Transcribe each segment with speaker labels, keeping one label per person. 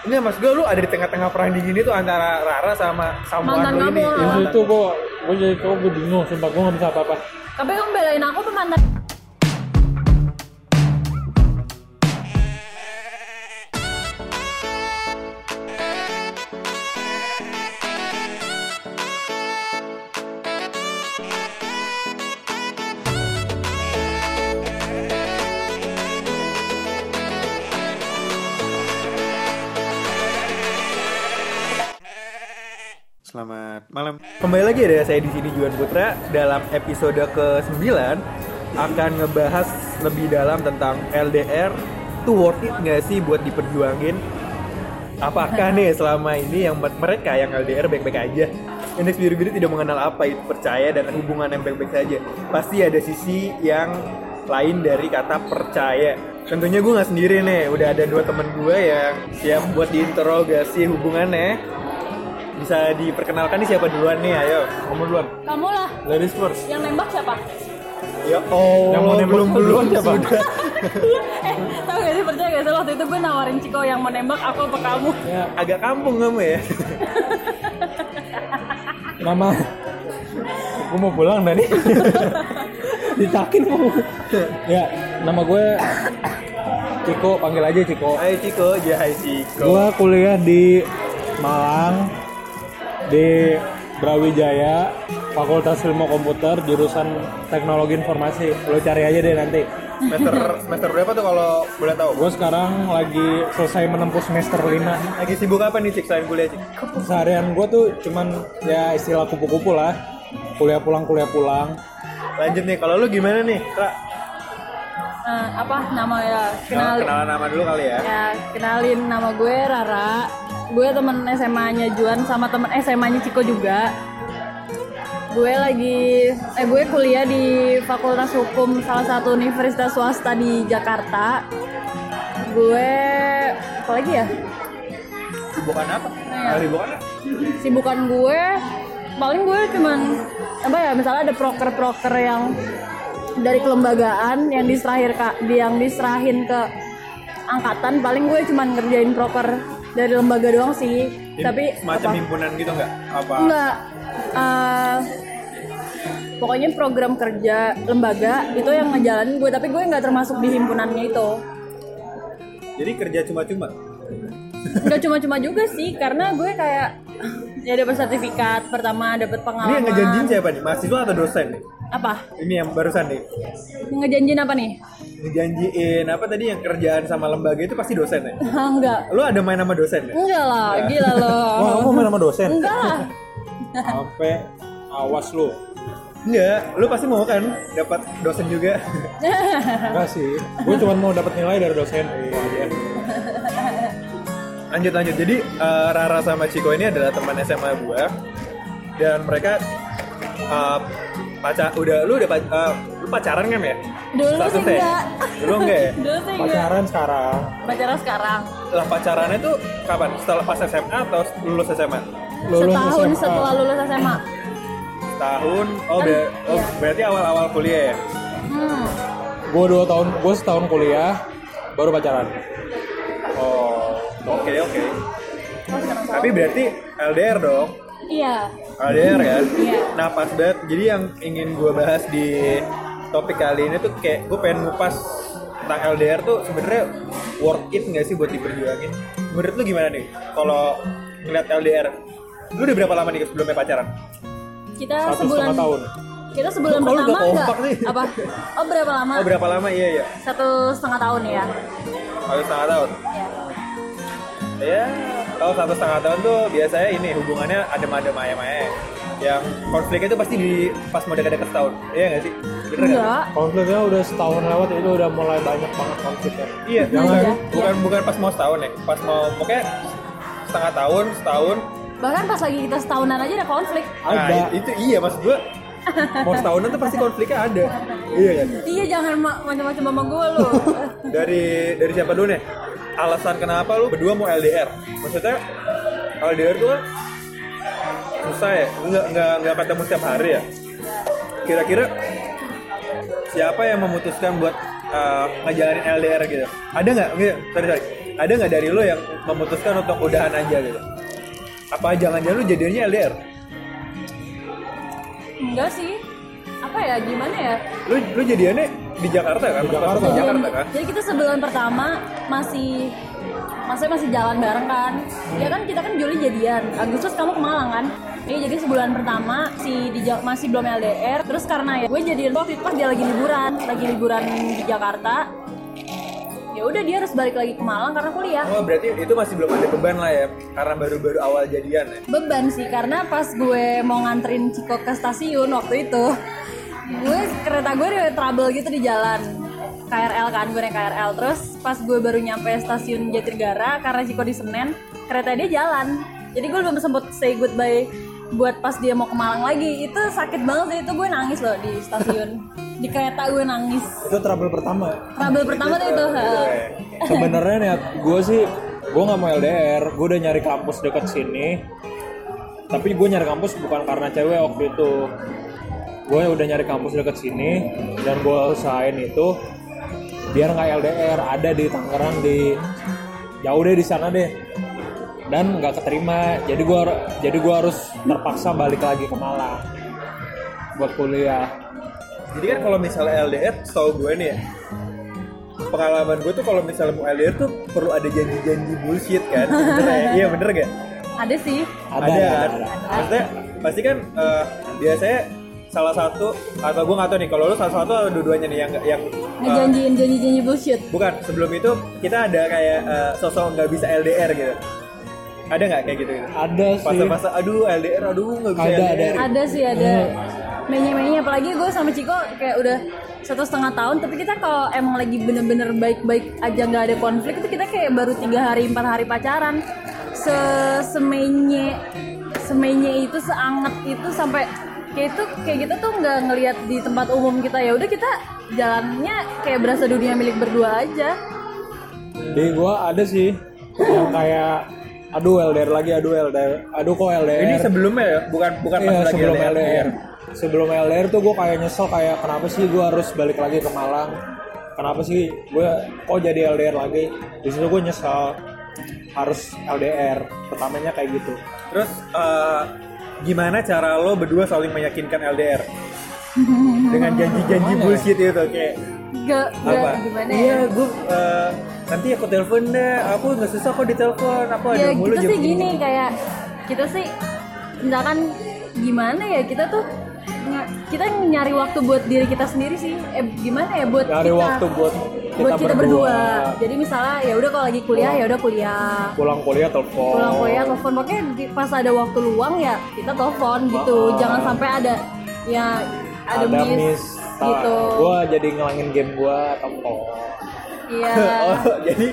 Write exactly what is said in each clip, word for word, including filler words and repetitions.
Speaker 1: Enggak, mas gue lu ada di tengah-tengah perang dingin itu antara Rara sama Samuan lu ini.
Speaker 2: Itu itu gue gue jadi cowok gue bingung, sumpah gue nggak bisa apa-apa.
Speaker 3: Tapi kamu belain aku tuh mantan.
Speaker 1: Selamat malam. Kembali lagi ada saya di sini Juan Putra dalam episode ke sembilan akan ngebahas lebih dalam tentang L D R. Itu worth it nggak sih buat diperjuangin? Apakah nih selama ini yang mereka yang L D R baik-baik aja? Indeks biru-biru tidak mengenal apa itu percaya dan hubungan yang baik-baik saja. Pasti ada sisi yang lain dari kata percaya. Tentunya gue nggak sendiri nih, udah ada dua temen gue yang siap buat diinterogasi hubungannya. Bisa diperkenalkan nih siapa duluan nih, ayo.
Speaker 2: Kamu duluan.
Speaker 3: Kamu lah.
Speaker 2: Ladies first.
Speaker 3: Yang nembak siapa?
Speaker 1: Ya oh,
Speaker 2: yang mau nembak
Speaker 1: belum belum
Speaker 2: siapa?
Speaker 3: eh, tau gak sih, percaya gak sih waktu itu gue nawarin Ciko yang mau nembak aku apa kamu?
Speaker 1: Ya, agak kampung kamu ya.
Speaker 2: Nama gue mau pulang dari ditakin kamu. Ya, nama gue Ciko, panggil aja Ciko.
Speaker 1: Hai Ciko, ya hai Ciko.
Speaker 2: Gue kuliah di Malang di Brawijaya, Fakultas Ilmu Komputer, jurusan Teknologi Informasi. Lo cari aja deh nanti.
Speaker 1: Semester semester berapa tuh kalau boleh tahu?
Speaker 2: Gue sekarang lagi selesai menempuh semester lima.
Speaker 1: Lagi sibuk apa nih Cik selain kuliah Cik?
Speaker 2: Seharian gue tuh cuman ya istilah kupu-kupu lah. Kuliah pulang, kuliah pulang.
Speaker 1: Lanjut nih, kalau lu gimana nih, Kak?
Speaker 3: Uh, apa nama ya?
Speaker 1: Kenal, kenalan nama dulu kali ya.
Speaker 3: Ya, kenalin nama gue Rara. Gue temen S M A-nya Juan sama temen S M A-nya Ciko juga. Gue lagi eh gue kuliah di Fakultas Hukum salah satu universitas swasta di Jakarta. Gue apa lagi ya?
Speaker 1: Sibukan apa?
Speaker 3: Ya.
Speaker 1: Sibukan apa?
Speaker 3: Sibukan gue paling gue cuman apa ya, misalnya ada proker-proker yang dari kelembagaan yang diserahin ke yang diserahin ke angkatan, paling gue cuman ngerjain proker dari lembaga doang sih. Him, tapi
Speaker 1: semacam
Speaker 3: apa?
Speaker 1: himpunan gitu nggak? Apa?
Speaker 3: Enggak. Uh, pokoknya program kerja lembaga itu yang ngejalanin gue, tapi gue nggak termasuk di himpunannya itu.
Speaker 1: Jadi kerja cuma-cuma?
Speaker 3: Nggak cuma-cuma juga sih, karena gue kayak ya dapat sertifikat pertama, dapat pengalaman.
Speaker 1: Ini yang ngejanjiin siapa nih? Mahasiswa atau dosen nih?
Speaker 3: Apa?
Speaker 1: Ini yang barusan nih.
Speaker 3: Ngejanjiin apa nih?
Speaker 1: Ngejanjiin apa tadi yang kerjaan sama lembaga itu pasti dosen ya?
Speaker 3: Enggak.
Speaker 1: Lu ada main sama dosen ya?
Speaker 3: Enggak lah, gila lo.
Speaker 2: Wah, kamu main sama dosen?
Speaker 3: Enggak lah.
Speaker 2: Sampai awas lu.
Speaker 1: Enggak, lu pasti mau kan dapat dosen juga.
Speaker 2: Enggak sih, gue cuma mau dapat nilai dari dosen. Iya.
Speaker 1: Lanjut lanjut. Jadi uh, Rara sama Ciko ini adalah teman S M A gue dan mereka uh, pacar udah lu udah uh, lu pacaran kan ya?
Speaker 3: Dulu sih enggak.
Speaker 1: Dulu enggak ya?
Speaker 3: Dulu sih enggak.
Speaker 2: Pacaran sekarang.
Speaker 3: Pacaran sekarang.
Speaker 1: Lah pacarannya tuh kapan? Setelah pas S M A atau lulus S M A?
Speaker 2: Lulus
Speaker 3: Setahun
Speaker 2: S M A.
Speaker 3: setelah lulus S M A.
Speaker 1: Setahun. Oh,
Speaker 3: Kan,
Speaker 1: ber- oh
Speaker 3: iya.
Speaker 1: berarti awal-awal kuliah ya?
Speaker 3: Hmm.
Speaker 2: Gue dua tahun, gue setahun kuliah, baru pacaran.
Speaker 1: Oh, oke okay, oke. Okay.
Speaker 3: Oh, sekarang
Speaker 1: Tapi berarti L D R dong?
Speaker 3: iya.
Speaker 1: L D R kan?
Speaker 3: Iya.
Speaker 1: Nah pas banget. Jadi yang ingin gue bahas di topik kali ini tuh kayak gue pengen ngupas tentang L D R tuh sebenarnya worth it nggak sih buat diperjuangin? Menurut lu gimana nih? Kalau ngeliat L D R, lu udah berapa lama nih sebelumnya pacaran?
Speaker 3: Kita
Speaker 2: Satu
Speaker 3: sebulan.
Speaker 2: setengah tahun.
Speaker 3: Kita sebulan
Speaker 1: Kok lu
Speaker 3: pertama
Speaker 1: gak kompak
Speaker 3: enggak?
Speaker 1: sih?
Speaker 3: Apa? Oh, berapa lama?
Speaker 1: Oh berapa lama? Iya iya.
Speaker 3: Satu setengah tahun ya.
Speaker 1: Satu setengah tahun.
Speaker 3: Ya.
Speaker 1: Ya, kalau satu setengah tahun tuh biasanya ini hubungannya adem-adem ayam-ayam. Yang konfliknya itu pasti di pas mau dekat-dekat setahun. Iya nggak sih? Bener nggak?
Speaker 3: Enggak.
Speaker 2: Konfliknya udah setahun lewat, itu udah mulai banyak banget konfliknya.
Speaker 1: Iya,
Speaker 3: Nah,
Speaker 1: bukan,
Speaker 3: iya.
Speaker 1: bukan bukan pas mau setahun ya. Pas mau pokoknya setengah tahun, setahun.
Speaker 3: Bahkan pas lagi kita setahunan aja ada konflik.
Speaker 1: Nah,
Speaker 2: Ada.
Speaker 1: itu iya maksud gua. Mau setahunan tuh pasti konfliknya ada. Iya kan?
Speaker 3: Iya, jangan ma- macam-macam sama gue lo.
Speaker 1: Dari dari siapa dulu nih? Alasan kenapa lu berdua mau L D R? Maksudnya L D R tuh kan susah ya, nggak nggak nggak ketemu setiap hari ya. Kira-kira siapa yang memutuskan buat uh, ngejalanin L D R gitu? Ada nggak? Nggak, sorry sorry. ada nggak dari lo yang memutuskan untuk udahan aja gitu? Apa jangan-jangan lu jadinya L D R?
Speaker 3: Enggak sih. Apa ya, gimana ya?
Speaker 1: Lu lu jadiannya di Jakarta kan?
Speaker 2: Di Jakarta.
Speaker 1: Di Jakarta kan?
Speaker 3: Jadi kita sebulan pertama masih maksudnya masih jalan bareng kan. Ya kan kita kan Juli jadian, Agustus kamu ke Malang kan. Iya, jadi sebulan pertama si di, masih belum L D R. Terus karena ya gue jadian waktu itu pas dia lagi liburan, lagi liburan di Jakarta. Ya udah dia harus balik lagi ke Malang karena kuliah.
Speaker 1: Oh, berarti itu masih belum ada beban lah ya, karena baru-baru awal jadian ya.
Speaker 3: Beban sih, karena pas gue mau nganterin Ciko ke stasiun waktu itu, gue kereta gue ada trouble gitu di jalan. K R L kan, gue naik K R L. Terus pas gue baru nyampe stasiun Jatinegara, karena Ciko di Senen, kereta dia jalan. Jadi gue belum sempet say goodbye buat pas dia mau ke Malang lagi. Itu sakit banget sih, itu gue nangis loh di stasiun. Di kereta gue nangis.
Speaker 2: Itu trouble pertama.
Speaker 3: Trouble pertama tuh itu.
Speaker 2: Sebenarnya niat gue sih, gue nggak mau L D R. Gue udah nyari kampus dekat sini. Tapi gue nyari kampus bukan karena cewek waktu itu. Gue udah nyari kampus dekat sini dan gue usahain itu biar nggak L D R. Ada di Tangerang, di jauh deh di sana deh. Dan nggak keterima. Jadi gue jadi gue harus terpaksa balik lagi ke Malang buat kuliah.
Speaker 1: Jadi kan kalau misalnya L D R, setahu gue nih ya, pengalaman gue tuh kalau misalnya mau L D R tuh perlu ada janji-janji bullshit kan, sebenernya. Iya bener gak?
Speaker 3: Ada sih.
Speaker 2: Ada,
Speaker 1: ada,
Speaker 2: ada,
Speaker 1: kan?
Speaker 2: ada.
Speaker 1: Maksudnya pasti kan uh, biasanya salah satu atau gue nggak tahu nih kalau lu salah satu atau dua-duanya nih yang yang uh,
Speaker 3: ngejanjiin janji-janji bullshit.
Speaker 1: Bukan, sebelum itu kita ada kayak uh, sosok nggak bisa L D R gitu. Ada nggak kayak gitu? gitu?
Speaker 2: Ada sih.
Speaker 1: Masa-masa aduh L D R, aduh nggak bisa
Speaker 2: Ada,
Speaker 1: L D R.
Speaker 2: ada.
Speaker 3: Ada sih, ada. Menye-menye, apalagi gue sama Ciko kayak udah satu setengah tahun, tapi kita kalau emang lagi bener-bener baik-baik aja nggak ada konflik itu kita kayak baru tiga hari empat hari pacaran. Se semenye semenye itu, seanget itu, sampai kayak itu kayak gitu tuh nggak ngelihat di tempat umum kita. Ya udah kita jalannya kayak berasa dunia milik berdua aja.
Speaker 2: Di gue ada sih yang kayak aduh L D R lagi, aduh L D R, aduh kok L D R.
Speaker 1: Ini sebelumnya ya, bukan bukan
Speaker 2: iya,
Speaker 1: pas lagi
Speaker 2: sebelum
Speaker 1: L D R.
Speaker 2: L D R. Sebelum L D R tuh gue kayak nyesel, kayak kenapa sih gue harus balik lagi ke Malang? Kenapa sih gue kok jadi L D R lagi? Di situ gue nyesel harus L D R. Pertamanya kayak gitu.
Speaker 1: Terus uh, gimana cara lo berdua saling meyakinkan L D R? Dengan janji-janji bullshit itu kayak
Speaker 3: Gak,
Speaker 1: apa?
Speaker 3: gak gimana
Speaker 1: Iya,
Speaker 3: ya?
Speaker 1: gue uh, nanti aku telepon deh. Aku nggak susah kok ditelepon. Aku ada
Speaker 3: Ya
Speaker 1: mulu
Speaker 3: kita
Speaker 1: jam
Speaker 3: sih
Speaker 1: segini.
Speaker 3: gini, kayak kita sih misalkan gimana ya, kita tuh nga- kita nyari waktu buat diri kita sendiri sih. Eh gimana ya, buat
Speaker 2: Nyari
Speaker 3: kita
Speaker 2: waktu buat kita,
Speaker 3: buat kita berdua.
Speaker 2: berdua.
Speaker 3: Jadi misalnya ya udah kalau lagi kuliah ya udah kuliah.
Speaker 2: Pulang kuliah telepon.
Speaker 3: Pulang kuliah telepon, pokoknya di- pas ada waktu luang ya kita telepon gitu.
Speaker 2: Oh.
Speaker 3: Jangan sampai ada ya ada,
Speaker 2: Ada
Speaker 3: miss,
Speaker 2: miss.
Speaker 3: gitu.
Speaker 2: Gue jadi ngelangin game gue telepon.
Speaker 3: Iya.
Speaker 1: Oh, jadi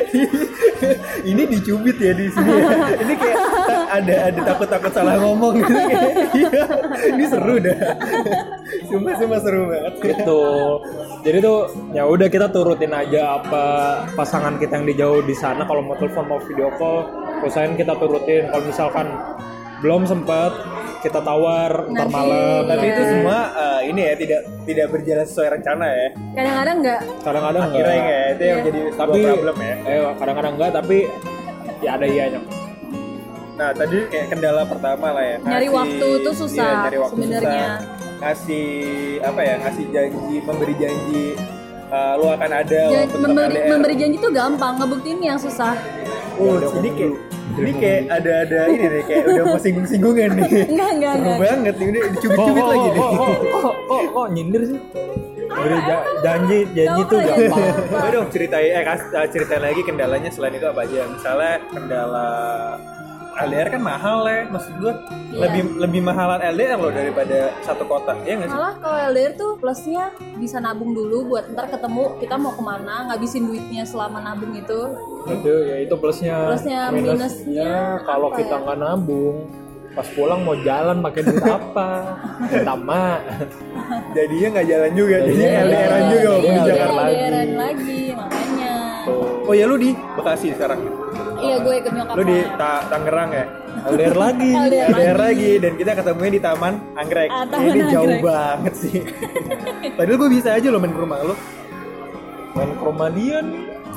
Speaker 1: ini dicubit ya di sini ya. Ini kayak ada ada takut-takut salah ngomong gitu kayak. Iya. Ini seru dah. Sumpah sumpah seru banget.
Speaker 2: Gitu. Jadi tuh ya udah kita turutin aja apa pasangan kita yang di jauh di sana, kalau mau telepon mau video call, usahain kita turutin. Kalau misalkan belum sempat, kita tawar ntar
Speaker 3: Nanti,
Speaker 2: malam.
Speaker 1: Tapi
Speaker 3: iya.
Speaker 1: itu semua uh, ini ya tidak tidak berjalan sesuai rencana ya.
Speaker 3: Kadang-kadang enggak.
Speaker 2: Kadang-kadang
Speaker 1: Akhirnya
Speaker 2: enggak.
Speaker 1: ya itu yang
Speaker 3: Iya.
Speaker 1: jadi sebuah
Speaker 2: Tapi
Speaker 1: problem ya.
Speaker 2: eh kadang-kadang enggak, tapi ya ada iyanya.
Speaker 1: Nah tadi kayak kendala pertama lah ya.
Speaker 3: Nyari
Speaker 1: Ngasih-
Speaker 3: waktu tuh susah
Speaker 1: iya, nyari waktu
Speaker 3: sebenarnya.
Speaker 1: susah. Ngasih apa ya? Ngasih janji, memberi janji uh, lu akan ada
Speaker 3: Jan-
Speaker 1: waktu tetap
Speaker 3: memberi,
Speaker 1: L D R.
Speaker 3: memberi janji tuh gampang, ngebuktiin yang susah.
Speaker 1: Oh, ini kayak ini kayak ada-ada ini nih kayak udah mau singgung-singgungan nih.
Speaker 3: Enggak, enggak,
Speaker 1: Seru
Speaker 3: enggak.
Speaker 1: banget ini dicubit-cubit
Speaker 2: Kok-
Speaker 1: lagi nih.
Speaker 2: kok- kok- kok kok kok nyindir sih? Beri ja- janji janji
Speaker 3: Kamu
Speaker 2: tuh
Speaker 3: aja
Speaker 2: gampang.
Speaker 3: lupa.
Speaker 1: Coba dong ceritain eh kas, uh, ceritain lagi kendalanya selain itu apa aja. Misalnya kendala L D R kan mahal ya, maksud gua
Speaker 3: Iya.
Speaker 1: lebih lebih mahalan L D R loh daripada satu kota, ya nggak sih?
Speaker 3: Malah kalau L D R tuh plusnya bisa nabung dulu buat ntar ketemu kita mau kemana, ngabisin duitnya selama nabung itu.
Speaker 2: Itu ya itu plusnya.
Speaker 3: Plusnya, minusnya
Speaker 2: kalau
Speaker 3: apa
Speaker 2: kita
Speaker 3: ya?
Speaker 2: nggak nabung, pas pulang mau jalan pakai duit apa? Minta mak.
Speaker 1: Jadinya nggak jalan juga,
Speaker 2: Jadinya
Speaker 1: jadinya L D R-an
Speaker 2: iya,
Speaker 1: juga
Speaker 2: iya,
Speaker 1: mau di
Speaker 2: L D R
Speaker 1: Jakarta.
Speaker 2: lagi.
Speaker 3: L D R-an lagi, makanya.
Speaker 1: Oh ya lu di Bekasi sekarang?
Speaker 3: Iya, gue ikut nyokap.
Speaker 1: Lu di
Speaker 3: gua.
Speaker 1: Ta- Tangerang ya?
Speaker 2: L D R lagi.
Speaker 3: L D R
Speaker 1: L D R
Speaker 3: lagi.
Speaker 1: lagi dan kita ketemunya di Taman Anggrek.
Speaker 3: Ah, Taman
Speaker 1: Ini jauh
Speaker 3: Anggrek.
Speaker 1: banget sih. Padahal gue bisa aja lo main ke rumah lo.
Speaker 2: Main ke rumah dia nih.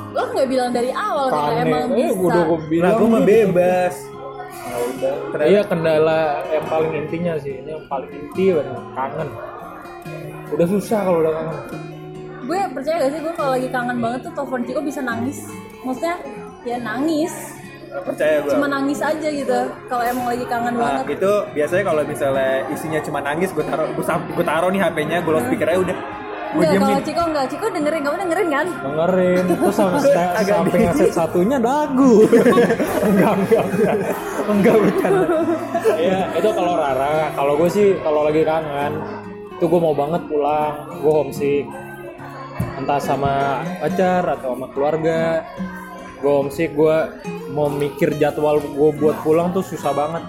Speaker 3: Lo nggak bilang dari awal kalau
Speaker 2: Kane.
Speaker 3: emang
Speaker 2: Eh,
Speaker 3: bisa.
Speaker 2: udah gue
Speaker 1: Lah
Speaker 2: bilang
Speaker 1: gue mah bebas.
Speaker 2: Ya udah.
Speaker 1: Ternyata-
Speaker 2: Iya kendala yang paling intinya sih, ini yang paling inti bener kangen. Udah susah kalau udah kangen.
Speaker 3: Gue percaya gak sih gue kalau lagi kangen banget tuh telepon Ciko bisa nangis. Maksudnya ya nangis.
Speaker 1: Percaya gue.
Speaker 3: Cuma nangis aja gitu. Kalau emang lagi kangen
Speaker 1: Nah,
Speaker 3: banget.
Speaker 1: itu biasanya kalau misalnya isinya cuma nangis, gue taruh gue, gue taruh nih H P-nya, gue loudspeaker aja udah. Gue
Speaker 3: Enggak,
Speaker 1: diemin.
Speaker 3: kalau Ciko enggak. Ciko dengerin, kamu dengerin kan?
Speaker 2: Dengerin, terus sama
Speaker 1: Agak
Speaker 2: sampai
Speaker 1: di-
Speaker 2: ngeset satunya dagu. enggak, enggak, enggak. Enggak bercanda. Iya, itu kalau Rara, kalau gue sih kalau lagi kangen, itu gue mau banget pulang, gue homesick. Entah sama pacar atau sama keluarga. Gue homesick, gue mau mikir jadwal gue buat pulang tuh susah banget.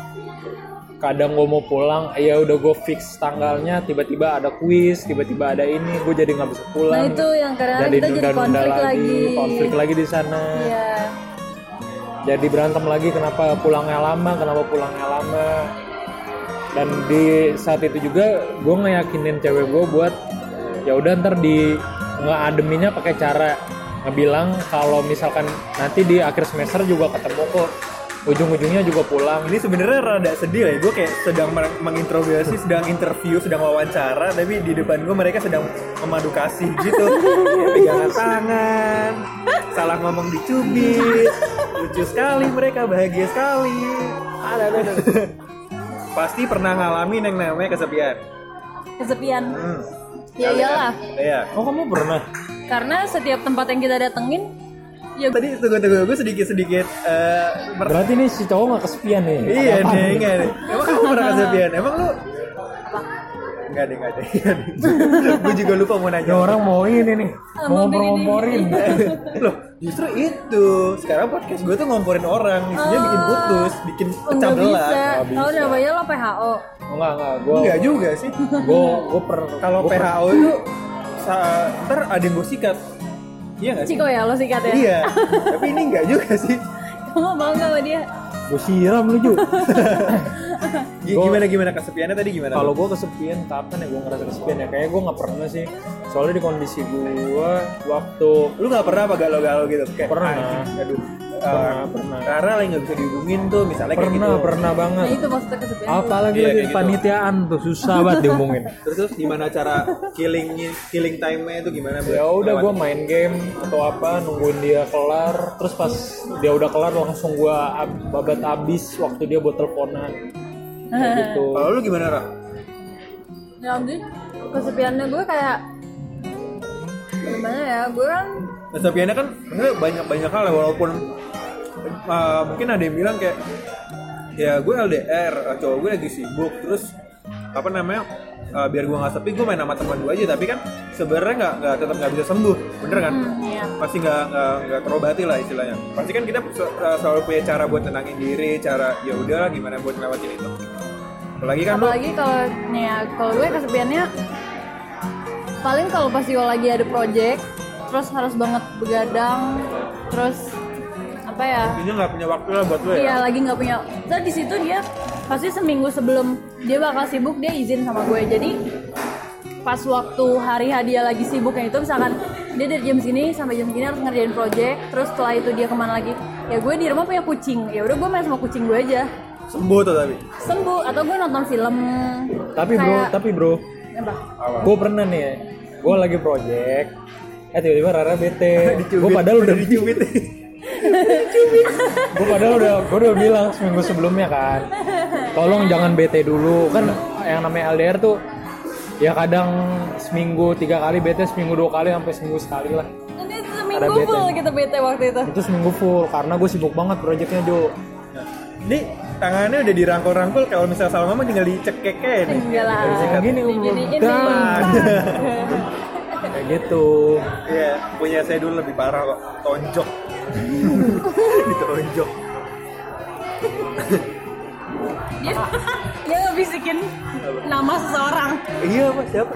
Speaker 2: Kadang gue mau pulang, ya udah gue fix tanggalnya, tiba-tiba ada kuis, tiba-tiba ada ini, gue jadi nggak bisa pulang.
Speaker 3: Nah itu yang kadang-kadang kita jadi
Speaker 2: nunda-nunda
Speaker 3: konflik lagi.
Speaker 2: konflik lagi di sana.
Speaker 3: Iya.
Speaker 2: Jadi berantem lagi, kenapa pulangnya lama, kenapa pulangnya lama. Dan di saat itu juga gue ngeyakinin cewek gue buat ya udah ntar di ngeademinnya pakai cara ngebilang kalau misalkan nanti di akhir semester juga ketemu kok, ujung-ujungnya juga pulang.
Speaker 1: Ini sebenarnya rada sedih lah, gue kayak sedang mer- menginterogasi, sedang interview, sedang wawancara, tapi di depan gue mereka sedang memadu kasih gitu. Pegangan tangan, salah ngomong dicubit, lucu sekali mereka, bahagia sekali. Ada, ada, ada. Pasti pernah ngalamin yang namanya kesepian.
Speaker 3: Kesepian.
Speaker 1: Hmm.
Speaker 3: Ya iyalah.
Speaker 1: Iya.
Speaker 2: Oh kamu pernah?
Speaker 3: Karena setiap tempat yang kita datengin ya
Speaker 1: Tadi tunggu-tunggu, gue sedikit-sedikit uh, mer-
Speaker 2: Berarti nih si cowok gak kesepian nih?
Speaker 1: Iya
Speaker 2: Apaan
Speaker 1: nih, enggak nih. Emang kamu pernah kesepian? Emang lu? Enggak deh, enggak deh. Gue juga lupa mau nanya.
Speaker 2: Ya orang mau ini nih,
Speaker 3: Ah,
Speaker 2: mau
Speaker 3: mau bikin
Speaker 2: ngompor-ngomporin.
Speaker 1: Loh, justru itu. Sekarang podcast gue tuh ngomporin orang, isinya bikin putus, bikin pecah
Speaker 3: nggak
Speaker 1: belah.
Speaker 3: bisa.
Speaker 2: Nggak bisa.
Speaker 3: Tahu namanya lo P H O.
Speaker 2: Enggak, enggak, gue
Speaker 1: Enggak juga sih.
Speaker 2: gue gue per
Speaker 1: Kalau
Speaker 2: gua
Speaker 1: P
Speaker 2: per-
Speaker 1: H O itu sa- ntar ada yang gue sikat. Iya nggak sih?
Speaker 3: Ciko ya lo sikat ya.
Speaker 1: Iya. Tapi ini enggak juga sih.
Speaker 3: Kamu mau nggak sama dia?
Speaker 2: gue siram lu Ju.
Speaker 1: G-
Speaker 2: Gua-
Speaker 1: Gimana gimana kesepiannya tadi gimana?
Speaker 2: Kalau gue kesepian kapan ya gue ngerasa kesepian ya? Kayaknya gue nggak pernah sih. Soalnya di kondisi gue waktu
Speaker 1: lu nggak pernah apa galau-galau gitu? Kayak,
Speaker 2: Pernah.
Speaker 1: anjing, aduh.
Speaker 2: Pernah,
Speaker 1: eh,
Speaker 2: pernah.
Speaker 1: Karena lagi nggak bisa dihubungin tuh, misalnya kayak
Speaker 2: pernah
Speaker 1: gitu.
Speaker 2: pernah banget.
Speaker 3: Nah itu maksudnya kesepian.
Speaker 2: Apalagi
Speaker 1: Iya,
Speaker 2: lagi
Speaker 1: kayak gitu.
Speaker 2: panitiaan tuh susah banget dihubungin.
Speaker 1: Terus terus gimana cara killing killing time-nya itu gimana? buat
Speaker 2: Ya udah gue
Speaker 1: lewat-
Speaker 2: main game atau apa, nungguin dia kelar, terus pas dia udah kelar langsung gue ab- babat abis waktu dia buat teleponan. Kayak gitu.
Speaker 1: Kalau lu gimana, Ra?
Speaker 3: Ya ampun, kesepiannya gue kayak gimana ya? Gue kan
Speaker 1: Kesepiannya kan sebenarnya banyak banyak hal ya, walaupun uh, mungkin ada yang bilang kayak ya gue L D R, uh, cowok gue lagi sibuk, terus apa namanya uh, biar gue nggak sepi gue main sama teman gue aja, tapi kan sebenarnya nggak nggak tetap nggak bisa sembuh, bener kan?
Speaker 3: hmm, iya.
Speaker 1: Pasti nggak nggak nggak terobati lah istilahnya. Pasti kan kita se- uh, selalu punya cara buat tenangin diri, cara ya udah gimana buat ngelewatin itu. Apalagi kan lu
Speaker 3: Apalagi kalau nih ya, kalau gue kesepiannya paling kalau pas gue lagi ada project, terus harus banget begadang, terus apa ya?
Speaker 1: ini nggak punya waktu lah buat lu ya.
Speaker 3: Iya lagi nggak punya. Terus di situ dia pasti seminggu sebelum dia bakal sibuk dia izin sama gue. Jadi pas waktu hari H dia lagi sibuknya itu misalkan dia dari jam segini sampai jam segini harus ngerjain project, terus setelah itu dia kemana lagi? Ya gue di rumah punya kucing. Ya udah gue main sama kucing gue aja.
Speaker 1: Sembuh tuh tapi.
Speaker 3: Sembuh atau gue nonton film.
Speaker 2: Tapi bro,
Speaker 3: kayak-
Speaker 2: tapi bro,
Speaker 3: apa?
Speaker 2: gue pernah nih, gue lagi project, eh tiba-tiba Rara bete, gue
Speaker 1: Dicubit.
Speaker 2: padahal udah
Speaker 1: dicubit.
Speaker 2: gue padahal udah gue udah bilang seminggu sebelumnya kan, tolong jangan bete dulu, kan yang namanya L D R tuh ya kadang seminggu tiga kali bete, seminggu dua kali, sampai seminggu sekali lah.
Speaker 3: Ini
Speaker 2: Ada
Speaker 3: seminggu
Speaker 2: bete.
Speaker 3: full kita bete waktu itu.
Speaker 2: Itu seminggu full karena gue sibuk banget projectnya Jo.
Speaker 1: Ini tangannya udah dirangkul-rangkul, kalau misalnya salah mama tinggal dicekek kayak nih.
Speaker 3: Enggak lah.
Speaker 2: Kayak gini
Speaker 3: Dijadiin
Speaker 2: udah.
Speaker 3: nih.
Speaker 2: Kayak gitu.
Speaker 1: Iya, punya saya dulu lebih parah kok, tonjok. Ditonjok.
Speaker 3: Dia dia ngebisikin nama seseorang
Speaker 1: Iya, Pak, siapa?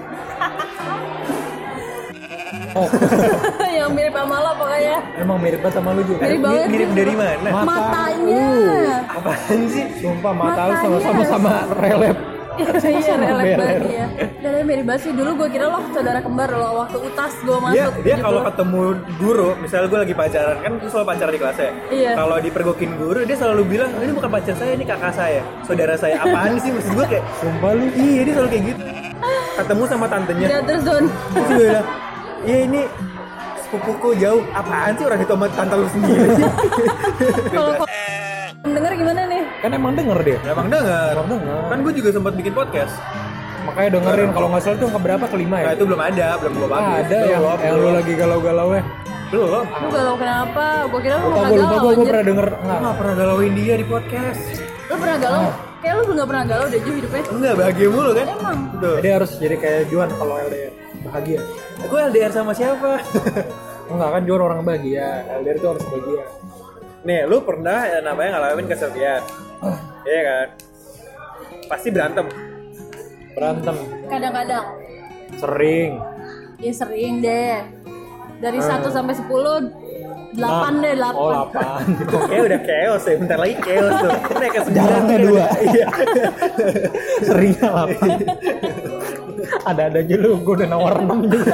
Speaker 2: Oh,
Speaker 3: yang mirip sama lo pokoknya.
Speaker 2: emang mirip banget sama lu juga.
Speaker 3: Mirip banget.
Speaker 1: Mirip dari mana?
Speaker 2: Mata.
Speaker 3: Matanya.
Speaker 2: Uh.
Speaker 1: Apaan sih?
Speaker 2: Sumpah mata lu
Speaker 3: Matanya.
Speaker 2: sama-sama sama relep.
Speaker 3: Iya, relate banget ya. Dan mirip banget sih, dulu gue kira lo saudara kembar lo waktu utas gue masuk.
Speaker 1: Dia dia
Speaker 3: gitu.
Speaker 1: kalau ketemu guru, misalnya gue lagi pacaran kan gue selalu pacaran di kelasnya.
Speaker 3: Iya.
Speaker 1: Kalau dipergokin guru dia selalu bilang ini bukan pacar saya, ini kakak saya, saudara saya. Apaan sih maksud gue kayak sumpah lu. Iya dia selalu kayak gitu. Ketemu sama tantenya.
Speaker 3: Ya terus Don.
Speaker 1: Terus gue bilang, iya ini sepupuku jauh. Apaan sih orang itu sama tante lu sendiri?
Speaker 3: Kalau kok denger gimana nih?
Speaker 2: Kan emang denger dia.
Speaker 1: Ya, emang denger.
Speaker 2: Emang denger.
Speaker 1: Kan gue juga sempat bikin podcast.
Speaker 2: Makanya dengerin, kalau nggak salah itu yang keberapa, kelima ya?
Speaker 1: Nah itu belum ada, belum gue bagus.
Speaker 2: Ah, ada yang, yang lu lagi galau-galau ya?
Speaker 1: Belum.
Speaker 3: Lu galau kenapa? Gue kira lu
Speaker 2: Lupa
Speaker 3: gak
Speaker 2: gue, lupa
Speaker 3: galau
Speaker 2: gue, gue
Speaker 3: anjir.
Speaker 2: pernah denger.
Speaker 1: Gue
Speaker 2: Nggak,
Speaker 1: gak pernah galauin dia di podcast.
Speaker 3: Lu pernah galau? Kayak lu gak pernah galau deh Ju hidupnya.
Speaker 1: Enggak, bahagia mulu kan?
Speaker 3: Emang.
Speaker 1: Betul.
Speaker 2: jadi harus jadi kayak Juan kalau L D R bahagia.
Speaker 1: Gue L D R sama siapa?
Speaker 2: Enggak kan Juan orang bahagia, L D R itu harus bahagia.
Speaker 1: Nih, lu pernah ya, namanya ngalamin kesepian? Iya kan? Pasti berantem.
Speaker 2: Berantem,
Speaker 3: Kadang-kadang.
Speaker 2: sering.
Speaker 3: Ya sering deh. Dari satu sampai sepuluh delapan
Speaker 2: Nah,
Speaker 3: deh, delapan.
Speaker 2: Oh delapan.
Speaker 1: Kok kayak udah chaos ya, bentar lagi chaos tuh. Naik ke sembilan
Speaker 2: Jarangnya
Speaker 1: tuh
Speaker 2: dua.
Speaker 1: udah- Iya.
Speaker 2: Seringnya delapan. Ada-ada aja lu, gue udah nawar enam juga.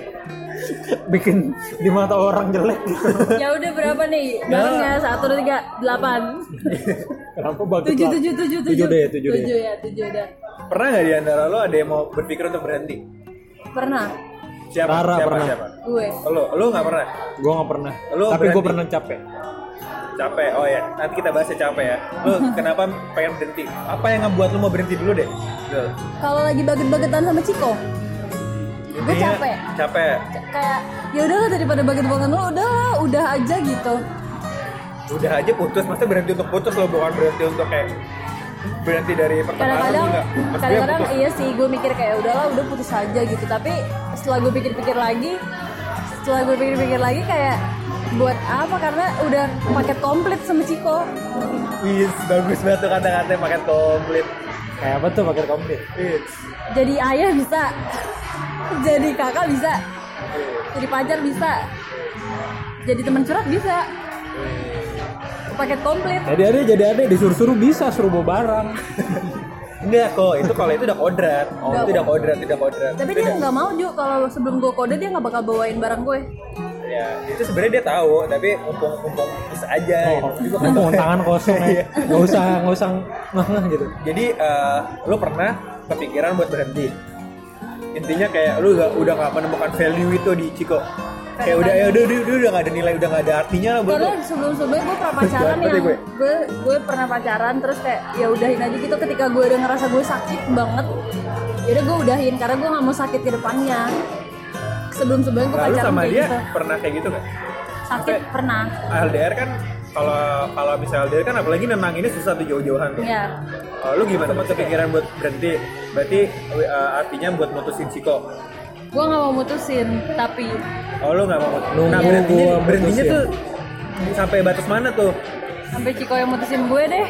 Speaker 2: Bikin di mata orang jelek gitu.
Speaker 3: Ya udah berapa nih? Barengnya satu dua tiga delapan.
Speaker 2: Kenapa bagus
Speaker 3: Tujuh
Speaker 2: lah?
Speaker 3: tujuh tujuh
Speaker 2: Tujuh deh, tujuh deh.
Speaker 3: Tujuh ya tujuh dah.
Speaker 1: Pernah nggak di antara lo ada yang mau berpikir untuk berhenti?
Speaker 3: Pernah.
Speaker 1: Siapa?
Speaker 2: Rara
Speaker 1: siapa?
Speaker 2: pernah.
Speaker 1: Siapa?
Speaker 3: Gue.
Speaker 1: Lo, lo nggak pernah?
Speaker 2: Gue nggak pernah.
Speaker 1: Lu
Speaker 2: Tapi gue
Speaker 1: berhenti?
Speaker 2: pernah capek.
Speaker 1: Capek. Oh ya, nanti kita bahas ya capek ya. Lo kenapa pengen berhenti? Apa yang ngebuat lo mau berhenti dulu deh? Dul.
Speaker 3: Kalau lagi baget-bagetan sama Ciko, gue
Speaker 1: Intinya,
Speaker 3: capek.
Speaker 1: Capek.
Speaker 3: C- kayak ya udahlah daripada baget-bagetan lo udah udah aja gitu.
Speaker 1: Udah aja putus, maksudnya berhenti untuk putus lo, bukan berhenti untuk kayak berhenti dari pertemanan
Speaker 3: Kadang-kadang
Speaker 1: enggak. Maksudnya
Speaker 3: kadang-kadang
Speaker 1: putus.
Speaker 3: iya sih gue mikir kayak udahlah udah putus aja gitu. Tapi setelah gue pikir-pikir lagi, setelah gue pikir-pikir lagi kayak buat apa, karena udah paket komplit sama Ciko.
Speaker 1: Wis, bagus banget tuh kata-katanya paket komplit.
Speaker 2: Kayak apa tuh pakai komplit?
Speaker 1: Wis.
Speaker 3: Jadi ayah bisa, jadi kakak bisa, jadi pacar bisa, jadi teman curhat bisa, paket komplit.
Speaker 2: Jadi ada, jadi ada disuruh-suruh bisa suruh bawa barang.
Speaker 1: Enggak kok, itu kalau itu udah kodrat. Oh,
Speaker 3: Udah
Speaker 1: itu udah kodrat, tidak kodrat.
Speaker 3: Tapi
Speaker 1: Itu
Speaker 3: dia
Speaker 1: udah-
Speaker 3: nggak mau juga kalau sebelum gue kode dia nggak bakal bawain barang gue.
Speaker 1: Ya, itu sebenarnya dia tahu, tapi mumpung-mumpung bisa aja.
Speaker 2: Oh,
Speaker 1: gitu. Juga
Speaker 2: ngomong tangan kosong ya. Nggak usah, nggak usah ngeh gitu.
Speaker 1: Jadi eh, lo pernah kepikiran buat berhenti? Intinya kayak lu udah udah nggak menemukan value itu di Ciko. Kayak udah ya udah udah udah udah nggak ada nilai, udah nggak ada artinya lah buat
Speaker 3: Karena
Speaker 1: lo.
Speaker 3: sebelum-sebelumnya gue pernah pacaran
Speaker 1: Berarti
Speaker 3: yang
Speaker 1: gue.
Speaker 3: gue gue pernah pacaran terus kayak ya udahin aja gitu ketika gue udah ngerasa gue sakit banget. Ya udah gue udahin karena gue nggak mau sakit ke depannya. Sebelum-sebelumnya gue
Speaker 1: Lalu
Speaker 3: pacaran
Speaker 1: sama
Speaker 3: kayak
Speaker 1: dia
Speaker 3: gitu.
Speaker 1: pernah kayak gitu nggak?
Speaker 3: Sakit pernah.
Speaker 1: L D R kan kalau kalau misalnya L D R kan apalagi nenanginnya susah tuh jauh-jauhan tuh.
Speaker 3: Ya.
Speaker 1: Uh, lu gimana mau kepikiran buat berhenti? Berarti uh, artinya buat mutusin Ciko.
Speaker 3: Gue nggak mau mutusin tapi
Speaker 1: Oh lu nggak mau?
Speaker 2: Nunggu
Speaker 1: Nah berhentinya,
Speaker 2: gua
Speaker 1: berhentinya
Speaker 2: mutusin.
Speaker 1: tuh sampai batas mana tuh?
Speaker 3: sampai Ciko yang mutusin gue deh.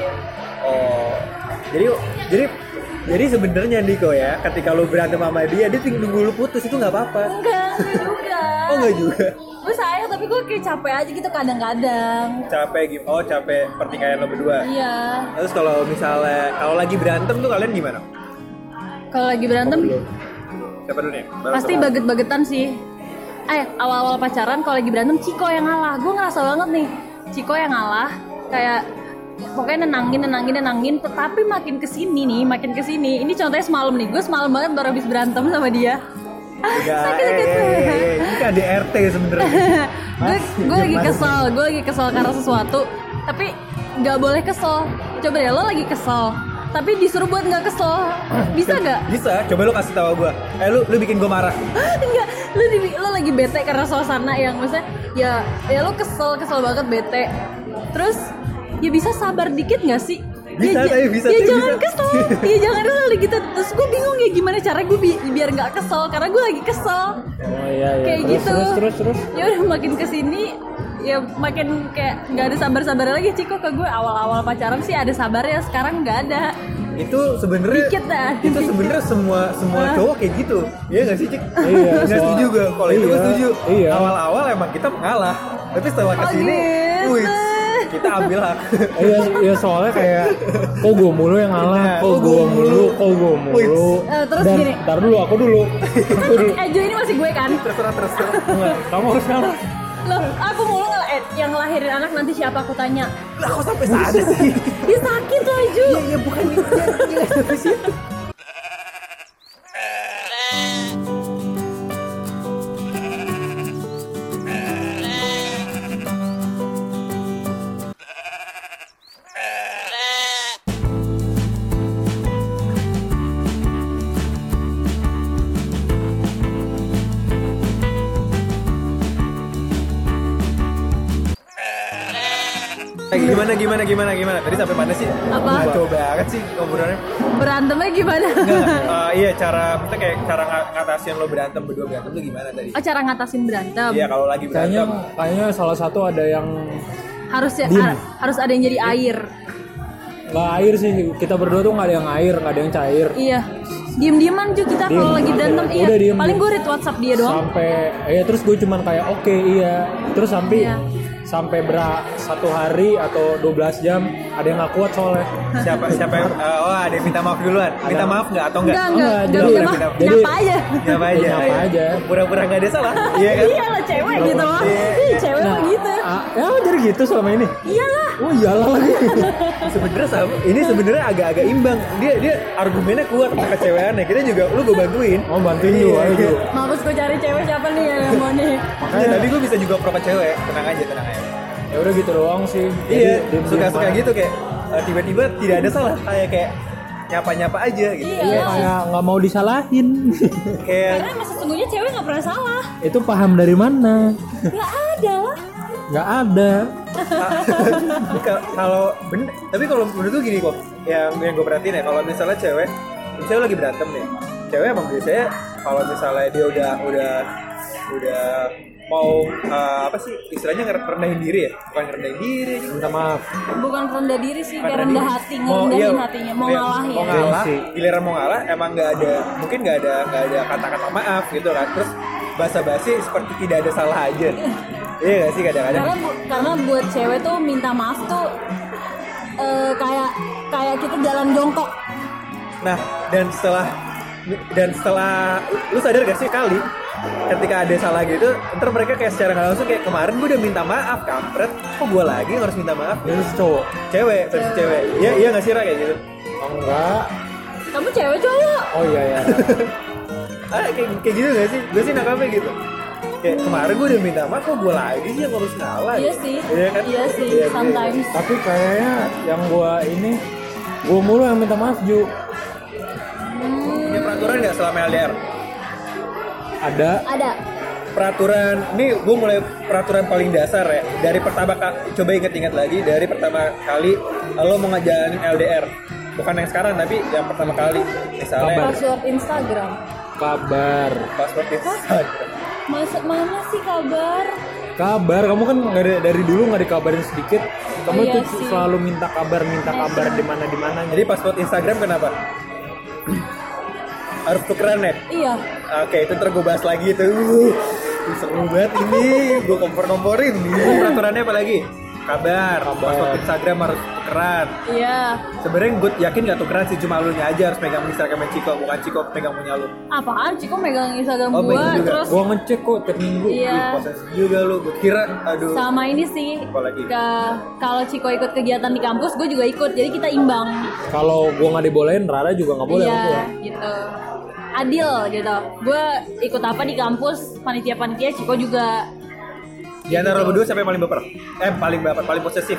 Speaker 1: Oh jadi jadi jadi sebenarnya Niko ya, ketika lu berantem sama dia, dia tinggal nunggu lu putus itu nggak apa-apa.
Speaker 3: Enggak, enggak juga.
Speaker 1: Oh nggak juga.
Speaker 3: Gue sayang tapi gue kayak capek aja gitu kadang-kadang.
Speaker 1: Capek gitu. Oh capek pertikaian lo berdua.
Speaker 3: Iya.
Speaker 1: Terus kalau misalnya kalau lagi berantem tuh kalian gimana?
Speaker 3: Kalau lagi berantem
Speaker 1: Siapa dulu nih? Baru
Speaker 3: pasti
Speaker 1: sama.
Speaker 3: baget-bagetan sih. Eh awal-awal pacaran kalau lagi berantem Ciko yang ngalah. Gue ngerasa banget nih Ciko yang ngalah. Kayak pokoknya nenangin, nenangin, nenangin. Tetapi makin kesini nih, makin kesini. Ini contohnya semalam nih. Gue semalam banget baru habis berantem sama dia.
Speaker 1: Udah,
Speaker 3: Sakit,
Speaker 1: eh,
Speaker 3: sakit.
Speaker 1: eh, eh, ini K D R T sebenarnya.
Speaker 3: gue gue lagi kesel, gue lagi kesel karena sesuatu. Tapi nggak boleh kesel. Coba deh lo lagi kesel. Tapi disuruh buat nggak kesel. Bisa nggak?
Speaker 1: Bisa, coba lu kasih tahu gua. Eh lu lu bikin gua marah.
Speaker 3: Enggak, lu di, lo lagi bete karena suasana yang maksudnya ya ya lo kesel kesel banget bete. Terus ya bisa sabar dikit nggak sih?
Speaker 1: Bisa,
Speaker 3: ya,
Speaker 1: tapi bisa,
Speaker 3: ya
Speaker 1: tapi
Speaker 3: jangan
Speaker 1: bisa.
Speaker 3: kesel, ya jangan kesel gitu. Terus gue bingung ya gimana caranya gue bi- biar nggak kesel karena gue lagi kesel.
Speaker 2: Oh iya iya.
Speaker 3: Kayak
Speaker 2: terus,
Speaker 3: gitu.
Speaker 2: terus terus terus.
Speaker 3: Ya udah makin kesini ya makin kayak nggak ada sabar-sabar lagi Ciko ke gue. Awal-awal pacaran sih ada sabarnya, sekarang nggak ada.
Speaker 1: Itu sebenarnya
Speaker 3: Dikit dah.
Speaker 1: itu sebenarnya semua semua
Speaker 3: Hah?
Speaker 1: cowok kayak gitu. Iya nggak sih, Cik?
Speaker 2: Iya,
Speaker 1: Nggak
Speaker 2: soal-
Speaker 1: setuju gua. Kalau itu gua
Speaker 2: iya,
Speaker 1: setuju.
Speaker 2: iya.
Speaker 1: Awal-awal emang kita mengalah. Tapi setelah
Speaker 3: Oh
Speaker 1: kesini,
Speaker 3: gitu.
Speaker 1: wih, kita ambil hak.
Speaker 2: Iya, iya soalnya kayak kok gue mulu yang ngalah, kok gue mulu, kok gue mulu.
Speaker 3: Uh, terus
Speaker 2: Dan
Speaker 3: gini.
Speaker 2: ntar dulu, aku dulu. Aku dulu.
Speaker 3: Eh Jo ini masih gue kan?
Speaker 1: Terserah terserah.
Speaker 2: Enggak, kamu harus ngalah.
Speaker 3: Loh, aku mulu ngel- eh, yang ngelahirin anak nanti siapa aku tanya.
Speaker 1: Lah kok sampai sana sih?
Speaker 3: Dia sakit loh Ju.
Speaker 1: Iya iya bukan dia dia sampai situ. Gimana gimana gimana gimana tadi sampai mana sih?
Speaker 3: Apa?
Speaker 1: Ngaco banget sih obrolannya.
Speaker 3: Berantemnya gimana?
Speaker 1: Enggak, uh, iya cara maksudnya kayak cara ng- ngatasin lo berantem berdua berantem tuh gimana tadi?
Speaker 3: Oh, cara ngatasin berantem.
Speaker 1: Iya kalau lagi
Speaker 2: Kayaknya
Speaker 1: berantem.
Speaker 2: kayaknya salah satu ada yang
Speaker 3: Harus ya,
Speaker 2: Diem.
Speaker 3: har- harus ada yang jadi air.
Speaker 2: nggak air sih. Kita berdua tuh nggak ada yang air, nggak ada yang cair.
Speaker 3: Iya. Diem-dieman juga kita
Speaker 2: Diem.
Speaker 3: kalau lagi berantem. Iya.
Speaker 2: Udah diem.
Speaker 3: Paling gue read WhatsApp dia doang.
Speaker 2: Sampai ya terus gue cuman kayak oke iya. Terus sampai
Speaker 3: Iya.
Speaker 2: sampai ber satu hari atau dua belas jam ada yang nggak kuat soalnya.
Speaker 1: Siapa siapa yang uh, oh ada yang minta maaf duluan. Minta
Speaker 2: Ada.
Speaker 1: maaf nggak atau enggak?
Speaker 3: Enggak, enggak,
Speaker 2: Enggak,
Speaker 3: enggak
Speaker 2: jadi-
Speaker 3: minta maaf.
Speaker 2: jadi-
Speaker 3: Nyapa aja.
Speaker 1: Nyapa aja.
Speaker 2: Nyapa aja.
Speaker 1: Pura-pura nggak ada salah. Iya kan?
Speaker 3: Iya lah cewek gitu loh.
Speaker 1: Iya.
Speaker 3: Ih, cewek mah gitu.
Speaker 2: Ah, ya jadi gitu selama ini.
Speaker 3: Iyalah.
Speaker 2: Oh iyalah lagi.
Speaker 1: Sebenarnya sama. Ini sebenarnya agak-agak imbang. Dia dia argumennya kuat keceweannya. Kita juga lu gue bantuin.
Speaker 2: Oh bantuin juga, ayo juga.
Speaker 3: Mampus gue cari cewek siapa nih yang mau nih.
Speaker 1: Iya, tapi gue bisa juga pro ke cewek. Tenang aja, tenang aja.
Speaker 2: Ya udah gitu doang sih.
Speaker 1: Iya,
Speaker 2: Jadi,
Speaker 1: suka-suka
Speaker 2: diem-diem
Speaker 1: gitu kayak uh, tiba-tiba tidak ada salah. Kayak kayak nyapa-nyapa aja gitu.
Speaker 3: Iya.
Speaker 2: Iya kayak nggak mau disalahin.
Speaker 1: Kayak
Speaker 3: Karena emang sesungguhnya cewek nggak pernah salah.
Speaker 2: Itu paham dari mana?
Speaker 3: Nggak ada lah.
Speaker 2: Nggak ada.
Speaker 1: Ka- kalau bener, tapi kalau menurut gue gini kok, yang yang gue perhatiin ya, kalau misalnya cewek, misalnya lagi berantem nih, cewek emang biasanya kalau misalnya dia udah udah udah mau uh, apa sih istilahnya ngerendahin diri ya, bukan ngerendahin diri aja.
Speaker 2: Minta maaf.
Speaker 3: Bukan rendah diri sih, kayak
Speaker 1: Rendah
Speaker 3: rendah
Speaker 1: diri.
Speaker 3: hati,
Speaker 1: Mau-
Speaker 3: ngerendahin
Speaker 1: iya,
Speaker 3: hatinya, mau
Speaker 1: iya,
Speaker 3: ngalah
Speaker 1: mau
Speaker 3: ya.
Speaker 1: ngalah,
Speaker 2: Gengsi.
Speaker 1: giliran mau ngalah emang nggak ada, mungkin nggak ada nggak ada kata-kata maaf gitu kan, terus basa-basi seperti tidak ada salah aja. Iya gak sih kadang-kadang?
Speaker 3: Karena bu- karena buat cewek tuh minta maaf tuh eh, kayak kayak kita jalan jongkok.
Speaker 1: Nah, dan setelah dan setelah lu sadar gak sih kali ketika ada salah gitu, ntar mereka kayak secara nggak langsung kayak kemarin gue udah minta maaf kampret, kok gue lagi yang harus minta maaf?
Speaker 2: Ini cowok.
Speaker 1: Cewek versi cewek, iya iya nggak sih Ra kayak gitu?
Speaker 2: Oh, enggak.
Speaker 3: Kamu cewek cowok?
Speaker 2: Oh iya ya.
Speaker 1: Ah kayak kayak gitu gak sih? Gue sih nangkapnya gitu. Kayak kemarin gue udah minta maaf, kok gue lagi sih yang harus ngalah?
Speaker 3: Iya
Speaker 1: gitu.
Speaker 3: sih,
Speaker 1: Iya kan?
Speaker 3: iya sih,
Speaker 1: Iya, iya.
Speaker 3: sometimes.
Speaker 2: Tapi kayaknya yang gua ini gua mulu yang minta maaf Ju.
Speaker 1: Punya peraturan nggak selama L D R?
Speaker 2: Ada.
Speaker 3: Ada.
Speaker 1: Peraturan, ini gue mulai peraturan paling dasar ya. Dari pertama kali, coba inget-inget lagi, dari pertama kali lo mau ngejalanin L D R, bukan yang sekarang tapi yang pertama kali, misalnya
Speaker 2: Kabar.
Speaker 3: Password Instagram.
Speaker 2: Kabar.
Speaker 1: password Instagram.
Speaker 3: Masa mana sih kabar?
Speaker 2: Kabar, kamu kan nggak dari, dari dulu nggak dikabarin sedikit. Kamu
Speaker 3: Iya
Speaker 2: tuh
Speaker 3: sih.
Speaker 2: selalu minta kabar, minta kabar di mana di mana.
Speaker 1: Jadi password Instagram kenapa? Harus tukeran ya?
Speaker 3: Iya.
Speaker 1: Oke, itu ntar gue bahas lagi tuh. Uh, seru banget ini, gue kompor-komporin. Ini peraturannya apa lagi? Kabar,
Speaker 2: Kabar.
Speaker 1: password Instagram harus tukeran.
Speaker 3: Iya.
Speaker 1: Sebenarnya gue yakin gak tukeran sih, cuma lu nya aja harus megang Instagramnya Ciko, bukan Ciko pegang punya lu.
Speaker 3: Apaan? Ciko megang Instagram
Speaker 1: Oh,
Speaker 3: gua,
Speaker 1: megang juga.
Speaker 3: terus
Speaker 2: Gua ngecek kok tiap minggu.
Speaker 3: iya.
Speaker 1: Posesif juga lu, gue kira, aduh.
Speaker 3: Sama ini sih.
Speaker 1: Apa lagi?
Speaker 3: Ke- kalau Ciko ikut kegiatan di kampus, gue juga ikut. Jadi kita imbang.
Speaker 2: Kalau gua nggak dibolehin, Rara juga nggak boleh
Speaker 3: Iya,
Speaker 2: sama gua.
Speaker 3: gitu. Adil gitu. Gue ikut apa di kampus, panitia-panitia Ciko juga.
Speaker 1: Di antara lo berdua siapa yang paling baper? Eh, paling baper, paling posesif.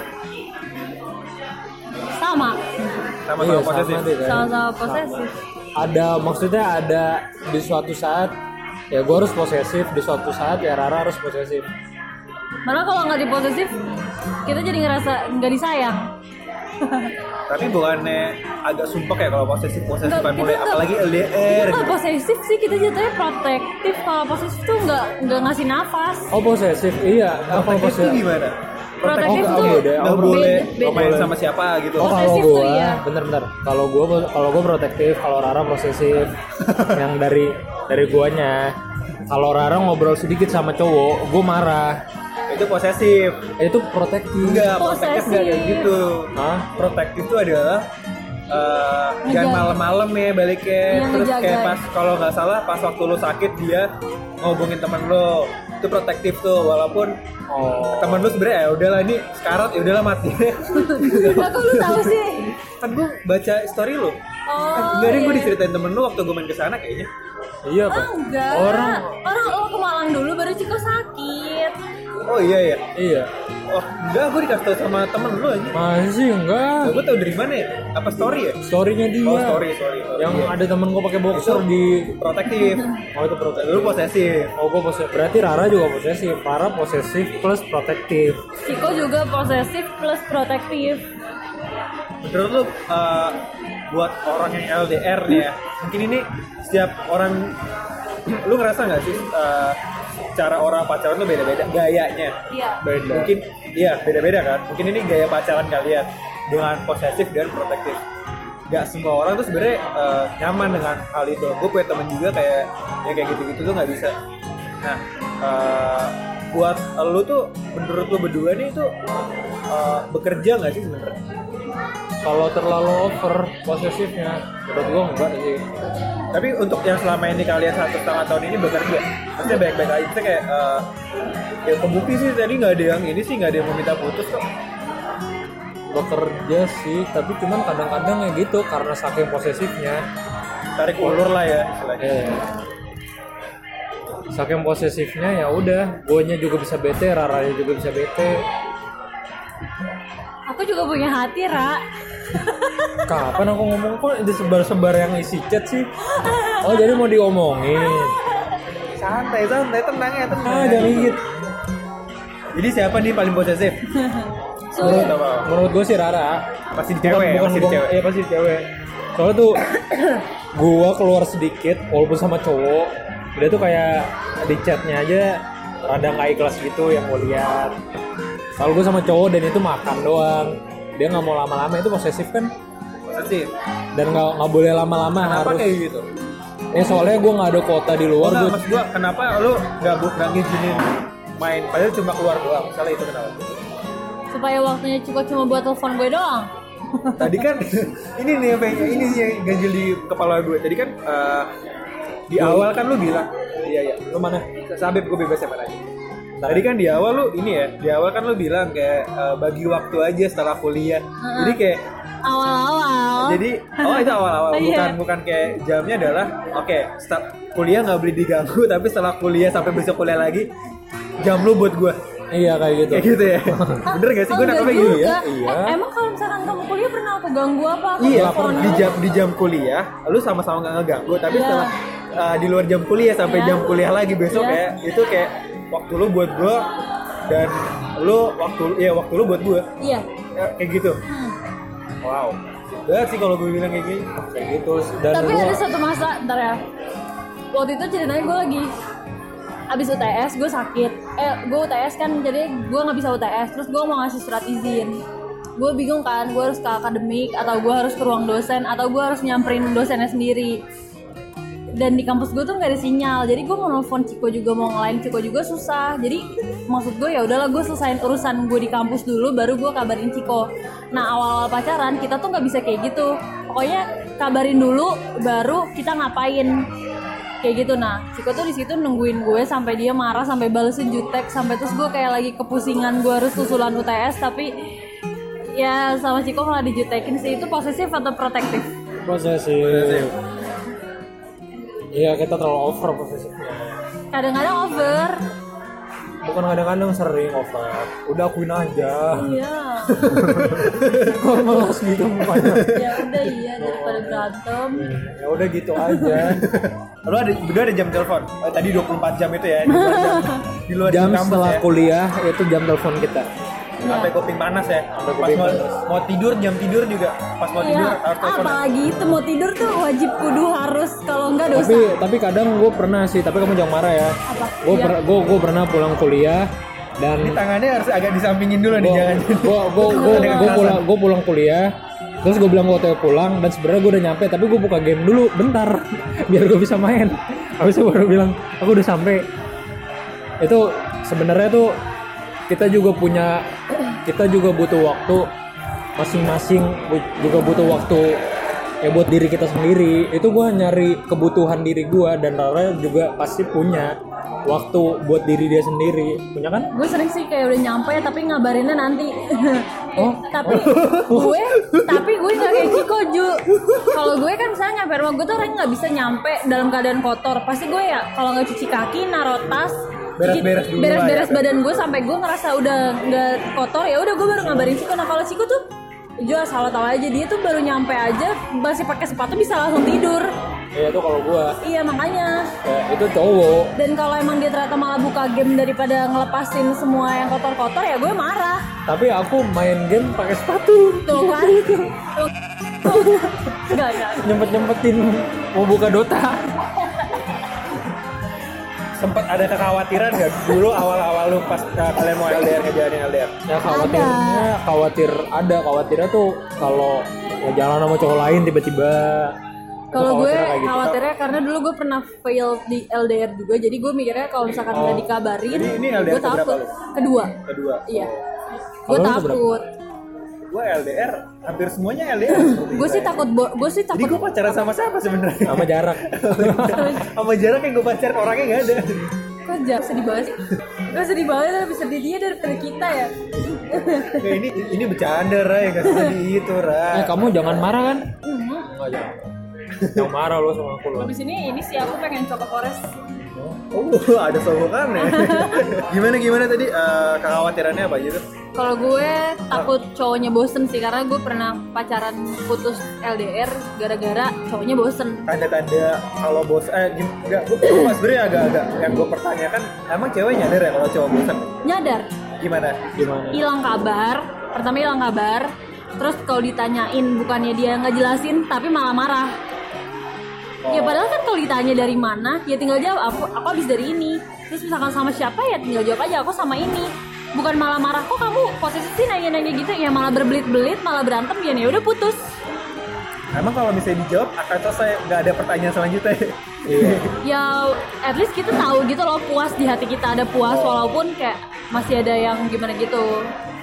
Speaker 3: Sama.
Speaker 1: Sama-sama
Speaker 2: Iya,
Speaker 1: posesif.
Speaker 2: sama deh, kayak-
Speaker 3: Sama-sama posesif.
Speaker 2: Ada maksudnya ada di suatu saat ya gua harus posesif, di suatu saat ya Rara harus posesif.
Speaker 3: Malah kalau nggak diposesif, kita jadi ngerasa nggak disayang.
Speaker 1: Tapi bukannya agak sumpek ya kalau posesif-posesif
Speaker 3: Enggak,
Speaker 1: kan mulai,
Speaker 3: kita
Speaker 1: apalagi L D R
Speaker 3: Kita
Speaker 1: gitu.
Speaker 3: nggak posesif sih, kita jatuhnya protektif. Kalau posesif tuh nggak nggak ngasih nafas.
Speaker 2: Oh posesif, iya. Apa
Speaker 1: Protektif
Speaker 2: posesif?
Speaker 1: itu gimana?
Speaker 3: Protektif
Speaker 2: Oh,
Speaker 3: tuh
Speaker 2: oh, beda.
Speaker 1: Nggak
Speaker 2: Oh,
Speaker 1: boleh
Speaker 3: beda.
Speaker 1: main sama siapa gitu.
Speaker 2: Oh kalau
Speaker 3: Posesif tuh
Speaker 2: gua,
Speaker 3: iya.
Speaker 2: bentar-bentar. Kalau gua, kalau gua protektif, kalau Rara posesif. Yang dari dari guanya. Kalau Rara ngobrol sedikit sama cowok, gua marah.
Speaker 1: Itu posesif.
Speaker 2: Itu protektif.
Speaker 1: Enggak, protektif enggak kayak gitu.
Speaker 2: Hah?
Speaker 1: Protektif itu adalah uh, jangan malam-malam ya baliknya.
Speaker 3: Yang
Speaker 1: Terus
Speaker 3: ngejaga.
Speaker 1: kayak pas kalau nggak salah pas waktu lu sakit dia ngobongin teman lo. Itu protektif tuh, walaupun
Speaker 2: Oh.
Speaker 1: temen lu sebenarnya ya udahlah ini sekarat ya udahlah mati.
Speaker 3: Lah kok lu tahu sih?
Speaker 1: Kan gue baca story lu.
Speaker 3: Oh,
Speaker 1: Enggak, gue
Speaker 3: iya.
Speaker 1: diceritain temen lu waktu gue main kesana kayaknya.
Speaker 2: Iya, Pak.
Speaker 3: Ah, enggak.
Speaker 2: Orang
Speaker 3: orang lo ke Malang dulu baru Ciko sakit.
Speaker 1: Oh iya ya.
Speaker 2: iya.
Speaker 1: Oh enggak, gue dikasih tau sama temen lu aja.
Speaker 2: Masih enggak.
Speaker 1: Gue tau dari mana ya? Apa story ya?
Speaker 2: Story-nya dia.
Speaker 1: Oh story, sorry. sorry.
Speaker 2: Yang
Speaker 1: Iya.
Speaker 2: ada temen gue pakai boxer di
Speaker 1: Protektif.
Speaker 2: Oh itu protektif.
Speaker 1: Lu posesif.
Speaker 2: Oh gue posesif. Berarti Rara juga posesif. Rara posesif plus protektif.
Speaker 3: Ciko juga posesif plus protektif.
Speaker 1: Menurut lu uh, buat orang yang L D R nih ya, mungkin ini setiap orang lu ngerasa nggak sih uh, cara orang pacaran tuh beda-beda gayanya?
Speaker 3: Iya.
Speaker 2: Beda.
Speaker 1: Mungkin iya beda-beda kan. Mungkin ini gaya pacaran kalian dengan posesif dan protektif. Gak semua orang tuh sebenarnya uh, nyaman dengan hal itu. Gue punya temen juga kayak ya kayak gitu-gitu tuh nggak bisa. Nah, uh, buat lu tuh menurut lu berdua nih tuh uh, bekerja nggak sih sebenarnya?
Speaker 2: Kalau terlalu over posesifnya, menurut gue enggak sih.
Speaker 1: Tapi untuk yang selama ini kalian satu setengah tahun ini bekerja, maksudnya baik-baik aja. Maksudnya kayak uh, ya kebukti sih tadi nggak ada yang ini sih nggak ada yang mau minta putus kok.
Speaker 2: Bekerja sih, tapi cuman kadang-kadang ya gitu karena saking posesifnya.
Speaker 1: Tarik ulur lah ya istilahnya.
Speaker 2: Eh, saking posesifnya ya udah, guanya juga bisa bete, Raranya juga bisa bete.
Speaker 3: Aku juga punya hati, Ra.
Speaker 2: Kapan aku ngomong kok disebar-sebar yang isi chat sih? Oh jadi mau diomongin?
Speaker 1: Santai santai tenang ya tenang.
Speaker 2: Ah jangan gigit.
Speaker 1: Jadi siapa nih paling posesif?
Speaker 3: Soalnya
Speaker 1: Menurut apa?
Speaker 2: Menurut gue sih Rara.
Speaker 1: Pasti di
Speaker 2: Bukan,
Speaker 1: cewek,
Speaker 2: bukan,
Speaker 1: pasti di
Speaker 2: bukan,
Speaker 1: cewek.
Speaker 2: iya pasti di cewek. Soalnya tuh gua keluar sedikit walaupun sama cowok, dia tuh kayak di chatnya aja rada nggak ikhlas gitu yang gue lihat. Kalau gue sama cowok dan itu makan doang, dia nggak mau lama-lama, itu posesif kan?
Speaker 1: Posesif.
Speaker 2: Dan nggak nggak boleh lama-lama,
Speaker 1: Kenapa
Speaker 2: harus.
Speaker 1: kayak gitu?
Speaker 2: Ya soalnya gue nggak ada kuota di
Speaker 1: Oh,
Speaker 2: luar.
Speaker 1: enggak,
Speaker 2: Gua,
Speaker 1: maksud gua kenapa lu nggak bu- nggak ngizinin main padahal cuma keluar doang. Misalnya itu kenapa?
Speaker 3: supaya waktunya Ciko cuma buat telepon gue doang.
Speaker 1: Tadi kan ini nih yang pengen- ini sih yang ganjil di kepala gue. Tadi kan uh, di awal kan lu bilang, iya iya, lu mana? Sabib gue bebas siapa aja. Tadi kan di awal lu ini ya, di awal kan lu bilang kayak uh, bagi waktu aja setelah kuliah. Jadi kayak
Speaker 3: Awal-awal.
Speaker 1: jadi oh itu awal-awal
Speaker 3: Iya.
Speaker 1: bukan bukan kayak jamnya adalah oke, start kuliah nggak boleh diganggu tapi setelah kuliah sampai besok kuliah lagi jam lu buat gue.
Speaker 2: iya kayak gitu.
Speaker 1: Kayak gitu ya. Bener gak sih gue
Speaker 3: enggak
Speaker 1: nangkepnya gitu ya?
Speaker 3: juga.
Speaker 2: Iya.
Speaker 3: Eh, emang kalau misalkan kamu kuliah pernah aku ganggu apa? Aku
Speaker 1: Iya,
Speaker 3: telepon.
Speaker 1: di jam di jam kuliah, lu sama-sama nggak ngeganggu, tapi
Speaker 3: Iya.
Speaker 1: setelah uh, di luar jam kuliah sampai
Speaker 3: Iya.
Speaker 1: jam kuliah lagi besok
Speaker 3: Iya.
Speaker 1: kayak itu kayak waktu lu buat gua dan lu waktu ya waktu lu buat gua
Speaker 3: Iya.
Speaker 1: ya, kayak gitu.
Speaker 3: Hmm.
Speaker 1: Wow. Banget sih kalau gue bilang kayak gini.
Speaker 2: Kayak gitu. Dan
Speaker 3: Tapi
Speaker 2: gua-
Speaker 3: ada satu masa, ntar ya. Waktu itu ceritanya gue lagi abis U T S, gue sakit. Eh, gue U T S kan, jadi gue nggak bisa U T S. Terus gue mau ngasih surat izin. Gue bingung kan, gue harus ke akademik atau gue harus ke ruang dosen atau gue harus nyamperin dosennya sendiri. Dan di kampus gue tuh nggak ada sinyal, jadi gue mau nelfon Ciko juga, mau ngelain Ciko juga susah. Jadi maksud gue ya udahlah, gue selesain urusan gue di kampus dulu, baru gue kabarin Ciko. Nah awal-awal pacaran kita tuh nggak bisa kayak gitu. Pokoknya kabarin dulu, baru kita ngapain kayak gitu. Nah Ciko tuh di situ nungguin gue sampai dia marah, sampai balesin jutek, sampai terus gue kayak lagi kepusingan, gue harus susulan U T S. Tapi ya sama Ciko malah dijutekin sih. Itu posesif atau protektif?
Speaker 2: posesif. Iya kita terlalu over posesifnya.
Speaker 3: Kadang-kadang over.
Speaker 2: Bukan kadang-kadang sering over. Udah akuin aja.
Speaker 3: Iya.
Speaker 2: Kok malas gitu mukanya.
Speaker 3: Ya udah iya, daripada berantem.
Speaker 2: Ya udah gitu aja.
Speaker 1: Lu ada berdua ada jam telepon. Oh, tadi dua puluh empat jam itu ya. Di luar jam, di luar
Speaker 2: Jam
Speaker 1: kampus
Speaker 2: setelah
Speaker 1: ya.
Speaker 2: kuliah itu jam telepon kita.
Speaker 1: Sampai kuping panas ya.
Speaker 2: Sampai
Speaker 1: Pas
Speaker 2: kuping
Speaker 1: mau,
Speaker 2: panas.
Speaker 1: mau tidur jam tidur juga. Pas mau tidur
Speaker 3: Iya,
Speaker 1: harus telepon.
Speaker 3: apalagi itu mau tidur tuh wajib kudu harus, kalau enggak dosa.
Speaker 2: Tapi tapi kadang gue pernah sih, tapi kamu jangan marah ya.
Speaker 3: Apa?
Speaker 2: Gue
Speaker 3: Iya.
Speaker 2: per, gue gue pernah pulang kuliah dan
Speaker 1: Ini tangannya harus agak disampingin dulu nih
Speaker 2: gue
Speaker 1: jangan.
Speaker 2: gue gue gue
Speaker 1: Dengan
Speaker 2: gue
Speaker 1: alasan.
Speaker 2: pulang gue pulang kuliah. Terus gue bilang gue waktu pulang dan sebenarnya gue udah nyampe, tapi gue buka game dulu bentar biar gue bisa main. Habis itu baru bilang aku udah sampai. Itu sebenarnya tuh kita juga punya kita juga butuh waktu masing-masing, juga butuh waktu ya buat diri kita sendiri. Itu gue nyari kebutuhan diri gue, dan Rara juga pasti punya waktu buat diri dia sendiri, punya kan?
Speaker 3: Gue sering sih kayak udah nyampe tapi ngabarinnya nanti.
Speaker 2: Oh,
Speaker 3: tapi gue tapi gue nggak kayak Ciko Ju. Kalau gue kan misalnya nyampe rumah gue tuh orangnya nggak bisa nyampe dalam keadaan kotor. Pasti gue ya kalau nggak cuci kaki, naruh tas,
Speaker 1: beres-beres dulu,
Speaker 3: beres-beres
Speaker 1: ya.
Speaker 3: badan gue sampai gue ngerasa udah nggak kotor, ya udah gue baru ngabarin Ciko. Nah kalau Ciko tuh jual salah tahu aja, dia tuh baru nyampe aja masih pakai sepatu bisa langsung tidur.
Speaker 2: Iya tuh kalau gua.
Speaker 3: Iya makanya.
Speaker 2: Ya, itu cowok.
Speaker 3: Dan kalau emang dia ternyata malah buka game daripada ngelepasin semua yang kotor-kotor, ya gue marah.
Speaker 2: Tapi aku main game pakai sepatu.
Speaker 3: Tuh kan? Enggak, enggak.
Speaker 2: Nyempet-nyempetin mau buka Dota.
Speaker 1: Sempat ada kekhawatiran nggak dulu awal-awal lu pas uh, kalian mau L D R ngejalanin L D R?
Speaker 2: Ya khawatirnya, khawatir ada khawatirnya tuh kalau ya jalan sama cowok lain tiba-tiba.
Speaker 3: Kalau gue
Speaker 2: gitu.
Speaker 3: khawatirnya karena dulu gue pernah fail di L D R juga, jadi gue mikirnya kalau misalkan nggak
Speaker 1: Oh.
Speaker 3: dikabarin,
Speaker 1: Jadi ini L D R
Speaker 3: gue
Speaker 1: keberapa
Speaker 3: takut.
Speaker 1: lu?
Speaker 3: Kedua.
Speaker 1: Kedua.
Speaker 3: Iya.
Speaker 2: Kalau
Speaker 3: Gue
Speaker 2: lu
Speaker 3: takut.
Speaker 1: Gue L D R hampir semuanya L D R.
Speaker 3: Gue sih takut, bo- gue sih
Speaker 1: Jadi
Speaker 3: takut.
Speaker 1: gue pacaran sama siapa sebenarnya?
Speaker 2: Sama jarak.
Speaker 1: Sama jarak yang gue pacaran orangnya nggak ada.
Speaker 3: Kok jarak sedih banget sih? Gue sedih banget, lebih sedih dia daripada kita ya.
Speaker 1: Nah, ini ini bercanda Ra, yang nggak sedih itu Ra.
Speaker 2: Eh kamu jangan marah kan?
Speaker 3: Mhm.
Speaker 2: Enggak jangan. Jangan marah lo sama aku lo.
Speaker 3: Habis ini ini sih aku pengen Choco Forest.
Speaker 1: Oh, ada sogokan ya. Gimana gimana tadi uh, kekhawatirannya apa gitu?
Speaker 3: Kalau gue takut cowoknya bosen sih, karena gue pernah pacaran putus L D R gara-gara cowoknya bosen.
Speaker 1: Tanda-tanda kalau bos eh gim- enggak gue gue sebenarnya agak-agak yang gue pertanyakan, emang cewek nyadar ya kalau cowok bosan?
Speaker 3: Nyadar,
Speaker 1: Gimana?
Speaker 2: Gimana?
Speaker 3: hilang kabar. Pertama hilang kabar, terus kalau ditanyain bukannya dia nggak jelasin tapi malah marah. Ya padahal kan kalau ditanya dari mana, ya tinggal jawab aku aku habis dari ini. Terus misalkan sama siapa, ya tinggal jawab aja aku sama ini. Bukan malah marah, kok kamu posisi sih nanya-nanya gitu, ya malah berbelit-belit, malah berantem, ya ya udah putus.
Speaker 1: Emang kalau misalnya dijawab akan selesai, nggak ada pertanyaan selanjutnya?
Speaker 2: Iya.
Speaker 3: Ya at least kita tahu gitu loh, puas di hati kita ada puas, walaupun kayak masih ada yang gimana gitu.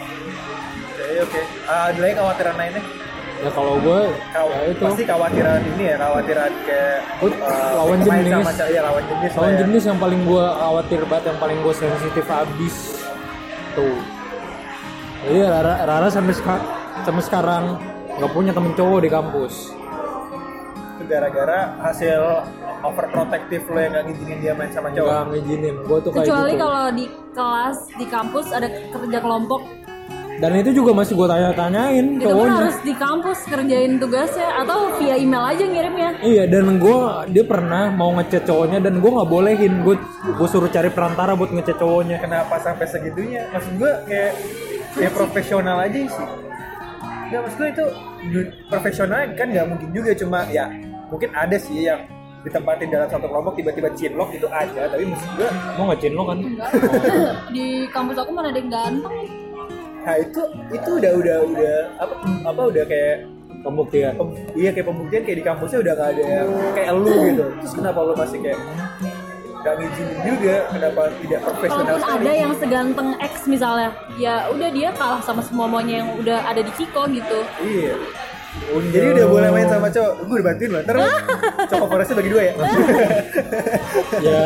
Speaker 1: Oke oke. Ah, ada lagi khawatiran lainnya?
Speaker 2: Ya kalau gue
Speaker 1: Kaw-
Speaker 2: ya itu
Speaker 1: Pasti khawatiran ini ya, khawatiran kayak
Speaker 2: Oh,
Speaker 1: uh,
Speaker 2: lawan
Speaker 1: main
Speaker 2: jenis.
Speaker 1: sama, ya, lawan jenis.
Speaker 2: lawan
Speaker 1: lah ya.
Speaker 2: jenis yang paling gue khawatir banget, yang paling gue sensitif abis tuh. Jadi Rara, Rara sampai seka- sampai sekarang nggak punya temen cowok di kampus.
Speaker 1: Itu gara-gara hasil overprotective lo yang nggak ngizinin dia main sama cowok.
Speaker 2: Nggak ngizinin gue tuh kayak
Speaker 3: Kecuali
Speaker 2: gitu.
Speaker 3: kalau di kelas, di kampus ada kerja kelompok,
Speaker 2: Dan itu juga masih gue tanya-tanyain
Speaker 3: itu pun
Speaker 2: cowoknya.
Speaker 3: harus di kampus kerjain tugasnya, atau via email aja ngirimnya.
Speaker 2: Iya, dan gue dia pernah mau ngechat cowoknya dan gue nggak bolehin. Gue gue suruh cari perantara buat ngechat cowoknya.
Speaker 1: Kenapa sampai segitunya? Maksud gue kayak kayak profesional aja sih. Nggak, maksud gue itu du- profesional kan nggak mungkin juga, cuma ya mungkin ada sih yang ditempatin dalam satu kelompok tiba-tiba cinlok, itu ada, tapi maksud gue
Speaker 2: Mau ngechin lo kan?
Speaker 3: Di kampus aku mana ada yang ganteng.
Speaker 1: nah itu itu udah udah udah apa apa udah kayak
Speaker 2: Pembuktian.
Speaker 1: pem- iya kayak pembuktian, kayak di kampusnya udah nggak ada yang kayak elu gitu. Terus kenapa lo masih kayak nggak ngizinin juga? Kenapa tidak profesional
Speaker 3: Kalaupun
Speaker 1: sekali?
Speaker 3: ada yang seganteng X misalnya, ya udah dia kalah sama semua maunya yang udah ada di Ciko gitu.
Speaker 1: Iya. Jadi udah boleh main sama cowok. Gue udah bantuin lo. Ntar lo cowok forestnya bagi dua ya.
Speaker 2: Ya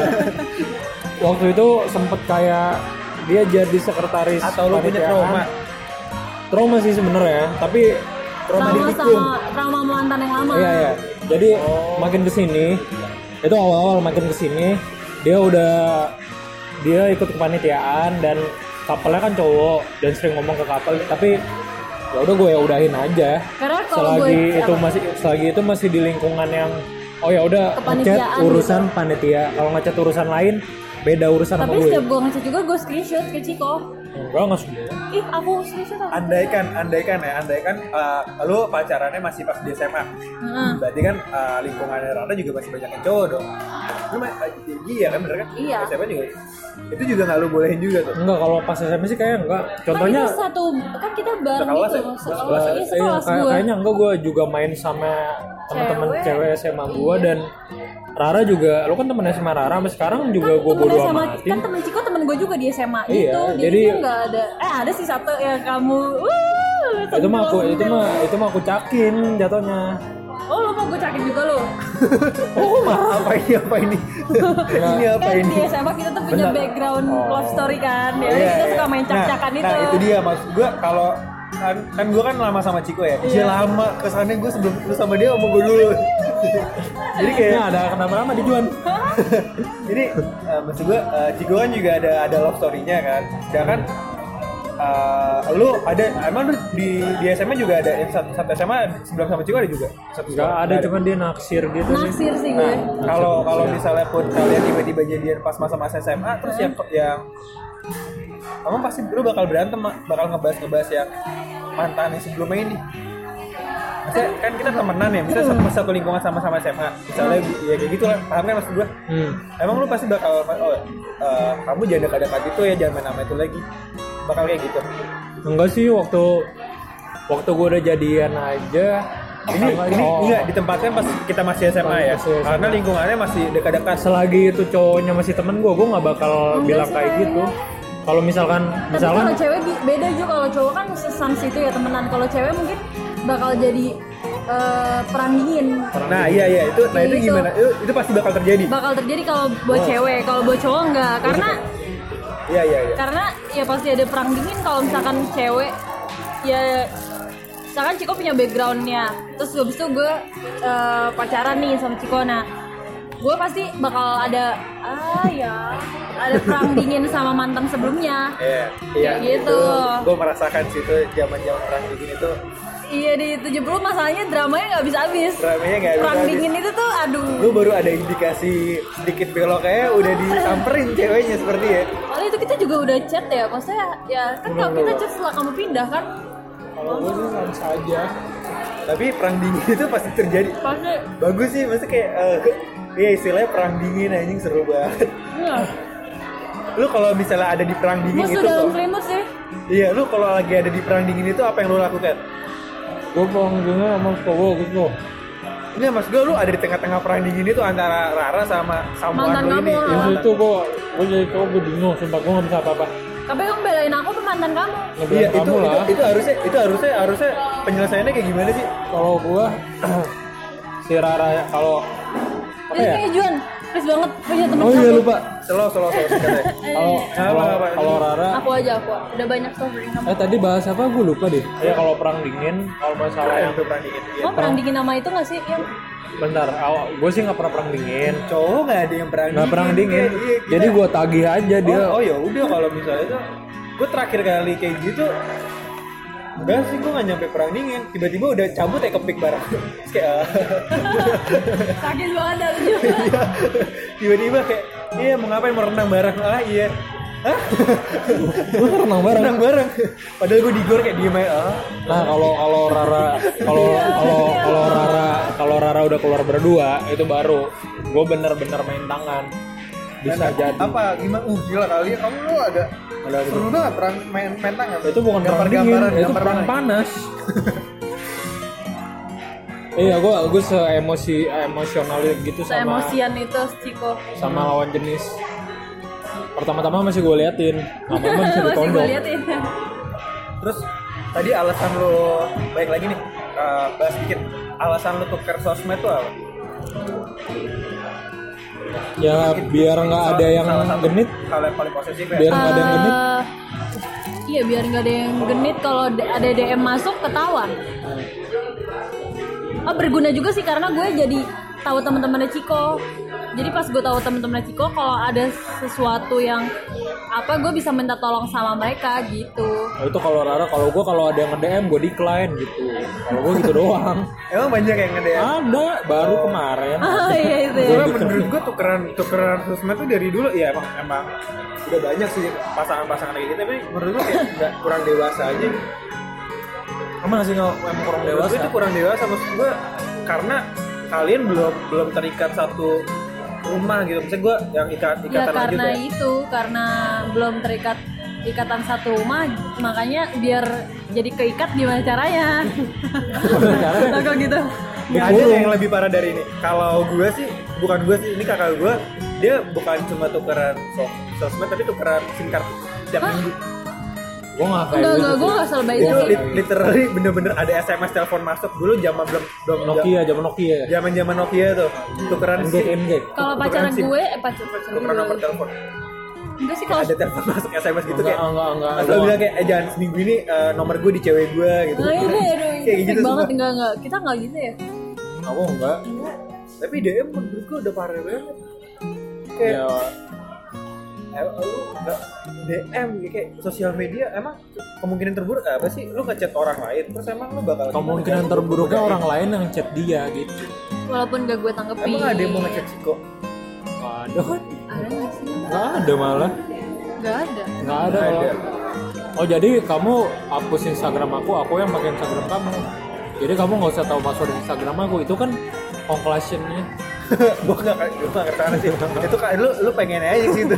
Speaker 2: waktu itu sempet kayak dia jadi sekretaris
Speaker 1: Atau lo punya
Speaker 2: panitiaan.
Speaker 1: trauma?
Speaker 2: Trauma sih sebenarnya, tapi
Speaker 1: Trauma
Speaker 3: Trauma
Speaker 1: ditikung.
Speaker 3: sama trauma mantan yang lama.
Speaker 2: iya iya. Jadi makin kesini itu awal-awal makin kesini dia udah dia ikut kepanitiaan dan couple-nya kan cowok dan sering ngomong ke couple, tapi ya udah gue ya udahin aja.
Speaker 3: Karena kalau
Speaker 2: Selagi
Speaker 3: gue
Speaker 2: itu masih selagi itu masih di lingkungan yang oh ya udah ngechat
Speaker 3: Kepanitiaan
Speaker 2: urusan panitia. Kalau ngechat urusan lain beda urusan sama
Speaker 3: tapi
Speaker 2: gue.
Speaker 3: setiap gue ngechat juga gue screenshot ke Ciko.
Speaker 2: Enggak nggak semua.
Speaker 3: Ih aku screenshot aku.
Speaker 1: Andaikan, andaikan ya, andaikan uh, lo pacarannya masih pas di S M A.
Speaker 3: Heeh.
Speaker 1: Berarti kan uh, lingkungannya Rana juga masih banyak yang cowok dong. Lu ma- iya kan bener kan?
Speaker 3: Iya.
Speaker 1: S M A juga. Itu juga nggak lo bolehin juga tuh.
Speaker 2: Enggak, kalau pas S M A sih kayaknya enggak. Contohnya
Speaker 3: kan kita satu kan kita bareng
Speaker 1: Sekelas
Speaker 3: gitu.
Speaker 1: ya?
Speaker 3: Sekelas,
Speaker 2: Bah,
Speaker 3: iya
Speaker 2: iya,
Speaker 3: sekelas
Speaker 2: kayak-
Speaker 3: gue.
Speaker 2: kayaknya enggak, gue juga main sama teman-teman
Speaker 3: Cewek.
Speaker 2: cewek S M A gue dan Rara juga, lo kan temennya sama Rara, sampai sekarang juga gue bodo amatin.
Speaker 3: Kan temen Ciko temen gue juga di S M A
Speaker 2: Iya,
Speaker 3: gitu.
Speaker 2: jadi
Speaker 3: nggak ada. Eh ada sih satu yang kamu. Uh,
Speaker 2: itu mah aku, itu mah, itu mah aku cakin jatuhnya.
Speaker 3: Oh lo mau gue cakin juga lo?
Speaker 1: Oh mah apa ini apa ini? Ini apa
Speaker 3: kan
Speaker 1: ini?
Speaker 3: Di S M A kita tuh punya
Speaker 2: Bentar.
Speaker 3: background
Speaker 2: Oh.
Speaker 3: love story kan. Ya
Speaker 1: Iya,
Speaker 3: kita
Speaker 1: iya.
Speaker 3: suka main cak-cakan
Speaker 1: nah,
Speaker 3: itu.
Speaker 1: Nah itu dia maksud gue kalau kan, kan gue kan lama sama Ciko ya. Dia
Speaker 3: Iya.
Speaker 1: lama kesannya gue sebelum lu sama dia sama gue dulu. Jadi kayak
Speaker 2: Nah, ada kenapa-napa di Juan.
Speaker 1: Jadi uh, maksud gue uh, Ciko kan juga ada ada love story-nya kan. Sedangkan uh, lu ada emang lu di di S M A juga ada yang satu, satu S M A sebelum sama Ciko ada juga satu
Speaker 2: Gak
Speaker 1: sekolah?
Speaker 2: ada,
Speaker 1: Nggak
Speaker 2: cuman dia naksir gitu sih.
Speaker 3: Naksir sih gue.
Speaker 1: Nah, kalau kalau misalnya pun kalian tiba-tiba jadian pas masa-masa S M A terus yang yang kamu pasti lu bakal berantem, bakal ngebahas-ngebahas yang mantan yang sebelumnya ini. Maksudnya kan kita temenan ya, misalnya satu, satu lingkungan sama-sama S M A, misalnya ya kayak gitu lah, paham kan maksud gue?
Speaker 2: Hmm.
Speaker 1: Emang lu pasti bakal, oh uh, kamu jangan dekat-dekat itu ya, jangan main sama itu lagi, bakal kayak gitu.
Speaker 2: Enggak sih, waktu waktu gue udah jadian aja.
Speaker 1: Ini ini
Speaker 2: oh.
Speaker 1: enggak ditempatkan pas kita masih S M A ya,
Speaker 2: Masih S M A.
Speaker 1: karena lingkungannya masih dekat-dekat.
Speaker 2: Selagi itu cowoknya masih temen gue, gue nggak bakal
Speaker 3: Enggak
Speaker 2: bilang
Speaker 3: sih,
Speaker 2: kayak
Speaker 3: kayaknya.
Speaker 2: gitu. Kalau misalkan,
Speaker 3: Tapi
Speaker 2: misalkan
Speaker 3: kalau cewek bi- beda juga, kalau cowok kan sesans itu ya temenan. Kalau cewek mungkin bakal jadi eh, perang dingin.
Speaker 1: Nah iya iya itu, nah itu
Speaker 3: Itu.
Speaker 1: gimana? Itu, itu pasti bakal terjadi.
Speaker 3: Bakal terjadi kalau buat
Speaker 1: Oh.
Speaker 3: cewek, kalau buat cowok enggak. Karena
Speaker 1: Iya iya iya.
Speaker 3: karena ya pasti ada perang dingin kalau misalkan cewek ya misalkan Ciko punya backgroundnya, terus habis itu gue eh, pacaran nih sama Ciko, nah gue pasti bakal ada ah ya ada perang dingin sama mantan sebelumnya.
Speaker 1: Iya, iya
Speaker 3: Kayak gitu.
Speaker 1: Gue merasakan sih itu zaman-zaman perang dingin itu.
Speaker 3: Iya di tujuh puluh masalahnya dramanya nggak bisa habis.
Speaker 1: Dramanya nggak
Speaker 3: Perang
Speaker 1: habis-habis.
Speaker 3: dingin itu tuh aduh.
Speaker 1: Lu baru ada indikasi sedikit belok kayak udah disamperin ceweknya seperti ya.
Speaker 3: Soalnya itu kita juga udah chat ya, maksudnya ya kan kalau kita chat setelah kamu pindah kan.
Speaker 2: kalau gue sih nggak bisa aja.
Speaker 1: Tapi perang dingin itu pasti terjadi.
Speaker 3: Pasti.
Speaker 1: Bagus sih, maksudnya kayak uh, iya istilahnya perang dingin anjing seru banget.
Speaker 3: Iya.
Speaker 1: Lu kalau misalnya ada di perang dingin
Speaker 3: Musuh
Speaker 1: itu
Speaker 3: dalam
Speaker 1: kok-
Speaker 3: selimut sih.
Speaker 1: Iya, lu kalau lagi ada di perang dingin itu apa yang lu lakukan?
Speaker 2: Gue panggilnya sama cowok gitu.
Speaker 1: Ini mas gue lu ada di tengah-tengah perang dingin itu antara Rara sama Samuan
Speaker 3: Mantan
Speaker 1: lu
Speaker 3: kamu
Speaker 1: ini.
Speaker 3: lah.
Speaker 2: Di situ gue, gue jadi cowok gue bingung, sumpah gue nggak bisa apa-apa.
Speaker 3: Tapi kamu belain aku tuh mantan kamu.
Speaker 2: Ngebilang
Speaker 1: Iya, itu,
Speaker 2: kamu
Speaker 1: itu
Speaker 2: lah.
Speaker 1: itu harusnya itu harusnya harusnya penyelesaiannya kayak gimana sih?
Speaker 2: Kalau gue si Rara ya, kalau apa
Speaker 3: Ini
Speaker 2: ya?
Speaker 3: kayak Juan, please banget punya temen
Speaker 2: Oh iya
Speaker 3: kamu.
Speaker 2: lupa.
Speaker 1: Slow slow slow katanya.
Speaker 2: Kalau kalau
Speaker 1: Apa, apa?
Speaker 2: kalau Rara,
Speaker 3: Aku aja aku. Udah banyak story kamu.
Speaker 2: eh tadi bahas apa? Gue lupa deh. Ya kalau perang dingin, kalau masalah yang
Speaker 1: Yang tuh perang dingin. Iya.
Speaker 3: Oh perang dingin nama itu nggak sih? Yang
Speaker 2: bentar, gue sih nggak pernah perang dingin.
Speaker 1: Cowok nggak ada yang perang
Speaker 2: Nggak perang dingin.
Speaker 1: Iya, kita-
Speaker 2: Jadi gue tagih aja dia.
Speaker 1: Oh, oh ya udah kalau misalnya itu gue terakhir kali kayak gitu enggak sih gue nggak nyampe perang dingin, tiba-tiba udah cabut ya ke pik bareng. Terus kayak ah.
Speaker 3: sakit banget dari Juan.
Speaker 1: Iya. Tiba-tiba kayak iya mau ngapain, mau renang bareng, ah iya hah?
Speaker 2: Gue renang bareng.
Speaker 1: Renang bareng padahal gue di gor kayak diem aja ah.
Speaker 2: Nah kalau kalau Rara kalau kalau kalau Rara kalau Rara udah keluar berdua itu baru gue bener-bener main tangan. Bisa
Speaker 1: Dan
Speaker 2: jadi.
Speaker 1: apa gimana uh gila kali kamu lu agak
Speaker 2: Ada
Speaker 1: seru banget perang main main tangan.
Speaker 2: Itu bukan perang
Speaker 1: Gambar-
Speaker 2: dingin,
Speaker 1: gambaran,
Speaker 2: itu
Speaker 1: gambar
Speaker 2: perang
Speaker 1: tangan.
Speaker 2: panas. Iya, gue gue se emosi emosional gitu sama
Speaker 3: Emosian itu Ciko.
Speaker 2: sama lawan jenis. Pertama-tama masih gue liatin, lama-lama bisa
Speaker 3: Masih gue
Speaker 2: ditondok.
Speaker 3: liatin.
Speaker 1: Terus tadi alasan lu baik lagi nih uh, bahas dikit alasan lu tuker sosmed tuh apa?
Speaker 2: Ya biar nggak ada yang
Speaker 1: Salah satu
Speaker 2: genit,
Speaker 1: hal yang paling posesif ya.
Speaker 2: biar nggak ada yang genit.
Speaker 3: Eh, Iya biar nggak ada yang genit, kalau d- ada D M masuk ketahuan. Oh berguna juga sih karena gue jadi tahu teman-temannya Ciko. Jadi pas gue tahu teman-temannya Ciko kalau ada sesuatu yang apa gue bisa minta tolong sama mereka gitu.
Speaker 2: Nah, itu kalau Rara, kalau gue kalau ada yang nge-D M gue decline gitu. Kalau gue gitu doang.
Speaker 1: Emang banyak yang nge-D M.
Speaker 2: Ada, baru kemarin.
Speaker 3: Ah iya itu ya.
Speaker 1: Soalnya menurut gue tukeran tukeran sosmed tuh dari dulu ya emang emang udah banyak sih pasangan-pasangan kayak gitu, tapi menurut gue kayak nggak kurang dewasa aja.
Speaker 2: Emang sih nggak emang kurang
Speaker 1: Menurut gue
Speaker 2: dewasa.
Speaker 1: itu kurang dewasa maksud gue karena kalian belum belum terikat satu rumah gitu. Maksud gue yang ikat
Speaker 3: Ya
Speaker 1: ikatan lanjut
Speaker 3: karena
Speaker 1: ya.
Speaker 3: itu karena belum terikat ikatan satu rumah, makanya biar jadi keikat gimana caranya?
Speaker 2: Gimana caranya?
Speaker 3: Nah, kok gitu.
Speaker 1: Nggak ada yang lebih parah dari ini. Kalau gue sih, bukan gue sih, ini kakak gue, dia bukan cuma tukeran sos- sosmed tapi tukeran SIM card tiap minggu.
Speaker 2: Gue nggak kayak
Speaker 3: Enggak,
Speaker 2: gitu
Speaker 3: enggak,
Speaker 2: sih.
Speaker 3: gue nggak selebay
Speaker 1: Itu
Speaker 3: itu sih.
Speaker 1: li- literally bener-bener ada S M S telepon masuk dulu zaman belum belum
Speaker 2: Nokia, zaman Nokia.
Speaker 1: zaman-zaman Nokia tuh tukeran
Speaker 2: N G
Speaker 1: SIM.
Speaker 2: N G.
Speaker 3: Kalau
Speaker 1: Tukeran
Speaker 3: pacaran
Speaker 1: SIM.
Speaker 3: gue, eh pacar pacar
Speaker 1: tukeran nomor
Speaker 3: gue.
Speaker 1: telepon.
Speaker 3: Enggak sih kalau
Speaker 1: Ada telepon masuk S M S gitu
Speaker 2: Enggak,
Speaker 1: kayak.
Speaker 2: enggak, enggak.
Speaker 1: Atau bilang kayak eh jangan seminggu ini eh, nomor gue di cewek gue gitu.
Speaker 3: Nah, ini aduh,
Speaker 1: Kayak
Speaker 3: fake
Speaker 1: gitu
Speaker 3: banget
Speaker 1: sumpah.
Speaker 3: enggak enggak. Kita enggak gitu ya.
Speaker 2: Aku enggak.
Speaker 1: Tapi D M menurut gue udah parah banget. Kayak
Speaker 2: Ya,
Speaker 1: eh, lu nggak D M kayak sosial media emang kemungkinan terburuk apa sih? Lu ngechat orang lain terus emang lu bakal
Speaker 2: kemungkinan
Speaker 1: gimana?
Speaker 2: terburuknya
Speaker 1: Godain.
Speaker 2: orang lain yang chat dia gitu.
Speaker 3: Walaupun gak gue tanggepin.
Speaker 1: Emang ada yang mau ngechat Ciko?
Speaker 2: Aduh,
Speaker 3: Ada nggak sih?
Speaker 2: nggak ada malah.
Speaker 3: Gak ada.
Speaker 2: Nggak ada.
Speaker 1: Nggak
Speaker 2: Kalau...
Speaker 1: ada.
Speaker 2: Oh jadi kamu hapus Instagram aku, aku yang pakai Instagram kamu. Jadi kamu nggak usah tahu password Instagram aku. Itu kan conclusionnya.
Speaker 1: Gua nggak gua nggak ngerti sih. Itu kan lu lu pengen aja gitu.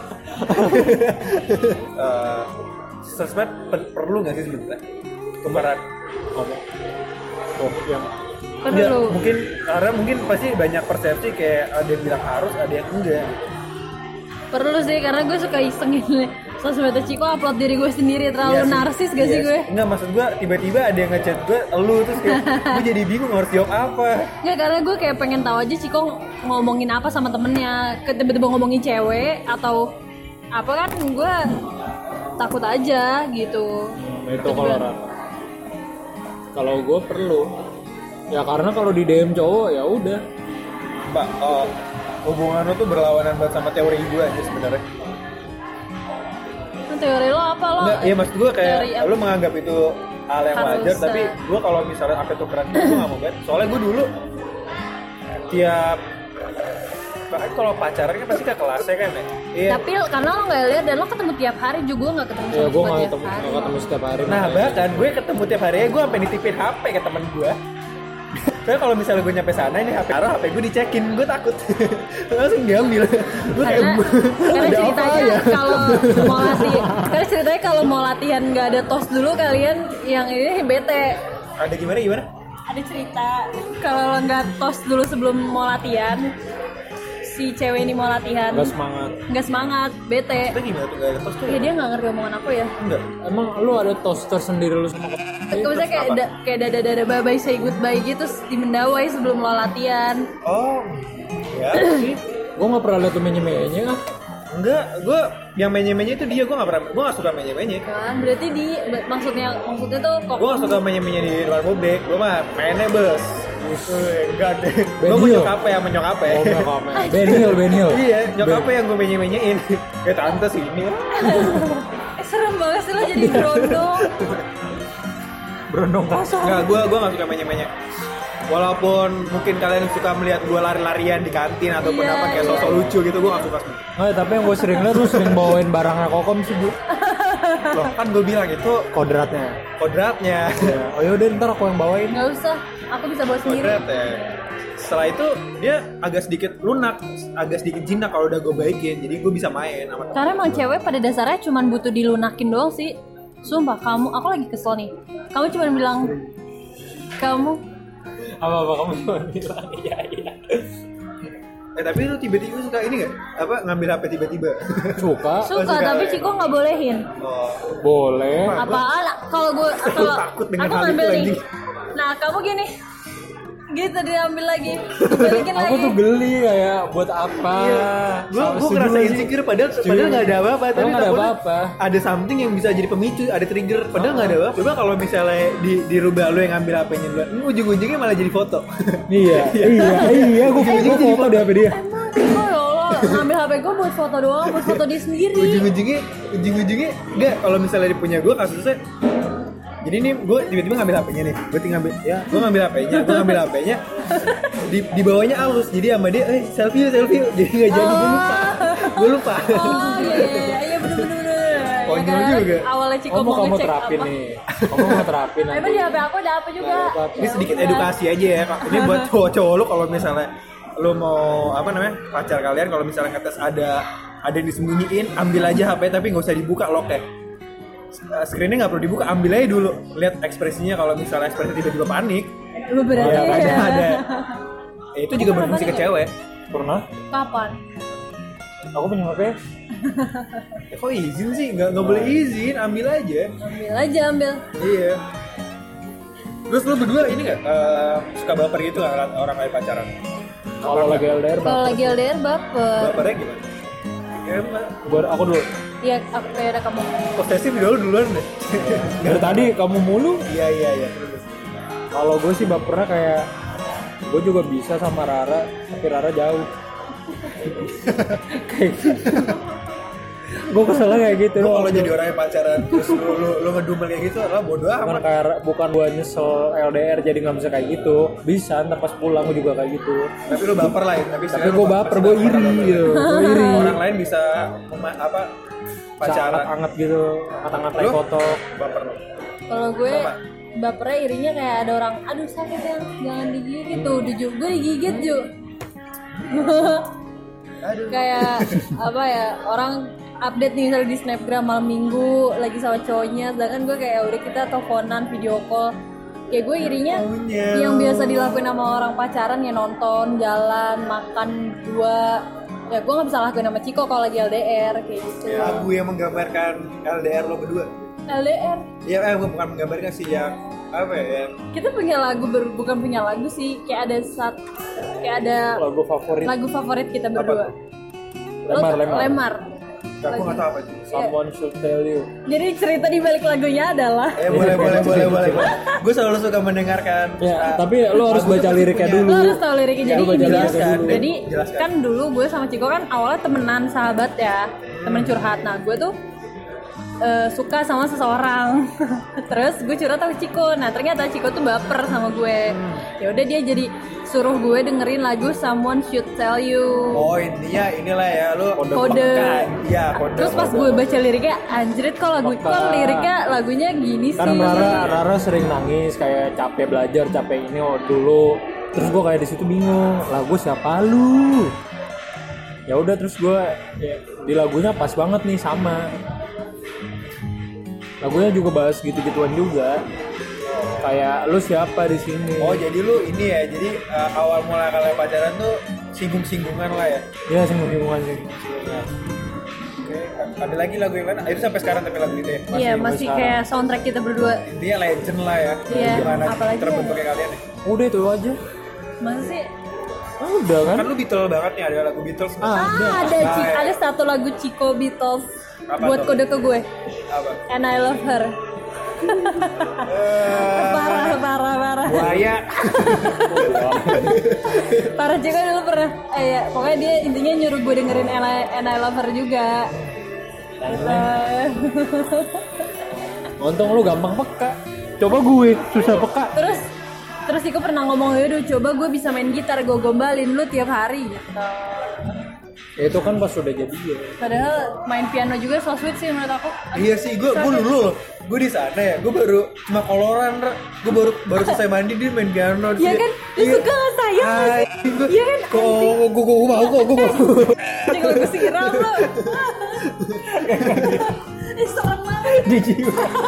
Speaker 1: Eh, sosmed per- perlu nggak sih sebenarnya? Kemarin
Speaker 2: Ngomong. Oh yang
Speaker 1: Nggak,
Speaker 3: Perlu.
Speaker 1: mungkin karena mungkin pasti banyak persepsi kayak ada yang bilang harus, ada yang enggak.
Speaker 3: Perlu sih karena gue suka isengin sosmed Ciko upload diri gue sendiri terlalu
Speaker 1: Iya sih.
Speaker 3: narsis gak sih
Speaker 1: Iya
Speaker 3: gue?
Speaker 1: Enggak, maksud gue tiba-tiba ada yang ngechat gue, elu terus kayak gue jadi bingung harus jawab apa.
Speaker 3: Nggak, karena gue kayak pengen tahu aja Ciko ngomongin apa sama temennya. Ke- Tiba-tiba ngomongin cewek atau apa kan gue takut aja gitu.
Speaker 2: Nah, itu kalau Rara. Kalau gue perlu. Ya karena kalau di D M cowok ya udah.
Speaker 1: Mbak, oh, hubungan lo tuh berlawanan banget sama teori gue aja sebenarnya.
Speaker 3: Kan teori lo apa lo?
Speaker 1: Enggak, ya maksud gue kayak
Speaker 3: Teori apa?
Speaker 1: lo menganggap itu hal yang
Speaker 3: Harus,
Speaker 1: wajar, tapi
Speaker 3: uh,
Speaker 1: gue kalau misalnya sampai tukeran gitu gue nggak mau banget. Soalnya gue dulu tiap bahkan kalau pacaran kan pasti ke kelasnya kan ya. Iya.
Speaker 3: Tapi karena lo nggak lihat dan lo ketemu tiap hari juga gue nggak ketemu
Speaker 2: Ya
Speaker 3: sama
Speaker 2: gue
Speaker 3: Ciko
Speaker 2: nggak
Speaker 3: tiap
Speaker 2: ketemu,
Speaker 3: hari.
Speaker 2: nggak ketemu setiap hari.
Speaker 1: Nah
Speaker 2: makanya.
Speaker 1: bahkan gue ketemu tiap hari gue sampai nitipin H P ke temen gue. Soalnya kalau misalnya gue nyampe sana ini H P taruh H P gue dicekin, gue takut langsung diambil. Gue kayak
Speaker 3: Karena, karena
Speaker 1: ada apa
Speaker 3: ceritanya
Speaker 1: ya?
Speaker 3: kalau mau latihan, karena ceritanya kalau mau latihan nggak ada tos dulu kalian yang ini bete.
Speaker 1: Ada gimana gimana?
Speaker 3: Ada cerita kalau lo nggak tos dulu sebelum mau latihan, si cewek ini mau latihan
Speaker 2: Nggak semangat.
Speaker 3: nggak semangat, bete.
Speaker 1: Itu gimana tuh gak ada tos tuh?
Speaker 3: Ya dia nggak ngerti omongan aku ya.
Speaker 1: Enggak.
Speaker 2: Emang lu ada toaster sendiri lu sama
Speaker 3: Kayak misalnya kayak da, kayak dada dada bye bye say goodbye gitu di mendawai sebelum lo latihan.
Speaker 1: Oh, ya sih.
Speaker 2: gue nggak pernah liat tuh menye-menye ah.
Speaker 1: Enggak, gue yang menye-menye itu dia, gue gak pernah, gue gak suka menye-menye.
Speaker 3: Kan berarti di maksudnya maksudnya tuh kok
Speaker 1: Gue gak suka menye-menye di luar publik, gue mah mainnya bos. Wih, enggak deh. Gue
Speaker 2: Ben
Speaker 1: mau
Speaker 2: Hill.
Speaker 1: nyokap ya, mau nyokap ya.
Speaker 2: Oh nyokap Benil Benil.
Speaker 1: Iya, nyokap yang gue menye-menyein. Kayak tante sini.
Speaker 3: eh, serem banget sih lo jadi berondong.
Speaker 2: Berondong kasar.
Speaker 1: Enggak, gue gue gak suka menye-menye. Walaupun mungkin kalian suka melihat gue lari-larian di kantin ataupun
Speaker 3: Iya,
Speaker 1: apa kayak
Speaker 3: iya,
Speaker 1: sosok
Speaker 3: iya.
Speaker 1: lucu gitu, gue gak suka.
Speaker 2: Nggak, tapi yang gue sering liat lu sering bawain barangnya Kokom sih bu.
Speaker 1: Loh, kan gue bilang itu
Speaker 2: Kodratnya.
Speaker 1: kodratnya.
Speaker 2: Ya. Oh yaudah ntar aku yang bawain.
Speaker 3: Nggak usah, aku bisa bawa sendiri.
Speaker 1: Kodrat ya. Setelah itu dia agak sedikit lunak, agak sedikit jinak kalau udah gue baikin, jadi gue bisa main sama temen.
Speaker 3: Karena emang cewek pada dasarnya cuma butuh dilunakin doang sih. Sumpah kamu, aku lagi kesel nih. Kamu cuma bilang kamu
Speaker 2: Apa-apa kamu cuma bilang iya iya.
Speaker 1: Eh tapi lu tiba-tiba suka ini nggak? Apa ngambil H P tiba-tiba?
Speaker 2: Suka.
Speaker 3: suka,
Speaker 1: suka,
Speaker 3: tapi
Speaker 1: ya.
Speaker 3: Ciko nggak bolehin.
Speaker 1: Oh,
Speaker 2: Boleh.
Speaker 3: Apaan? Kalau gue kalau
Speaker 1: takut dengan
Speaker 3: aku
Speaker 1: hal
Speaker 3: ngambil
Speaker 1: itu,
Speaker 3: nih.
Speaker 1: anjing.
Speaker 3: Nah kamu gini, gitu diambil lagi, balikin
Speaker 2: Aku
Speaker 3: lagi.
Speaker 2: tuh geli kayak buat apa?
Speaker 1: gue
Speaker 2: Sama
Speaker 1: gue
Speaker 2: setuju
Speaker 1: ngerasa
Speaker 2: sih.
Speaker 1: insecure padahal
Speaker 2: Setuju.
Speaker 1: padahal nggak ada apa-apa,
Speaker 2: Padahal
Speaker 1: tapi
Speaker 2: nggak ada
Speaker 1: takutnya
Speaker 2: apa-apa.
Speaker 1: ada something yang bisa jadi pemicu, ada trigger, padahal nggak ada apa. Coba kalau misalnya di dirubah lu yang ngambil H P-nya duluan, ini ujung-ujungnya malah jadi foto.
Speaker 2: Iya, iya, iya, gue gue foto di H P dia.
Speaker 3: Emang Ciko ya Allah, ngambil H P gue buat foto doang, buat foto dia sendiri.
Speaker 1: ujung-ujungnya ujung-ujungnya enggak, kalau misalnya dia punya gue kasusnya. Jadi nih gue tiba-tiba ngambil H P-nya nih, gue tinggal ngambil, ya gue ngambil H P-nya, gue ngambil H P-nya, di di bawahnya halus, jadi sama dia, eh selfie yuk, selfie yuk, jadi nggak jadi, gue lupa, gue lupa.
Speaker 3: Oh iya iya iya, iya bener-bener.
Speaker 1: Konyol
Speaker 3: Ya kan?
Speaker 1: juga.
Speaker 3: Awalnya Ciko
Speaker 2: Kamu
Speaker 3: mau
Speaker 2: kamu
Speaker 3: ngecek
Speaker 2: terapin
Speaker 3: apa.
Speaker 2: nih. Kamu mau terapin
Speaker 3: Emang
Speaker 2: nanti.
Speaker 3: di H P aku ada apa juga?
Speaker 2: Nggak ada apa-apa.
Speaker 1: Ini sedikit
Speaker 3: Ya udah.
Speaker 1: edukasi aja ya, Pak. Ini buat cowok-cowok lu kalau misalnya lu mau apa namanya pacar kalian, kalau misalnya ngetes ada ada yang disembunyiin, ambil aja H P tapi nggak usah dibuka locknya. screennya nggak perlu dibuka, ambil aja dulu, lihat ekspresinya. Kalau misalnya ekspresi tiba-tiba panik,
Speaker 3: Lu berarti
Speaker 1: ya,
Speaker 3: ya.
Speaker 1: ada, ada. Ya, itu juga berfungsi ke cewek.
Speaker 2: Pernah?
Speaker 3: Kapan?
Speaker 2: Aku punya H P.
Speaker 1: Ya, kok izin sih? Nggak nggak boleh izin, ambil aja.
Speaker 3: Ambil aja, ambil.
Speaker 1: Iya. Terus lu berdua ini nggak uh, suka baper gitu nggak ngeliat orang lain pacaran?
Speaker 2: Kalau lagi L D R,
Speaker 3: Kalau lagi L D R baper.
Speaker 1: Bapernya gimana? Ya,
Speaker 2: Gue aku dulu.
Speaker 3: Iya, aku kayak ada kamu.
Speaker 1: posesif dulu duluan deh.
Speaker 2: Dari tadi kamu mulu.
Speaker 1: Iya iya iya. Terus.
Speaker 2: Kalau gue sih bapernya kayak gue juga bisa sama Rara, tapi Rara jauh. Kayak gitu. Gue keselnya kayak gitu.
Speaker 1: Lu kalau jadi orang yang pacaran terus lu lu, lu ngedumel kayak gitu lah bodo
Speaker 2: Bukan
Speaker 1: amat.
Speaker 2: kayak bukan gue nyesel L D R jadi nggak bisa kayak gitu. Bisa, ntar pas pulang gue juga kayak gitu.
Speaker 1: Tapi lu baper lah ya. Tapi,
Speaker 2: Tapi gue baper, gue iri gitu. Gue iri.
Speaker 1: Orang lain bisa mema- apa pacaran
Speaker 2: Anget gitu, anget-anget
Speaker 1: Lu?
Speaker 2: naik foto.
Speaker 1: baper lu.
Speaker 3: Kalau gue
Speaker 1: Sama.
Speaker 3: bapernya irinya kayak ada orang, aduh sakit ya, jangan digigit tuh, Ju. Gue digigit Ju.
Speaker 1: Aduh.
Speaker 3: Kayak apa ya, orang update nih misalnya di snapgram malam minggu lagi sama cowoknya, sedangkan gue kayak udah kita teleponan, video call. Kayak gue irinya
Speaker 1: Maunya.
Speaker 3: yang biasa dilakuin sama orang pacaran ya nonton, jalan, makan berdua. Ya gue nggak bisa lakuin sama Ciko kalau lagi L D R kayak gitu.
Speaker 1: Lagu yang menggambarkan L D R lo berdua.
Speaker 3: L D R.
Speaker 1: Ya eh bukan menggambarkan sih yang apa ya?
Speaker 3: Kita punya lagu ber- bukan punya lagu sih, kayak ada sat kayak ada
Speaker 2: Lagu favorit.
Speaker 3: lagu favorit kita berdua.
Speaker 2: Lemar,
Speaker 3: Lo-
Speaker 2: lemar.
Speaker 3: lemar.
Speaker 1: Aku nggak tahu apa itu.
Speaker 2: Someone should tell you.
Speaker 3: Jadi cerita di balik lagunya adalah
Speaker 1: Eh boleh boleh boleh boleh. Gue selalu suka mendengarkan.
Speaker 2: Ya,
Speaker 1: uh,
Speaker 2: tapi lo harus
Speaker 1: lagu
Speaker 2: baca
Speaker 1: tuh
Speaker 2: liriknya
Speaker 1: punya-
Speaker 2: dulu.
Speaker 3: lo harus tahu liriknya.
Speaker 2: Ya,
Speaker 3: Jadi
Speaker 2: lu baca
Speaker 3: intinya-
Speaker 2: liriknya dulu.
Speaker 3: jadi
Speaker 1: Jelaskan.
Speaker 3: kan dulu gue sama Ciko kan awalnya temenan, sahabat ya, temen curhat. Nah gue tuh eh, suka sama seseorang. Terus gue curhat sama Ciko. Nah ternyata Ciko tuh baper sama gue. Ya udah dia jadi suruh gue dengerin lagu Someone Should Tell You.
Speaker 1: Oh intinya inilah ya lu
Speaker 3: Kode.
Speaker 1: Iya kode.
Speaker 3: Terus pas gue baca liriknya, anjrit kok lagu
Speaker 2: Peka.
Speaker 3: kok liriknya lagunya gini sih.
Speaker 2: Kan Rara, Rara sering nangis kayak capek belajar, capek ini oh, dulu. Terus gue kayak di situ bingung, lagu siapa lu? Ya udah terus gue ya, di lagunya pas banget nih sama. Lagunya juga bahas gitu-gituan juga. Kayak lu siapa di sini?
Speaker 1: Oh jadi lu ini ya, jadi uh, awal mula kalian pacaran tuh singgung-singgungan lah ya.
Speaker 2: Ya singgung-singgungan sih.
Speaker 1: Singgungan. Oke, ada lagi lagu yang lain? Itu sampai sekarang tapi lagu itu ya.
Speaker 3: Iya
Speaker 2: masih
Speaker 3: masih
Speaker 2: sekarang.
Speaker 3: kayak soundtrack kita berdua.
Speaker 1: Intinya legend lah ya.
Speaker 3: Iya,
Speaker 1: Gimana
Speaker 3: apalagi
Speaker 1: terbentuknya kalian ya?
Speaker 2: Udah itu aja.
Speaker 3: Masa sih?
Speaker 2: Ah, udah kan?
Speaker 1: Kan lu Beatles banget nih, ada lagu Beatles.
Speaker 2: Ah,
Speaker 3: Ah, ada
Speaker 1: Nah,
Speaker 3: Ci-
Speaker 1: ya.
Speaker 3: ada satu lagu Ciko Beatles
Speaker 1: Apa
Speaker 3: buat
Speaker 1: tuh?
Speaker 3: kode ke gue.
Speaker 1: Apa?
Speaker 3: And I love her.
Speaker 1: Eh,
Speaker 3: Parah, parah, parah.
Speaker 1: Buaya.
Speaker 3: Parah Ciko dulu pernah. Eh ya, pokoknya dia intinya nyuruh gue dengerin And I, And I love her juga. Gitu.
Speaker 2: Untung lu gampang peka. Coba gue susah peka.
Speaker 3: Terus terus Ciko pernah ngomong, yaudah coba gue bisa main gitar, gue gombalin lu tiap hari gitu.
Speaker 2: Ya, itu kan pas udah jadi ya.
Speaker 3: Padahal main piano juga so sweet sih menurut aku.
Speaker 1: Iya sih, gue gue dulu loh. Gue di sana ya, gue baru cuma koloran, gue baru baru selesai mandi dia main piano.
Speaker 3: Iya kan? Lu suka gak sayang gak sih? Iya kan?
Speaker 1: Kok gue gue gue mau kok gue mau.
Speaker 3: Cik lagu siram lu. Ih serem banget.
Speaker 2: Jijik.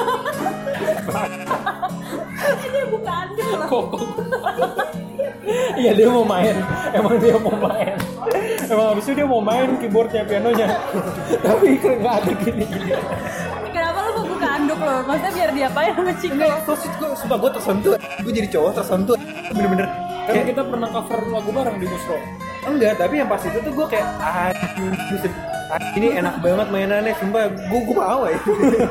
Speaker 3: Ini bukan loh.
Speaker 2: Kok iya dia mau main, emang dia mau main. Emang abis itu dia mau main keyboardnya, pianonya. Tapi kan nggak ada gini-gini.
Speaker 3: Kenapa lu mau buka anduk lo? Maksudnya biar diapain sama Ciko?
Speaker 1: Terus gue sumpah gue tersentuh, gue jadi cowok tersentuh, bener-bener.
Speaker 2: Kan
Speaker 1: Kayak,
Speaker 2: kita pernah cover lagu bareng di Musro.
Speaker 1: enggak, tapi yang pas itu tuh gue kayak ah, buset, ah, ini enak banget mainannya, sumpah gue gue mau ya.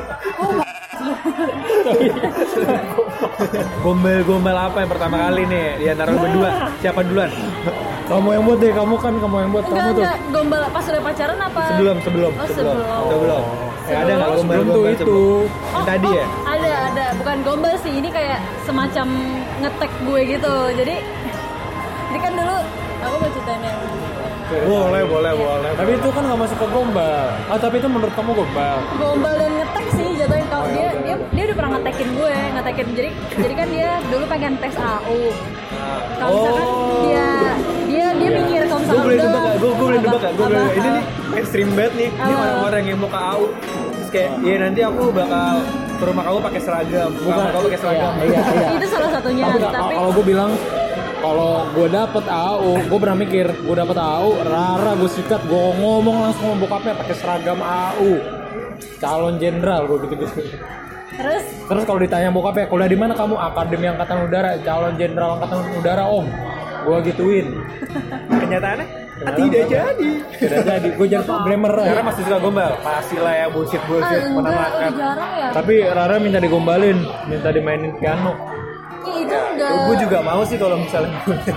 Speaker 1: Gombel-gombel apa yang pertama kali nih di antara lu berdua? Siapa duluan?
Speaker 2: Kamu yang buat deh, kamu kan kamu yang buat,
Speaker 3: Enggak,
Speaker 2: kamu tuh.
Speaker 3: enggak. Gombal pas udah pacaran apa?
Speaker 1: Sebelum, sebelum,
Speaker 3: Oh,
Speaker 1: sebelum.
Speaker 3: sebelum.
Speaker 1: Sebelum. Ya, ada nggak
Speaker 3: Sebelum
Speaker 1: gombel-gombel
Speaker 2: tuh itu.
Speaker 1: sebelum?
Speaker 3: Oh,
Speaker 1: Yang tadi
Speaker 3: oh,
Speaker 1: ya?
Speaker 3: Ada, ada. Bukan gombal sih, ini kayak semacam ngetek gue gitu. Jadi jadi kan dulu aku mau ceritain yang
Speaker 1: Boleh, boleh, boleh.
Speaker 2: Tapi itu kan nggak masuk ke gombal. Ah tapi itu menurut kamu gombal.
Speaker 3: gombal dan ngetek sih jatuhin. Kalau dia dia dia udah pernah ngetekin gue, ngetekin. Jadi jadi kan dia dulu pengen tes A U. Kalau misalkan
Speaker 1: Oh.
Speaker 3: dia dia dia mikir kalau
Speaker 1: Gue
Speaker 3: misalkan
Speaker 1: boleh
Speaker 3: udah-
Speaker 1: nebak gak? Gue boleh
Speaker 3: apa-
Speaker 1: nebak gak? Gue boleh.
Speaker 3: apa-
Speaker 1: Ini nih ekstrim banget nih. Ini
Speaker 3: Apa?
Speaker 1: orang-orang yang mau ke A U. Terus terus kayak iya nanti aku bakal ke rumah kamu pakai seragam, bukan kamu pakai seragam.
Speaker 2: Iya, iya, iya.
Speaker 3: Itu salah satunya.
Speaker 2: Tapi,
Speaker 3: Tapi
Speaker 2: kalau gue bilang kalau gue dapet A U, gue pernah mikir, gue dapet A U, Rara gue sikat, gue ngomong langsung sama bokapnya pakai seragam A U, calon jenderal gue gitu-gitu.
Speaker 3: terus
Speaker 2: Terus kalau ditanya bokapnya, kuliah di mana kamu? Akademi Angkatan Udara, calon jenderal Angkatan Udara om, gue gituin.
Speaker 1: Kenyataannya ah, tidak jadi.
Speaker 2: Tidak jadi, gue jadi programmer.
Speaker 1: Karena masih suka gombal, masih lah ya bullshit bullshit
Speaker 3: ah, enggak,
Speaker 1: menamakan.
Speaker 3: udah jarang ya.
Speaker 2: Tapi Rara minta digombalin, minta dimainin piano.
Speaker 3: Ih, itu enggak.
Speaker 1: Gue juga mau sih kalau misalnya.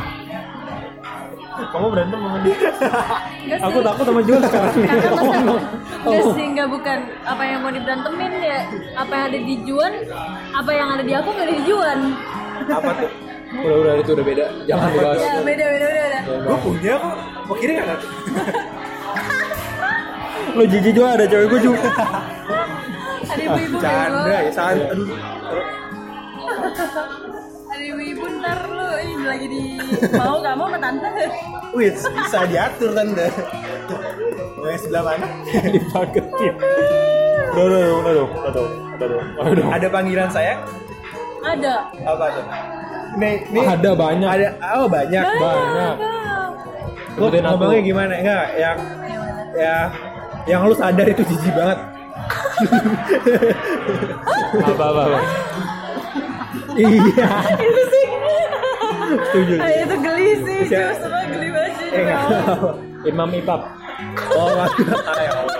Speaker 1: Kamu berantem sama dia?
Speaker 3: Enggak sih.
Speaker 2: Aku takut sama Juan sekarang nih.
Speaker 3: Karena masa
Speaker 2: Ngomong.
Speaker 3: enggak sih, enggak bukan apa yang mau diberantemin ya. Apa yang ada di Juan, apa yang ada di aku enggak ada di Juan.
Speaker 1: Apa tuh?
Speaker 2: Udah udah itu udah beda, jangan dibahas.
Speaker 3: Ya, beda beda beda. beda.
Speaker 1: Gue punya kok. Mau kiri kan?
Speaker 2: Lo jijik juga ada cewek gue juga.
Speaker 3: Ada ibu-ibu
Speaker 1: Canda
Speaker 3: bego.
Speaker 1: ya, saat aduh.
Speaker 3: Ada ibu-ibu ntar lu ini lagi di mau nggak mau sama tante.
Speaker 1: Wih, bisa diatur tante. Mau yang sebelah mana?
Speaker 2: Dipaketin. Udah udah udah udah udah udah udah.
Speaker 1: Ada panggilan sayang?
Speaker 3: Ada.
Speaker 1: Apa tuh? Nih, nih
Speaker 2: Ada banyak.
Speaker 1: ada oh banyak.
Speaker 2: Banyak.
Speaker 1: Lu
Speaker 2: Sebutin aku.
Speaker 1: ngomongnya gimana? Enggak, yang ya yang lu sadar itu jijik banget.
Speaker 2: Apa apa apa.
Speaker 1: Iya.
Speaker 3: Itu sih.
Speaker 1: Setuju.
Speaker 3: Ah, itu geli sih,
Speaker 1: Siapa?
Speaker 3: justru geli banget sih.
Speaker 1: Eh, enggak.
Speaker 2: Imam Ipap.
Speaker 1: Oh, maksudnya ya Allah.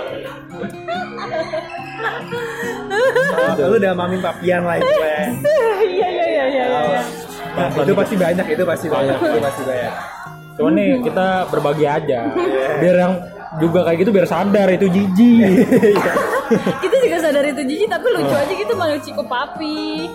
Speaker 1: Oh, lu udah mamin papian lah itu ya.
Speaker 3: Iya iya iya iya. iya.
Speaker 1: Nah, itu pasti banyak, itu pasti banyak, itu pasti banyak.
Speaker 2: Cuman nih kita berbagi aja. Biar yang juga kayak gitu biar sadar itu jijik.
Speaker 3: Kita juga sadar itu jijik tapi lucu aja gitu malu Ciko Papi.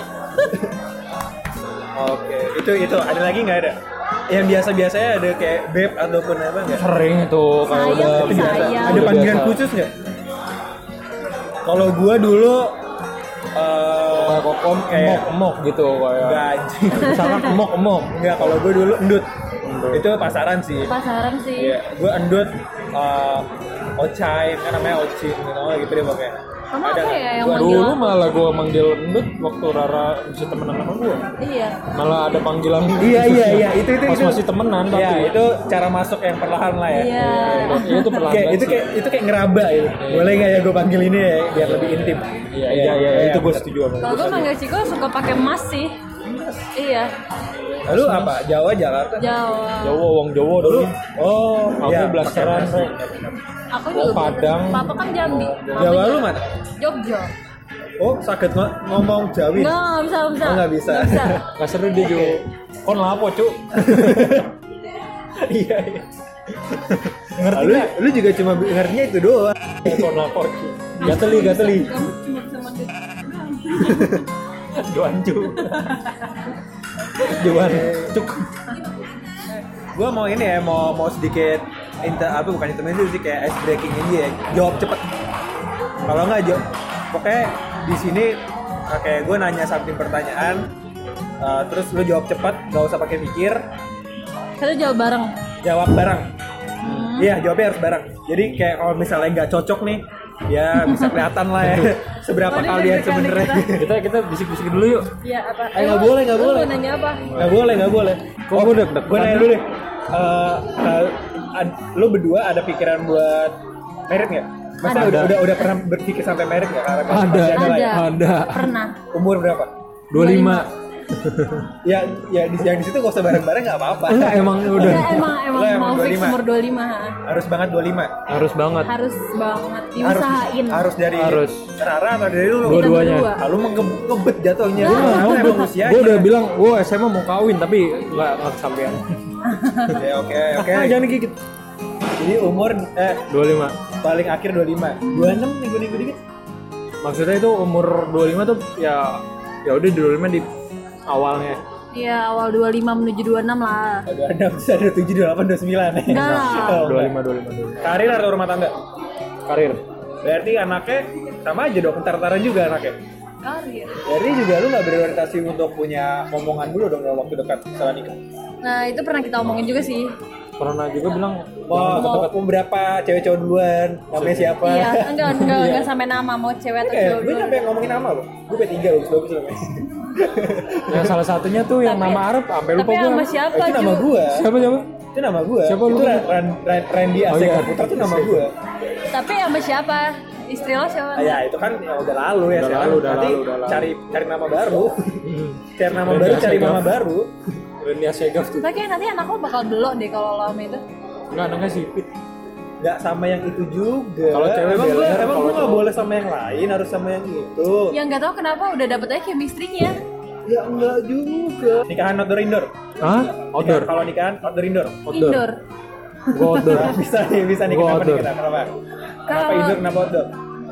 Speaker 1: Oke, itu itu ada lagi nggak ada? Yang biasa-biasanya ada kayak beb ataupun apa nggak?
Speaker 2: Sering tuh kalau
Speaker 3: Sayang,
Speaker 2: udah
Speaker 3: tapi
Speaker 2: biasa.
Speaker 3: sayang.
Speaker 1: Ada
Speaker 2: Udah
Speaker 1: panggilan
Speaker 2: biasa.
Speaker 1: khusus nggak? Kalau gua dulu eh
Speaker 2: Kayak kokom
Speaker 1: kayak
Speaker 2: emok emok gitu kayak.
Speaker 1: nggak anjing.
Speaker 2: Misalkan emok emok.
Speaker 1: Nggak, kalau gua dulu endut. Itu pasaran sih.
Speaker 3: Pasaran sih.
Speaker 1: Iya, gua endut eh ocai kan namanya ocin gitu, gitu deh pokoknya.
Speaker 3: Kamu apa
Speaker 1: nggak?
Speaker 3: ya yang
Speaker 1: Gua
Speaker 3: manggil
Speaker 2: Dulu
Speaker 3: aku?
Speaker 2: malah gue manggil endut waktu Rara bisa temenan sama gue.
Speaker 3: Iya.
Speaker 2: Malah ada panggilan.
Speaker 1: Iya iya iya itu itu
Speaker 2: Pas
Speaker 1: itu.
Speaker 2: masih temenan tapi.
Speaker 1: Iya, itu cara masuk yang perlahan lah ya.
Speaker 3: Iya.
Speaker 2: Iya, itu perlahan.
Speaker 1: Kayak itu kayak itu kayak ngeraba ya. Boleh nggak ya gue panggil ini ya biar lebih intim.
Speaker 2: Iya iya iya itu gue
Speaker 1: bener.
Speaker 2: setuju sama.
Speaker 3: Kalau gue manggil Ciko suka pakai mas sih. Iya.
Speaker 1: Lalu apa? Jawa, Jakarta?
Speaker 3: Jawa.
Speaker 2: Jawa wong Jawa dulu.
Speaker 1: Oh,
Speaker 2: Aku
Speaker 1: iya,
Speaker 2: blasteran.
Speaker 1: pakai
Speaker 3: Aku
Speaker 2: Oh,
Speaker 3: juga.
Speaker 2: Padang.
Speaker 3: Papa kan Jambi.
Speaker 1: mas.
Speaker 3: Mama
Speaker 1: Jawa
Speaker 3: juga.
Speaker 1: lu mana?
Speaker 3: Jogja.
Speaker 1: Oh, sakit ngo- ngomong Jawi.
Speaker 3: Enggak, enggak bisa, enggak bisa.
Speaker 1: Oh, nggak bisa.
Speaker 3: Nggak bisa.
Speaker 2: Gak seru dia juga. Kon lapo cuk.
Speaker 1: Iya, iya. Ngerti lu, lu juga cuma ngertinya itu doang.
Speaker 2: Kon lapo cuk. Gateli gateli.
Speaker 3: Kamu cuma bisa manggil.
Speaker 2: Doan cuk. Doan cuk.
Speaker 1: Gua mau ini ya, mau mau sedikit inter apa bukan intermezzo sih, kayak ice breaking aja ya. Jawab cepet. Kalau nggak jawab, pokoknya di sini kayak gue nanya something pertanyaan, uh, terus lu jawab cepet, nggak usah pakai mikir,
Speaker 3: Kita jawab bareng.
Speaker 1: jawab bareng.
Speaker 3: Hmm.
Speaker 1: Iya, jawabnya harus bareng. Jadi kayak kalau misalnya nggak cocok nih, ya bisa kelihatan lah ya seberapa
Speaker 3: Waduh,
Speaker 1: kalian
Speaker 3: deg-degan
Speaker 1: sebenarnya.
Speaker 3: kita.
Speaker 2: Kita kita bisik-bisik dulu yuk.
Speaker 3: Iya apa?
Speaker 1: Eh, nggak boleh, nggak
Speaker 3: Lu
Speaker 1: boleh.
Speaker 3: mau nanya apa?
Speaker 1: Nggak boleh, nggak boleh.
Speaker 2: Kok gua deg-degan?
Speaker 1: Gue nanya dulu deh. Uh, kal- ad- lu berdua ada pikiran buat merit nggak? Masa
Speaker 3: Ada.
Speaker 1: udah, udah udah pernah berpikir sampai merit nggak? Karena
Speaker 2: Ada.
Speaker 1: masih lah
Speaker 3: Ada.
Speaker 1: ya.
Speaker 2: Ada.
Speaker 3: Pernah.
Speaker 1: Umur berapa?
Speaker 2: dua puluh lima.
Speaker 1: Ya, ya di yang di situ gak usah bareng-bareng nggak apa-apa.
Speaker 2: Enggak emang udah.
Speaker 3: Enggak, emang emang
Speaker 1: Lah, emang
Speaker 3: mau
Speaker 1: dua puluh
Speaker 3: fix
Speaker 1: lima.
Speaker 3: umur dua puluh lima.
Speaker 1: Harus banget dua puluh lima.
Speaker 2: Harus banget.
Speaker 3: Harus banget
Speaker 1: Harus
Speaker 3: diusahain.
Speaker 1: harus dari
Speaker 2: Harus.
Speaker 1: Rara atau dari lu?
Speaker 3: Kita
Speaker 2: Dua-duanya.
Speaker 3: berdua.
Speaker 1: Ah, lu mengebet ngebet jatuhnya.
Speaker 3: Nah.
Speaker 1: Lu lu emang usianya.
Speaker 2: Gue udah bilang, gue S M A mau kawin tapi nggak nggak kesampean.
Speaker 1: Ya, oke, oke.
Speaker 2: Ah, jangan gigit.
Speaker 1: Jadi umur eh
Speaker 2: dua puluh lima.
Speaker 1: paling akhir dua puluh lima. dua puluh enam nego-nego dikit.
Speaker 2: Maksudnya itu umur dua puluh lima tuh ya ya udah di dua puluh lima di awalnya.
Speaker 3: Iya, awal dua puluh lima menuju dua puluh enam lah.
Speaker 1: Ada ada bisa ada tujuh, dua puluh delapan, dua puluh sembilan ya.
Speaker 3: Enggak.
Speaker 1: Oh,
Speaker 2: dua puluh lima dua puluh lima dua puluh lima.
Speaker 1: Karir atau rumah tangga?
Speaker 2: Karir.
Speaker 1: Berarti anaknya sama aja dong, entar-entaran juga anaknya.
Speaker 3: Karir.
Speaker 1: Jadi juga lu nggak berorientasi untuk punya omongan dulu dong dalam waktu dekat setelah nikah.
Speaker 3: Nah, itu pernah kita omongin juga sih.
Speaker 2: pernah juga bilang
Speaker 1: Mau mau berapa cewek cowok duluan, namanya siapa?
Speaker 3: Iya, enggak enggak enggak sampai nama mau cewek atau
Speaker 1: Kayak
Speaker 3: cowok.
Speaker 1: gue sampai ngomongin nama loh. Gue P tiga bagus bagus loh.
Speaker 2: yang salah satunya tuh yang
Speaker 3: Tapi-
Speaker 2: nama Arab sampai lupa
Speaker 3: Tapi
Speaker 2: gue.
Speaker 3: sama siapa?
Speaker 1: Itu nama
Speaker 3: Ju?
Speaker 1: gue.
Speaker 2: Siapa siapa?
Speaker 1: Itu nama gue.
Speaker 2: Siapa
Speaker 1: Itu
Speaker 2: lu?
Speaker 1: Ran- Ran- Ran- Randy
Speaker 2: Oh,
Speaker 1: Aseka
Speaker 2: iya.
Speaker 1: Putra itu nama gue.
Speaker 3: Tapi sama siapa? Istri lo siapa?
Speaker 1: Ah, ya itu kan ya udah lalu ya
Speaker 2: Udah
Speaker 1: sekarang.
Speaker 2: lalu, udah
Speaker 1: Nanti
Speaker 2: lalu, udah lalu.
Speaker 1: cari cari nama baru. cari nama
Speaker 2: Randy
Speaker 1: baru, cari
Speaker 2: Asegaf.
Speaker 1: nama baru.
Speaker 2: Randy Asegaf tuh.
Speaker 3: Tapi kayak nanti anak lo bakal belok deh kalau lo sama itu.
Speaker 2: Enggak, anaknya sipit.
Speaker 1: Nggak sama yang itu juga.
Speaker 2: Kalau cewek
Speaker 1: emang gue
Speaker 2: beler,
Speaker 1: emang
Speaker 2: kalau
Speaker 1: gue nggak
Speaker 2: cowok-
Speaker 1: boleh sama yang lain, harus sama yang itu.
Speaker 3: Yang nggak tahu kenapa udah dapet aja chemistry-nya.
Speaker 1: Ya enggak juga. Nikahan outdoor indoor.
Speaker 2: Hah? Outdoor.
Speaker 1: Nikah- Kalau nikahan outdoor indoor.
Speaker 2: Outdoor.
Speaker 3: Indoor.
Speaker 2: Gua outdoor.
Speaker 1: bisa nih, bisa nih
Speaker 2: Gua
Speaker 1: kenapa nih
Speaker 2: outdoor.
Speaker 1: kenapa? Kenapa? Kenapa
Speaker 3: Kalau-
Speaker 1: indoor, kenapa outdoor?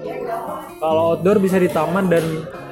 Speaker 2: Kalau outdoor bisa di taman dan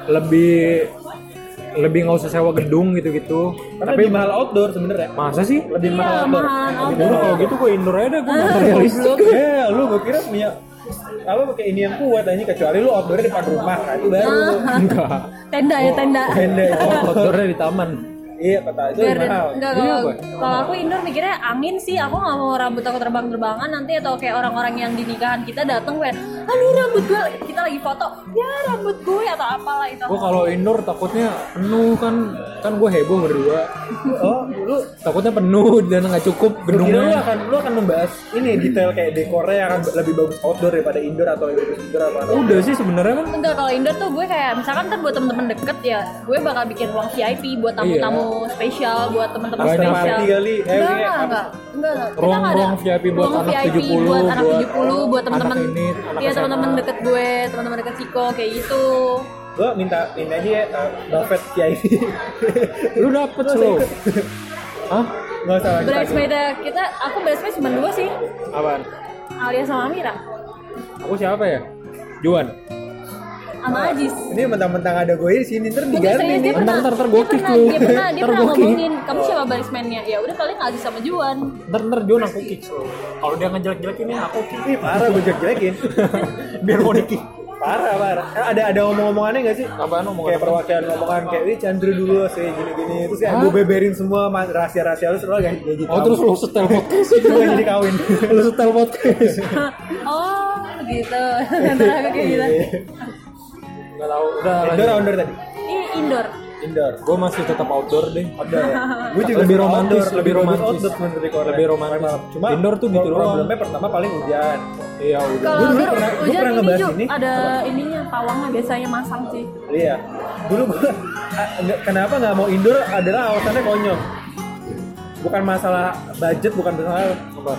Speaker 2: lebih lebih nggak usah sewa gedung gitu-gitu.
Speaker 1: Karena
Speaker 2: Tapi
Speaker 1: lebih mahal outdoor sebenarnya.
Speaker 2: masa sih?
Speaker 1: Lebih
Speaker 3: Iya,
Speaker 1: mahal outdoor.
Speaker 3: mahalan
Speaker 1: Lebih
Speaker 3: outdoor.
Speaker 2: Udah kalau gitu gue indoor aja dah, gue materialistik.
Speaker 1: Eh, lu gue kira punya apa pakai ini yang kuat ini kecuali lu outdoornya depan rumah, nah itu baru.
Speaker 2: Enggak.
Speaker 3: Tenda ya tenda.
Speaker 1: Tenda.
Speaker 2: Oh, outdoornya di taman.
Speaker 1: Iya, kata itu lebih
Speaker 3: Biar
Speaker 1: mahal.
Speaker 3: enggak
Speaker 2: Iya,
Speaker 3: kalau
Speaker 2: apa?
Speaker 3: kalau aku indoor mikirnya angin sih, aku nggak mau rambut aku terbang-terbangan nanti atau kayak orang-orang yang di nikahan kita datang kayak, aduh rambut gue, kita lagi foto, ya rambut gue atau apalah itu.
Speaker 2: Gue kalau indoor takutnya penuh kan, kan gue heboh berdua.
Speaker 1: Oh, lu
Speaker 2: Takutnya penuh dan nggak cukup
Speaker 1: Gue kira lu
Speaker 2: gedungnya.
Speaker 1: akan lu akan membahas ini detail kayak dekornya yang akan lebih bagus outdoor daripada indoor atau lebih bagus indoor apa?
Speaker 2: Udah sih sebenarnya kan.
Speaker 3: Enggak, kalau indoor tuh gue kayak misalkan ntar buat temen-temen deket ya, gue bakal bikin ruang V I P buat tamu-tamu spesial, buat temen-temen
Speaker 2: Banyak
Speaker 3: spesial.
Speaker 1: party kali. Eh,
Speaker 3: Enggak,
Speaker 1: ini
Speaker 3: enggak,
Speaker 1: apa?
Speaker 3: enggak, enggak, enggak. Kita
Speaker 2: Ruang-
Speaker 3: nggak ada
Speaker 2: ruang V I P buat
Speaker 3: ruang
Speaker 2: anak
Speaker 3: V I P
Speaker 2: tujuh puluh,
Speaker 3: buat anak
Speaker 2: buat
Speaker 3: tujuh puluh, buat temen-temen,
Speaker 2: anak ini, anak
Speaker 3: iya
Speaker 2: S M A.
Speaker 3: temen-temen deket gue, temen-temen deket Ciko kayak gitu.
Speaker 1: Gue minta ini aja ya, uh, Buffett V I P.
Speaker 2: Lu dapet slow. Hah?
Speaker 1: Nggak usah lanjut lagi.
Speaker 3: Bridesmaid kita, aku bridesmaid cuma dua sih,
Speaker 2: Apaan?
Speaker 3: Alia sama Amira,
Speaker 2: Aku siapa ya? Juan.
Speaker 3: sama Ajis.
Speaker 1: Ini mentang-mentang ada gue di sini ntar
Speaker 3: Bukan,
Speaker 1: diganti
Speaker 3: serius,
Speaker 1: nih.
Speaker 3: dia pernah,
Speaker 2: Ntar, ntar, ntar
Speaker 3: dia
Speaker 2: gua kick
Speaker 3: pernah,
Speaker 2: lu.
Speaker 3: dia pernah, dia
Speaker 2: Ntar
Speaker 3: pernah
Speaker 2: gua kick.
Speaker 3: ngomongin, kamu siapa bridesmaidnya? Ya udah paling Ajis sama Juan.
Speaker 2: Ntar ntar Juan aku kick slow. Kalau dia ngejelek-jelekin ini aku kick.
Speaker 1: Ih, parah gue jelek-jelekin.
Speaker 2: Biar mau di kick.
Speaker 1: Parah, parah. Eh, Ada ada omong-omongannya nggak sih?
Speaker 2: Apaan omongan
Speaker 1: Kayak
Speaker 2: apa?
Speaker 1: perwakilan omongan kayak, "Wih, Chandra dulu sih gini-gini." Terus kayak gue beberin semua ma- rahasia-rahasia lu soalnya gak jadi.
Speaker 2: Oh terus lu setel podcast.
Speaker 1: gue gak jadi kawin.
Speaker 2: Lu setel podcast.
Speaker 3: Oh gitu, antara aku kayak gitu.
Speaker 2: Enggak tahu. Udah
Speaker 1: Indoor,
Speaker 2: lanjut.
Speaker 1: outdoor tadi.
Speaker 3: Ini indoor.
Speaker 1: Indoor.
Speaker 2: Gue masih tetap outdoor deh.
Speaker 1: Outdoor. Gue juga
Speaker 2: Lebih
Speaker 1: suka
Speaker 2: romantis,
Speaker 1: outdoor,
Speaker 2: lebih
Speaker 1: bagus
Speaker 2: romantis.
Speaker 1: outdoor menurut gue.
Speaker 2: Lebih romantis.
Speaker 1: Cuma
Speaker 2: Indoor tuh gitu doang.
Speaker 1: problemnya pertama paling hujan.
Speaker 2: Iya udah.
Speaker 3: Kalau
Speaker 1: dulu
Speaker 3: indoor,
Speaker 1: pernah- gua
Speaker 3: hujan
Speaker 1: pernah
Speaker 3: ini
Speaker 1: ngebahas
Speaker 3: Ju,
Speaker 1: ini.
Speaker 3: ada ininya pawangnya biasanya masang sih.
Speaker 1: Iya. Dulu gue ah, nggak- kenapa nggak mau indoor adalah alasannya konyol. Bukan masalah budget, bukan masalah apa.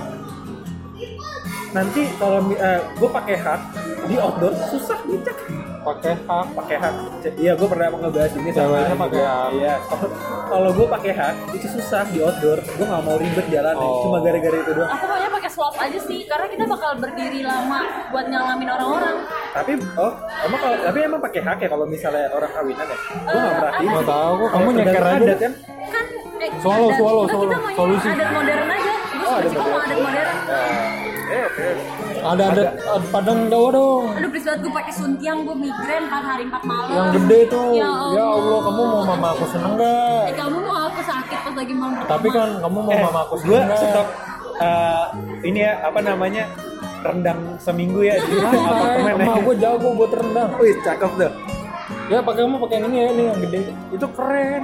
Speaker 1: Nanti kalau uh, gue pakai hak di outdoor susah dicek.
Speaker 2: Pakai hak.
Speaker 1: Pakai hak. Iya, gue pernah ngebahas ini sama
Speaker 2: Ceweknya pakai hak.
Speaker 1: Iya. Kalau gue pakai hak itu susah di outdoor. Gue nggak mau ribet jalan.
Speaker 2: Oh.
Speaker 1: Cuma gara-gara itu doang.
Speaker 3: Aku maunya pakai slot aja sih, karena kita bakal berdiri lama buat nyalamin orang-orang.
Speaker 1: Tapi oh, emang kalau tapi emang pakai hak ya kalau misalnya orang kawinan ya? Gue nggak merhatiin.
Speaker 2: Nggak tahu kok. Kamu
Speaker 1: Kalau
Speaker 2: nyeker
Speaker 1: tergantung
Speaker 2: aja.
Speaker 1: adat kan?
Speaker 3: Kan eh,
Speaker 2: Swallow,
Speaker 3: adat-
Speaker 2: swallow,
Speaker 3: enggak,
Speaker 2: swallow.
Speaker 3: kita maunya
Speaker 2: Solusi.
Speaker 3: adat modern aja. Gue
Speaker 1: Oh, adat
Speaker 3: suka mau
Speaker 1: modern.
Speaker 3: adat modern.
Speaker 1: Eh, oke.
Speaker 2: Ada ada ada Padang Jawa dong.
Speaker 3: Aduh, please banget gue pakai suntiang, gue migrain empat hari empat malam.
Speaker 2: Yang gede tuh.
Speaker 3: Ya
Speaker 2: Ya Allah, kamu mau mama aku seneng gak?
Speaker 3: Eh, kamu mau aku sakit pas lagi malam pertama.
Speaker 2: Tapi kan kamu mau
Speaker 1: Eh,
Speaker 2: mama aku
Speaker 1: gue
Speaker 2: seneng gak?
Speaker 1: stok eh, ini ya apa namanya rendang seminggu ya di
Speaker 2: Hai,
Speaker 1: apartemen ya.
Speaker 2: emak gue jago buat rendang.
Speaker 1: Wih, cakep tuh.
Speaker 2: Ya pakai kamu pakai yang ini ya, ini yang gede. Itu keren.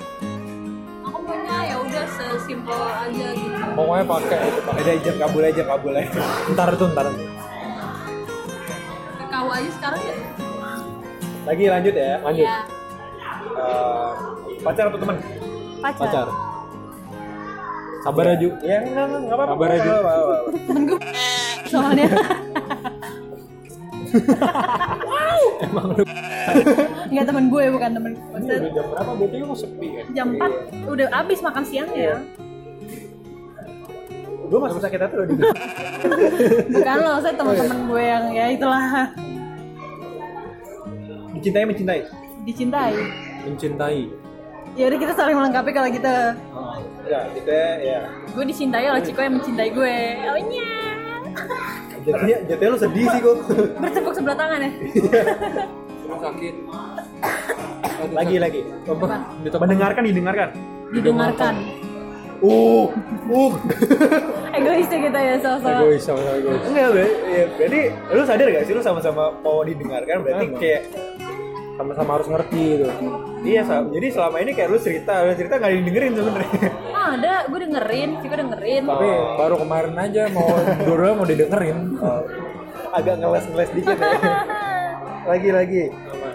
Speaker 3: aku maunya ya udah sesimpel aja gitu.
Speaker 2: Pokoknya pakai itu pakai.
Speaker 1: Ada jam kabul aja kabul aja.
Speaker 2: Ntar itu ntar.
Speaker 3: Ke kau aja sekarang ya.
Speaker 1: Lagi lanjut ya.
Speaker 2: Lanjut.
Speaker 3: Ya,
Speaker 1: Eh, pacar atau teman?
Speaker 3: pacar.
Speaker 2: Pacar. Sabar aja. Ju.
Speaker 1: Ya enggak enggak enggak apa-apa.
Speaker 2: Kabar aja.
Speaker 1: Nggak apa-apa.
Speaker 3: Temen gue soalnya.
Speaker 2: Emang lu.
Speaker 3: Enggak temen gue, bukan temen.
Speaker 2: Ini
Speaker 3: Maksudnya
Speaker 2: udah jam berapa? Berarti lu sepi ya?
Speaker 3: jam empat udah habis makan siangnya.
Speaker 1: Gue masih sakit hati loh di
Speaker 3: Bukan loh, saya teman-teman gue yang ya itulah
Speaker 1: Dicintai mencintai.
Speaker 3: dicintai.
Speaker 2: Mencintai.
Speaker 3: Ya udah kita saling melengkapi kalau gitu.
Speaker 1: Enggak, gitu ya. Ya.
Speaker 3: Gue dicintai oleh Ciko yang mencintai gue. Oh iya.
Speaker 1: Jadinya jadinya lu sedih sih kok.
Speaker 3: Bertepuk sebelah tangan ya.
Speaker 2: Rumah sakit.
Speaker 1: Lagi lagi.
Speaker 2: Coba ditepan.
Speaker 1: Mendengarkan didengarkan.
Speaker 3: Didengarkan.
Speaker 1: Uh, uh.
Speaker 3: Egois ya kita ya sama-sama.
Speaker 2: Egois sama-sama egois.
Speaker 1: Enggak, ber- ya, berarti lu sadar gak sih lu sama-sama mau didengarkan berarti
Speaker 2: Emang.
Speaker 1: kayak
Speaker 2: Sama-sama harus ngerti gitu.
Speaker 1: iya sama. Jadi selama ini kayak lu cerita, lu cerita nggak didengerin sebenarnya.
Speaker 3: Ah, ada, gue dengerin, Ciko dengerin.
Speaker 2: Tapi baru kemarin aja mau dua mau didengerin.
Speaker 1: Oh, agak ngeles-ngeles dikit ya. Lagi-lagi.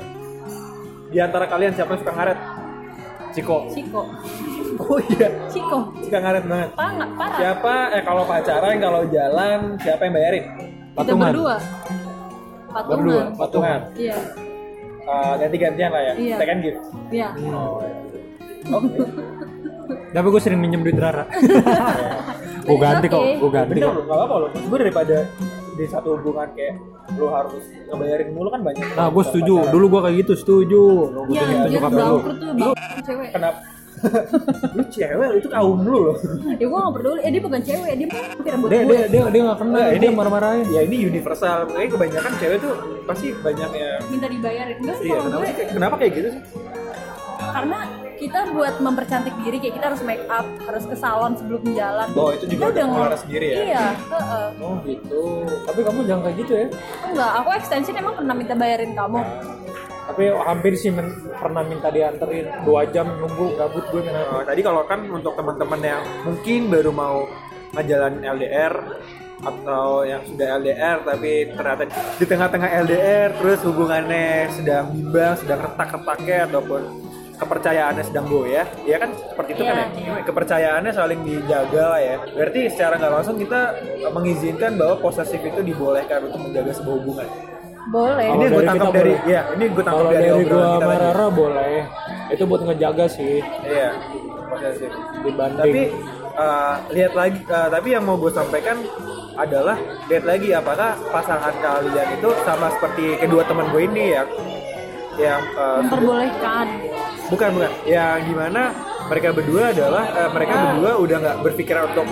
Speaker 1: Di antara kalian siapa yang suka ngaret?
Speaker 2: Ciko.
Speaker 3: Ciko.
Speaker 1: Oh iya,
Speaker 3: Ciko.
Speaker 1: suka ngaret banget.
Speaker 3: Parah nggak? Parah.
Speaker 1: Siapa eh kalau pacaran, kalau jalan, siapa yang bayarin?
Speaker 3: Kita
Speaker 2: Patungan.
Speaker 3: berdua. Patungan.
Speaker 2: Berdua.
Speaker 1: Patungan.
Speaker 3: Iya.
Speaker 1: Uh, ganti-gantian lah ya.
Speaker 3: Iya.
Speaker 1: Second gift.
Speaker 3: Iya.
Speaker 1: Oh. Oke.
Speaker 2: Tapi gue sering minjem duit Rara. Gue ganti kok, gue ganti
Speaker 1: Bener
Speaker 2: kok.
Speaker 1: loh, nggak apa-apa loh. Gue daripada di satu hubungan kayak lu harus ngebayarin mulu kan banyak.
Speaker 2: Nah, gue setuju. Dulu gue kayak gitu, setuju.
Speaker 3: Iya,
Speaker 2: Gue
Speaker 3: anjir
Speaker 2: nyokap lu.
Speaker 3: bangkrut tuh, bangkrut cewek.
Speaker 1: Kenapa? Lu cewek, itu kaum lu loh.
Speaker 3: Ya gue gak peduli, eh dia bukan cewek, dia mampir buat
Speaker 2: Dia
Speaker 3: gue.
Speaker 2: dia dia dia nggak kenal,
Speaker 1: Nah,
Speaker 2: dia marah-marahin.
Speaker 1: Ya ini universal. Kayaknya kebanyakan cewek tuh pasti banyak yang
Speaker 3: Minta dibayarin. Enggak sih
Speaker 1: iya,
Speaker 3: kalau
Speaker 1: kenapa,
Speaker 3: gue,
Speaker 1: sih- kenapa kayak gitu sih?
Speaker 3: karena kita buat mempercantik diri, kayak kita harus make up, harus ke salon sebelum jalan.
Speaker 1: Oh, itu juga
Speaker 3: Kita
Speaker 1: udah
Speaker 3: ng-
Speaker 1: mengeluarkan sendiri ya?
Speaker 3: Iya, heeh.
Speaker 2: Oh gitu. Tapi kamu jangan kayak gitu ya.
Speaker 3: Enggak, aku extension emang pernah minta bayarin kamu.
Speaker 2: Tapi hampir sih men- pernah minta dianterin dua jam nunggu gabut gue main
Speaker 1: Oh, tadi kalau kan untuk teman-teman yang mungkin baru mau ngejalanin L D R atau yang sudah L D R tapi ternyata di tengah-tengah L D R terus hubungannya sedang bimbang, sedang retak-retaknya ataupun kepercayaannya sedang goyah, ya kan seperti itu
Speaker 3: Iya,
Speaker 1: kan ya.
Speaker 3: iya.
Speaker 1: Kepercayaannya saling dijaga lah ya. Berarti secara nggak langsung kita mengizinkan bahwa posesif itu dibolehkan untuk menjaga sebuah hubungan.
Speaker 3: Boleh.
Speaker 1: Ini
Speaker 2: Kalau
Speaker 1: gue
Speaker 2: dari
Speaker 1: tangkap
Speaker 2: kita
Speaker 1: dari,
Speaker 2: boleh.
Speaker 1: ya ini gue tangkap
Speaker 2: Kalau
Speaker 1: dari
Speaker 2: dari
Speaker 1: obrolan
Speaker 2: gue
Speaker 1: kita
Speaker 2: sama
Speaker 1: tadi.
Speaker 2: Rara boleh. Itu buat ngejaga sih
Speaker 1: Iya, posesif.
Speaker 2: dibanding.
Speaker 1: Tapi uh, lihat lagi, uh, tapi yang mau gue sampaikan adalah lihat lagi apakah pasangan kalian itu sama seperti kedua teman gue ini ya, yang uh,
Speaker 3: Memperbolehkan.
Speaker 1: bukan bukan, yang dimana mereka berdua adalah uh, mereka
Speaker 3: Ah.
Speaker 1: berdua udah nggak berpikiran untuk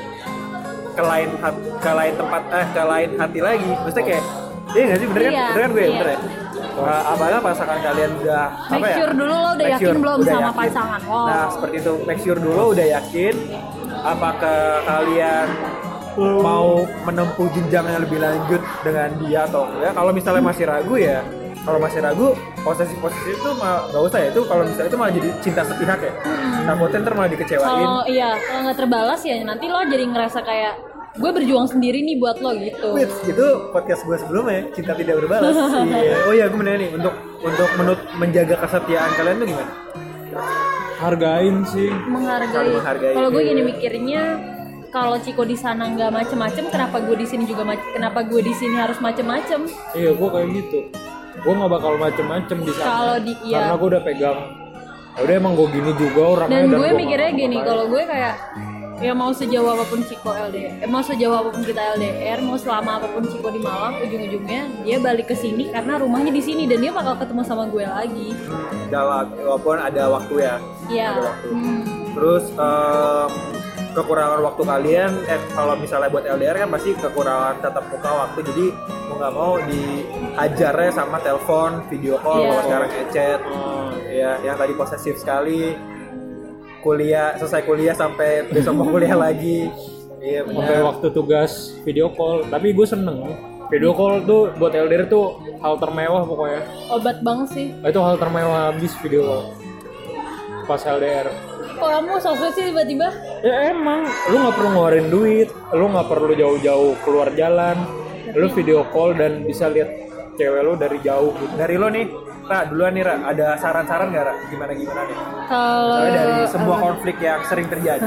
Speaker 1: ke lain hat- ke lain tempat eh ke lain hati lagi, maksudnya kayak iya nggak sih bener kan
Speaker 3: Iya,
Speaker 1: bener kan gue
Speaker 3: iya.
Speaker 1: bener ya. Wah, apakah pasangan kalian udah apa
Speaker 3: Make
Speaker 1: ya?
Speaker 3: sure dulu lo udah
Speaker 1: Make
Speaker 3: yakin
Speaker 1: sure,
Speaker 3: belum
Speaker 1: udah
Speaker 3: sama
Speaker 1: yakin.
Speaker 3: pasangan lo.
Speaker 1: Nah, seperti itu. Make sure dulu udah yakin apakah kalian mau menempuh jenjang yang lebih lanjut dengan dia atau enggak. Kalau misalnya masih ragu ya, kalau masih ragu, posesif-posesif itu mah nggak usah ya. Itu kalau misalnya itu malah jadi cinta sepihak ya. Takutnya ntar malah dikecewain.
Speaker 3: Kalau iya, kalau nggak terbalas ya nanti lo jadi ngerasa kayak gue berjuang sendiri nih buat lo gitu.
Speaker 1: Wait, itu podcast gue sebelumnya, cinta tidak berbalas. Iya. Oh iya, gue menanya nih untuk untuk menut, menjaga kesetiaan kalian tuh gimana?
Speaker 2: hargain sih.
Speaker 3: Menghargai.
Speaker 1: Saling menghargai.
Speaker 3: Kalau gue gini mikirnya, kalau Ciko di sana nggak macem-macem, kenapa gue di sini juga macem? Kenapa gue di sini harus macem-macem?
Speaker 2: Iya, gue kayak gitu. Gue nggak bakal macem-macem di sana.
Speaker 3: Kalau di- iya.
Speaker 2: Karena gue udah pegang. Udah emang gue gini juga orangnya.
Speaker 3: Dan gue
Speaker 2: gua
Speaker 3: mikirnya
Speaker 2: nggak
Speaker 3: gini,
Speaker 2: ngapain.
Speaker 3: kalau gue kayak ya mau sejauh apapun Ciko L D R, eh, mau sejauh apapun kita L D R, mau selama apapun Ciko di Malang, ujung-ujungnya dia balik ke sini karena rumahnya di sini dan dia bakal ketemu sama gue lagi.
Speaker 1: Dalam walaupun ada waktu ya.
Speaker 3: Iya.
Speaker 1: Ada waktu.
Speaker 3: Hmm.
Speaker 1: Terus em, kekurangan waktu kalian, eh kalau misalnya buat L D R kan pasti kekurangan tatap muka waktu, jadi mau nggak mau dihajarnya sama telepon, video call,
Speaker 3: Iya.
Speaker 1: kalau sekarang chat,
Speaker 2: Oh,
Speaker 1: ya yang tadi posesif sekali, kuliah selesai kuliah sampai besok mau kuliah lagi, iya
Speaker 2: sampai
Speaker 1: benar.
Speaker 2: waktu tugas video call. Tapi gue seneng. Video call tuh buat L D R tuh hal termewah pokoknya.
Speaker 3: Obat banget sih.
Speaker 2: Itu hal termewah habis video call. Pas L D R.
Speaker 3: Kok kamu sosok sih tiba-tiba?
Speaker 2: Ya emang, lu nggak perlu ngeluarin duit, lu nggak perlu jauh-jauh keluar jalan, lu video call dan bisa lihat cewek lu dari jauh gitu.
Speaker 1: Dari lo nih, Ra, duluan nih Ra, ada saran-saran nggak Ra? Gimana-gimana nih?
Speaker 3: Kalau
Speaker 1: Soalnya dari semua konflik yang sering terjadi,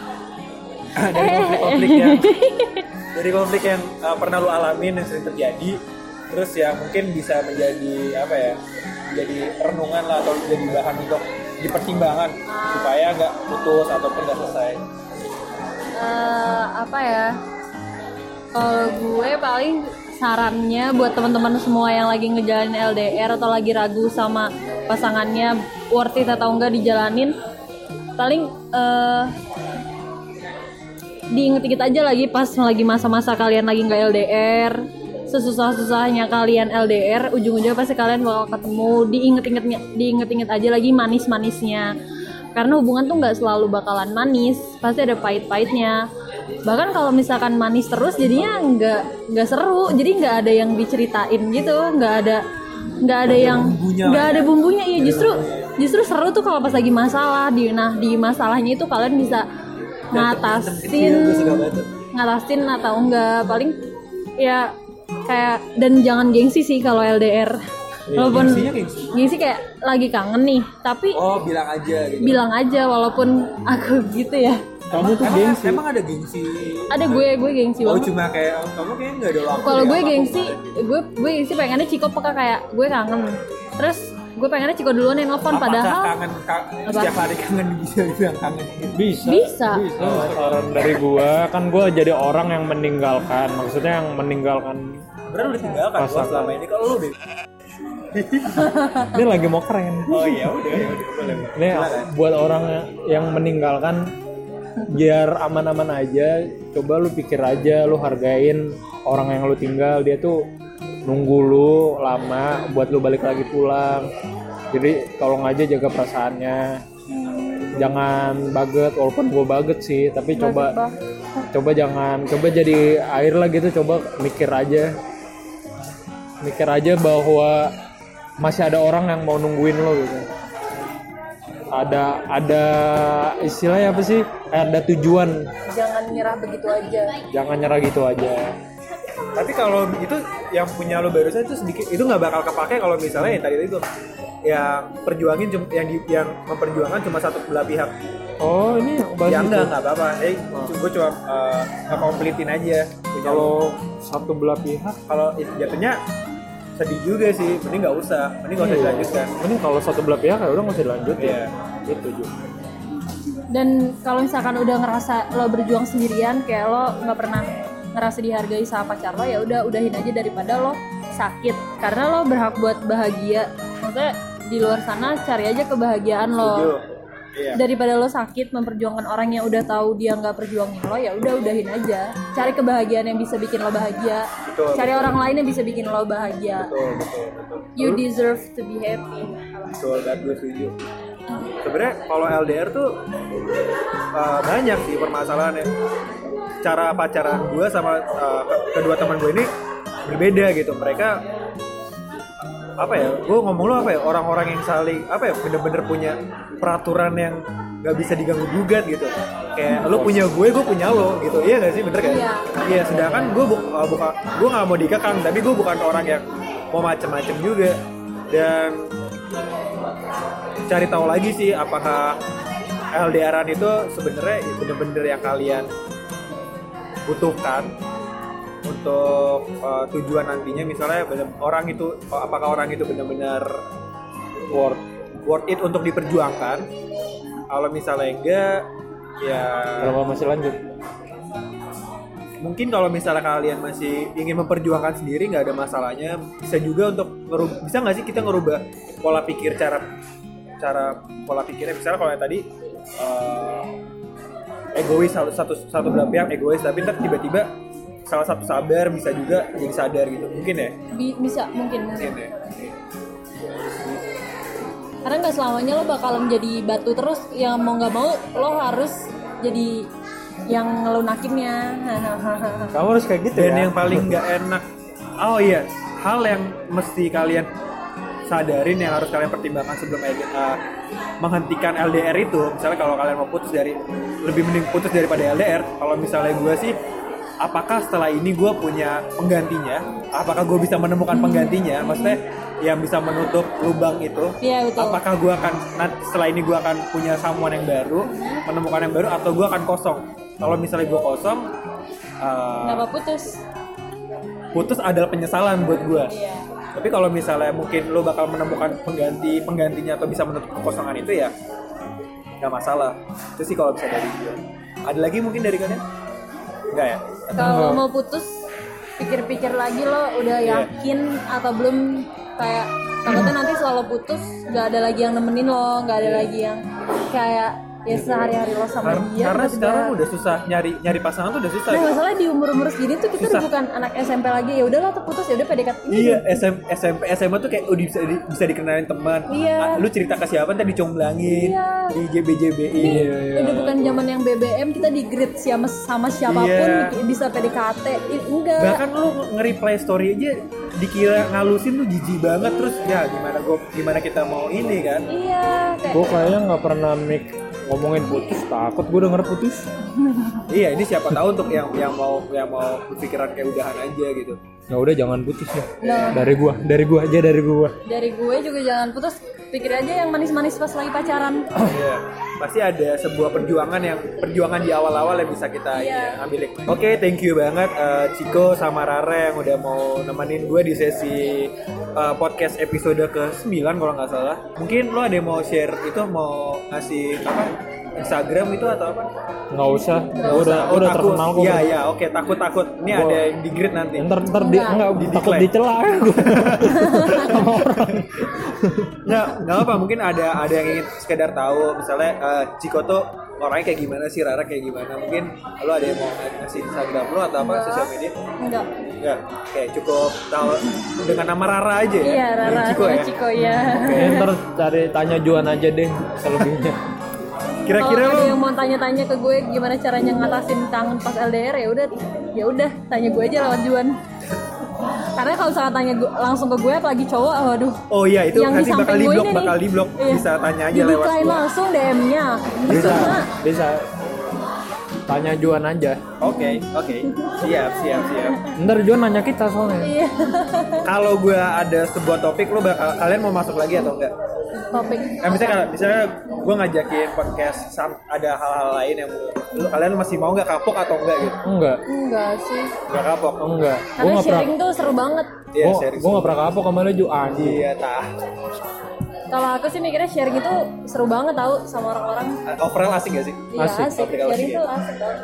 Speaker 1: dari konflik-konflik yang dari konflik yang uh, pernah lu alamin yang sering terjadi, terus yang mungkin bisa menjadi apa ya, menjadi renungan lah atau menjadi bahan untuk dipertimbangkan supaya nggak putus ataupun nggak selesai.
Speaker 3: eh, apa ya? Kalau gue paling sarannya buat teman-teman semua yang lagi ngejalanin L D R atau lagi ragu sama pasangannya worth it atau enggak dijalanin, paling eh, diinget-inget aja lagi pas lagi masa-masa kalian lagi nggak L D R, sesusah-susahnya kalian L D R, ujung-ujungnya pasti kalian bakal ketemu. Diinget-inget diinget-inget aja lagi manis-manisnya, karena hubungan tuh nggak selalu bakalan manis, pasti ada pahit-pahitnya. bahkan kalau misalkan manis terus jadinya nggak nggak seru, jadi nggak ada yang diceritain gitu, nggak ada nggak ada yang nggak ada bumbunya. Iya, justru justru seru tuh kalau pas lagi masalah. Di nah di masalahnya itu kalian bisa ngatasin ngatasin atau enggak, paling ya kayak. Dan jangan gengsi sih kalau L D R. Walaupun gengsi. gengsi kayak lagi kangen nih, tapi
Speaker 1: oh bilang aja gitu.
Speaker 3: Bilang aja walaupun aku gitu ya.
Speaker 2: Kamu tuh
Speaker 1: emang,
Speaker 2: gengsi.
Speaker 1: Emang ada gengsi?
Speaker 3: Ada gue, gue gengsi
Speaker 1: oh,
Speaker 3: banget.
Speaker 1: Oh cuma kayak kamu kayaknya nggak ada waktu.
Speaker 3: Kalau
Speaker 1: ya,
Speaker 3: gue gengsi, gue gue gengsi pengennya Ciko peka kayak gue kangen. Terus gue pengennya Ciko duluan yang nelfon, padahal
Speaker 1: kangen ka, setiap hari kangen bisa bilang kangen.
Speaker 2: Bisa.
Speaker 3: Bisa.
Speaker 2: Bisa. Oh, saran dari gue kan gue jadi orang yang meninggalkan, maksudnya yang meninggalkan.
Speaker 1: Sebenarnya udah tinggalkan gue selama ini kalau lu deh.
Speaker 2: Ini lagi mau keren.
Speaker 1: Oh iya udah ya udah boleh.
Speaker 2: Ini buat orang yang meninggalkan biar aman-aman aja, coba lu pikir aja, lu hargain orang yang lu tinggal, dia tuh nunggu lu lama buat lu balik lagi pulang. Jadi tolong aja jaga perasaannya, jangan baget, walaupun gue baget sih, tapi baget coba bah. coba jangan coba jadi air lah gitu, coba mikir aja mikir aja bahwa masih ada orang yang mau nungguin lo gitu. Ada ada istilahnya apa sih? Ada tujuan.
Speaker 3: Jangan nyerah begitu aja.
Speaker 2: Jangan nyerah gitu aja.
Speaker 1: Tapi kalau itu yang punya lo barusan itu sedikit, itu nggak bakal kepake kalau misalnya yang tadi itu yang perjuangin yang di, yang memperjuangkan cuma satu belah pihak.
Speaker 2: Oh ini
Speaker 1: ya enggak nggak apa-apa. Eh oh. gue cuma uh, ngekompletin aja.
Speaker 2: Kalau satu belah pihak,
Speaker 1: kalau jatuhnya sedih juga sih, mending nggak usah, mending nggak usah dilanjutkan.
Speaker 2: Mending kalau satu belah pihak ya udah nggak usah dilanjut ya.
Speaker 1: Itu juga.
Speaker 3: Dan kalau misalkan udah ngerasa lo berjuang sendirian, kayak lo nggak pernah ngerasa dihargai sama pacar lo, ya udah udahin aja daripada lo sakit. Karena lo berhak buat bahagia. Maksudnya di luar sana cari aja kebahagiaan lo. Iya. Daripada lo sakit memperjuangkan orang yang udah tahu dia nggak perjuangin lo, ya udah udahin aja. Cari kebahagiaan yang bisa bikin lo bahagia. Betul, cari betul. Orang lain yang bisa bikin lo bahagia.
Speaker 1: Betul, betul, betul.
Speaker 3: You deserve to be happy.
Speaker 1: Betul, dan gue setuju. Sebenarnya kalau L D R tuh uh, banyak sih permasalahannya. Cara pacaran gue sama uh, kedua teman gue ini berbeda gitu. Mereka apa ya, gue ngomong lo apa ya, orang-orang yang saling apa ya, bener-bener punya peraturan yang nggak bisa diganggu gugat gitu. Kayak lo punya gue, gue punya lo gitu. Iya nggak sih, bener kan? Iya. Iya. Sedangkan gue bu- uh, buka, gue nggak mau dikekang, tapi gue bukan orang yang mau macem-macem juga. Dan cari tahu lagi sih apakah L D R-an itu sebenarnya bener-bener yang kalian butuhkan untuk uh, tujuan nantinya. Misalnya orang itu, apakah orang itu benar-benar worth worth it untuk diperjuangkan. Kalau misalnya enggak, ya
Speaker 2: kalau masih lanjut,
Speaker 1: mungkin kalau misalnya kalian masih ingin memperjuangkan sendiri, nggak ada masalahnya. Bisa juga untuk ngerubah, bisa nggak sih kita ngerubah pola pikir, cara cara pola pikirnya. Misalnya kalau yang tadi uh, egois, satu satu satu belah pihak egois, tapi ntar tiba-tiba salah satu sabar, bisa juga jadi sadar gitu, mungkin ya?
Speaker 3: Bisa, mungkin mungkin.
Speaker 1: Ya.
Speaker 3: Karena nggak selamanya lo bakalan jadi batu terus, yang mau nggak mau lo harus jadi yang ngelunakinnya.
Speaker 2: Kamu harus kayak gitu.
Speaker 1: Dan
Speaker 2: ya?
Speaker 1: yang paling nggak enak, oh iya, hal yang mesti kalian sadarin, yang harus kalian pertimbangkan sebelum uh, menghentikan L D R itu. Misalnya kalau kalian mau putus, dari lebih mending putus daripada L D R. Kalau misalnya gue sih, apakah setelah ini gue punya penggantinya? Apakah gue bisa menemukan penggantinya? Maksudnya yang bisa menutup lubang itu?
Speaker 3: Iya, betul.
Speaker 1: Apakah gue akan, setelah ini gue akan punya someone yang baru, menemukan yang baru, atau gue akan kosong? Kalau misalnya gue kosong, uh,
Speaker 3: kenapa putus?
Speaker 1: Putus adalah penyesalan buat gue.
Speaker 3: Iya.
Speaker 1: Tapi kalau misalnya mungkin lo bakal menemukan pengganti penggantinya atau bisa menutup kekosongan itu, ya nggak masalah. Itu sih kalau bisa dari gue. Ada lagi mungkin dari kalian? Enggak ya?
Speaker 3: Kalau mau putus, pikir-pikir lagi lo udah yakin yeah. atau belum. Kayak takutnya nanti soal lo putus nggak ada lagi yang nemenin lo, nggak ada yeah. lagi yang kayak ya sehari-hari lo sama
Speaker 1: Kar-
Speaker 3: dia.
Speaker 1: karena
Speaker 3: tiba-tiba-
Speaker 1: sekarang udah susah nyari nyari pasangan tuh udah susah.
Speaker 3: Nah
Speaker 1: gitu.
Speaker 3: masalah di umur-umur segini tuh kita
Speaker 1: Susah.
Speaker 3: udah bukan anak S M P lagi, ya udahlah tuh putus, ya udah P D K T.
Speaker 1: Iya, S M, S M P, S M A tuh kayak udah bisa di, bisa dikenalin teman.
Speaker 3: Iya.
Speaker 1: Ah, lu cerita ke siapa ntar dicomblangin,
Speaker 3: Iya.
Speaker 1: di J B J B I.
Speaker 3: Ini udah bukan zaman yang B B M kita di grid sama sama siapapun
Speaker 1: Iya.
Speaker 3: bisa P D K T. Ih, enggak.
Speaker 1: Bahkan lu nge-reply story aja dikira ngalusin tuh jijik banget, terus ya gimana gua gimana kita mau ini kan?
Speaker 3: Iya, kayak
Speaker 2: Gue kayaknya nggak pernah mik ngomongin putus, takut gue denger putus.
Speaker 1: Iya, ini siapa tahu untuk yang yang mau yang mau berpikiran kayak udahan aja gitu.
Speaker 2: Ya udah jangan putus ya.
Speaker 3: Nah.
Speaker 2: Dari gua, dari gua aja dari gua.
Speaker 3: dari gue juga jangan putus, pikir aja yang manis-manis pas lagi pacaran.
Speaker 1: Iya, pasti ada sebuah perjuangan yang perjuangan di awal-awal yang bisa kita
Speaker 3: Iya.
Speaker 1: ya, ambil. Oke, thank you banget eh, Ciko sama Rara yang udah mau nemenin gue di sesi eh, podcast episode ke sembilan kalau nggak salah. Mungkin lo ada yang mau share itu, mau ngasih apa Instagram itu atau apa?
Speaker 2: Nggak usah, gua udah gua udah
Speaker 1: takut.
Speaker 2: terkenal kok.
Speaker 1: Iya, iya, oke, takut-takut. Ini
Speaker 2: Gua-
Speaker 1: ada yang di grid nanti.
Speaker 2: Ntar ntar di
Speaker 3: Enggak.
Speaker 2: enggak
Speaker 1: Di
Speaker 2: takut
Speaker 1: decline.
Speaker 2: dicela gua sama orang.
Speaker 1: Nggak, nggak apa, mungkin ada ada yang ingin sekedar tahu misalnya eh, Ciko tuh orangnya kayak gimana sih, Rara kayak gimana, mungkin lo ada yang mau ngasih Instagram lo atau apa, sosial media?
Speaker 3: Enggak.
Speaker 1: Enggak, kayak cukup tahu dengan nama Rara aja ya.
Speaker 3: Iya, Rara
Speaker 1: Ciko
Speaker 3: sama
Speaker 1: ya.
Speaker 3: Ciko ya.
Speaker 2: Oke, ntar cari tanya Juan aja deh selebihnya.
Speaker 1: Kira-kira
Speaker 3: Kalau ada
Speaker 1: lo
Speaker 3: yang mau tanya-tanya ke gue gimana caranya ngatasin kangen pas L D R, ya udah, ya udah tanya gue aja lewat Juan. Karena kalau misalnya tanya gue, langsung ke gue apalagi cowok, waduh.
Speaker 1: Oh iya, itu
Speaker 3: Yang di
Speaker 1: nanti bakal
Speaker 3: samping
Speaker 1: di
Speaker 3: gue
Speaker 1: blok,
Speaker 3: ini
Speaker 1: bakal
Speaker 3: nih.
Speaker 1: di blok.
Speaker 3: Iya.
Speaker 1: Bisa tanya aja
Speaker 3: Di
Speaker 1: lewat
Speaker 3: decline
Speaker 1: gua.
Speaker 3: langsung D M-nya.
Speaker 2: Bisa,
Speaker 3: Cuma,
Speaker 2: bisa. Tanya Juan aja.
Speaker 1: Oke, oke. Siap, siap, siap.
Speaker 2: Ntar Juan nanya kita soalnya.
Speaker 3: iya.
Speaker 1: Kalau gue ada sebuah topik, lo bakal, kalian mau masuk lagi atau enggak?
Speaker 3: Topik.
Speaker 1: Nah, misalnya, kalau- misalnya gue ngajakin podcast sam- ada hal-hal lain yang lu, kalian masih mau nggak kapok atau enggak gitu?
Speaker 2: Enggak,
Speaker 3: Enggak sih.
Speaker 1: Nggak kapok.
Speaker 2: enggak. Gua
Speaker 3: Karena
Speaker 2: nggak pernah.
Speaker 3: sharing tuh seru banget.
Speaker 1: Iya,
Speaker 2: Gua,
Speaker 1: sharing.
Speaker 2: gua nggak pernah kapok sama lu Ju anjing.
Speaker 1: Iya, tah.
Speaker 3: Kalau aku sih mikirnya sharing itu seru banget tau sama orang-orang.
Speaker 1: Overall asik gak sih?
Speaker 3: Iya
Speaker 2: Asik.
Speaker 3: asik,
Speaker 1: Topik
Speaker 3: sharing
Speaker 1: asik ya.
Speaker 3: tuh asik banget.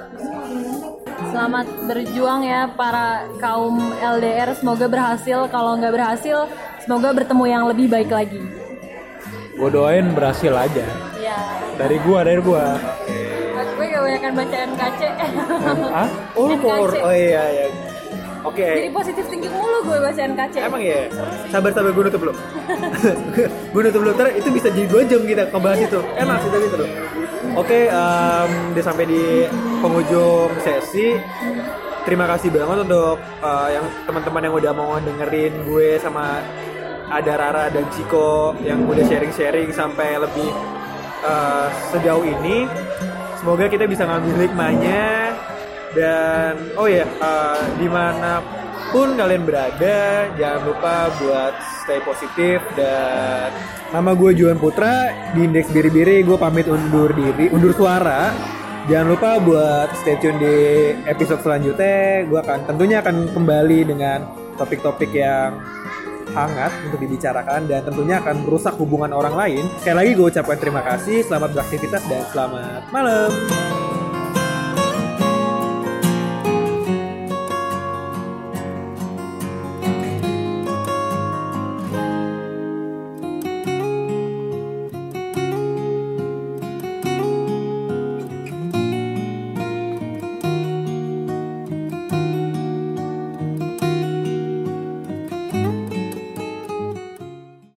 Speaker 3: Selamat berjuang ya para kaum L D R, semoga berhasil. Kalau nggak berhasil, semoga bertemu yang lebih baik lagi.
Speaker 2: Gua doain berhasil aja.
Speaker 3: Iya.
Speaker 2: Dari gua, dari gua.
Speaker 3: Gue kebanyakan baca N K C.
Speaker 2: Ah?
Speaker 1: Oh, lu
Speaker 3: N K C.
Speaker 1: power. Oh iya, iya. Oke.
Speaker 3: Jadi positif thinking mulu gue baca N K C.
Speaker 1: Emang ya? Sabar sabar gue nutup belum. Gue nutup belum. Ntar itu bisa jadi dua jam kita ngebahas itu. Enak sih tapi terus. Oke, em, udah sampai di penghujung sesi. Terima kasih banget untuk eh, yang teman-teman yang udah mau dengerin gue sama ada Rara dan Ciko yang udah sharing-sharing sampai lebih eh, sejauh ini. Semoga kita bisa ngambil hikmahnya. Dan oh ya, uh, dimanapun kalian berada, jangan lupa buat stay positif. Dan nama gue Juan Putra di Indeks Biri-Biri. Gue pamit undur diri, undur suara. Jangan lupa buat stay tune di episode selanjutnya. Gue akan tentunya akan kembali dengan topik-topik yang hangat untuk dibicarakan dan tentunya akan merusak hubungan orang lain. Sekali lagi gue ucapkan terima kasih, selamat beraktivitas dan selamat malam.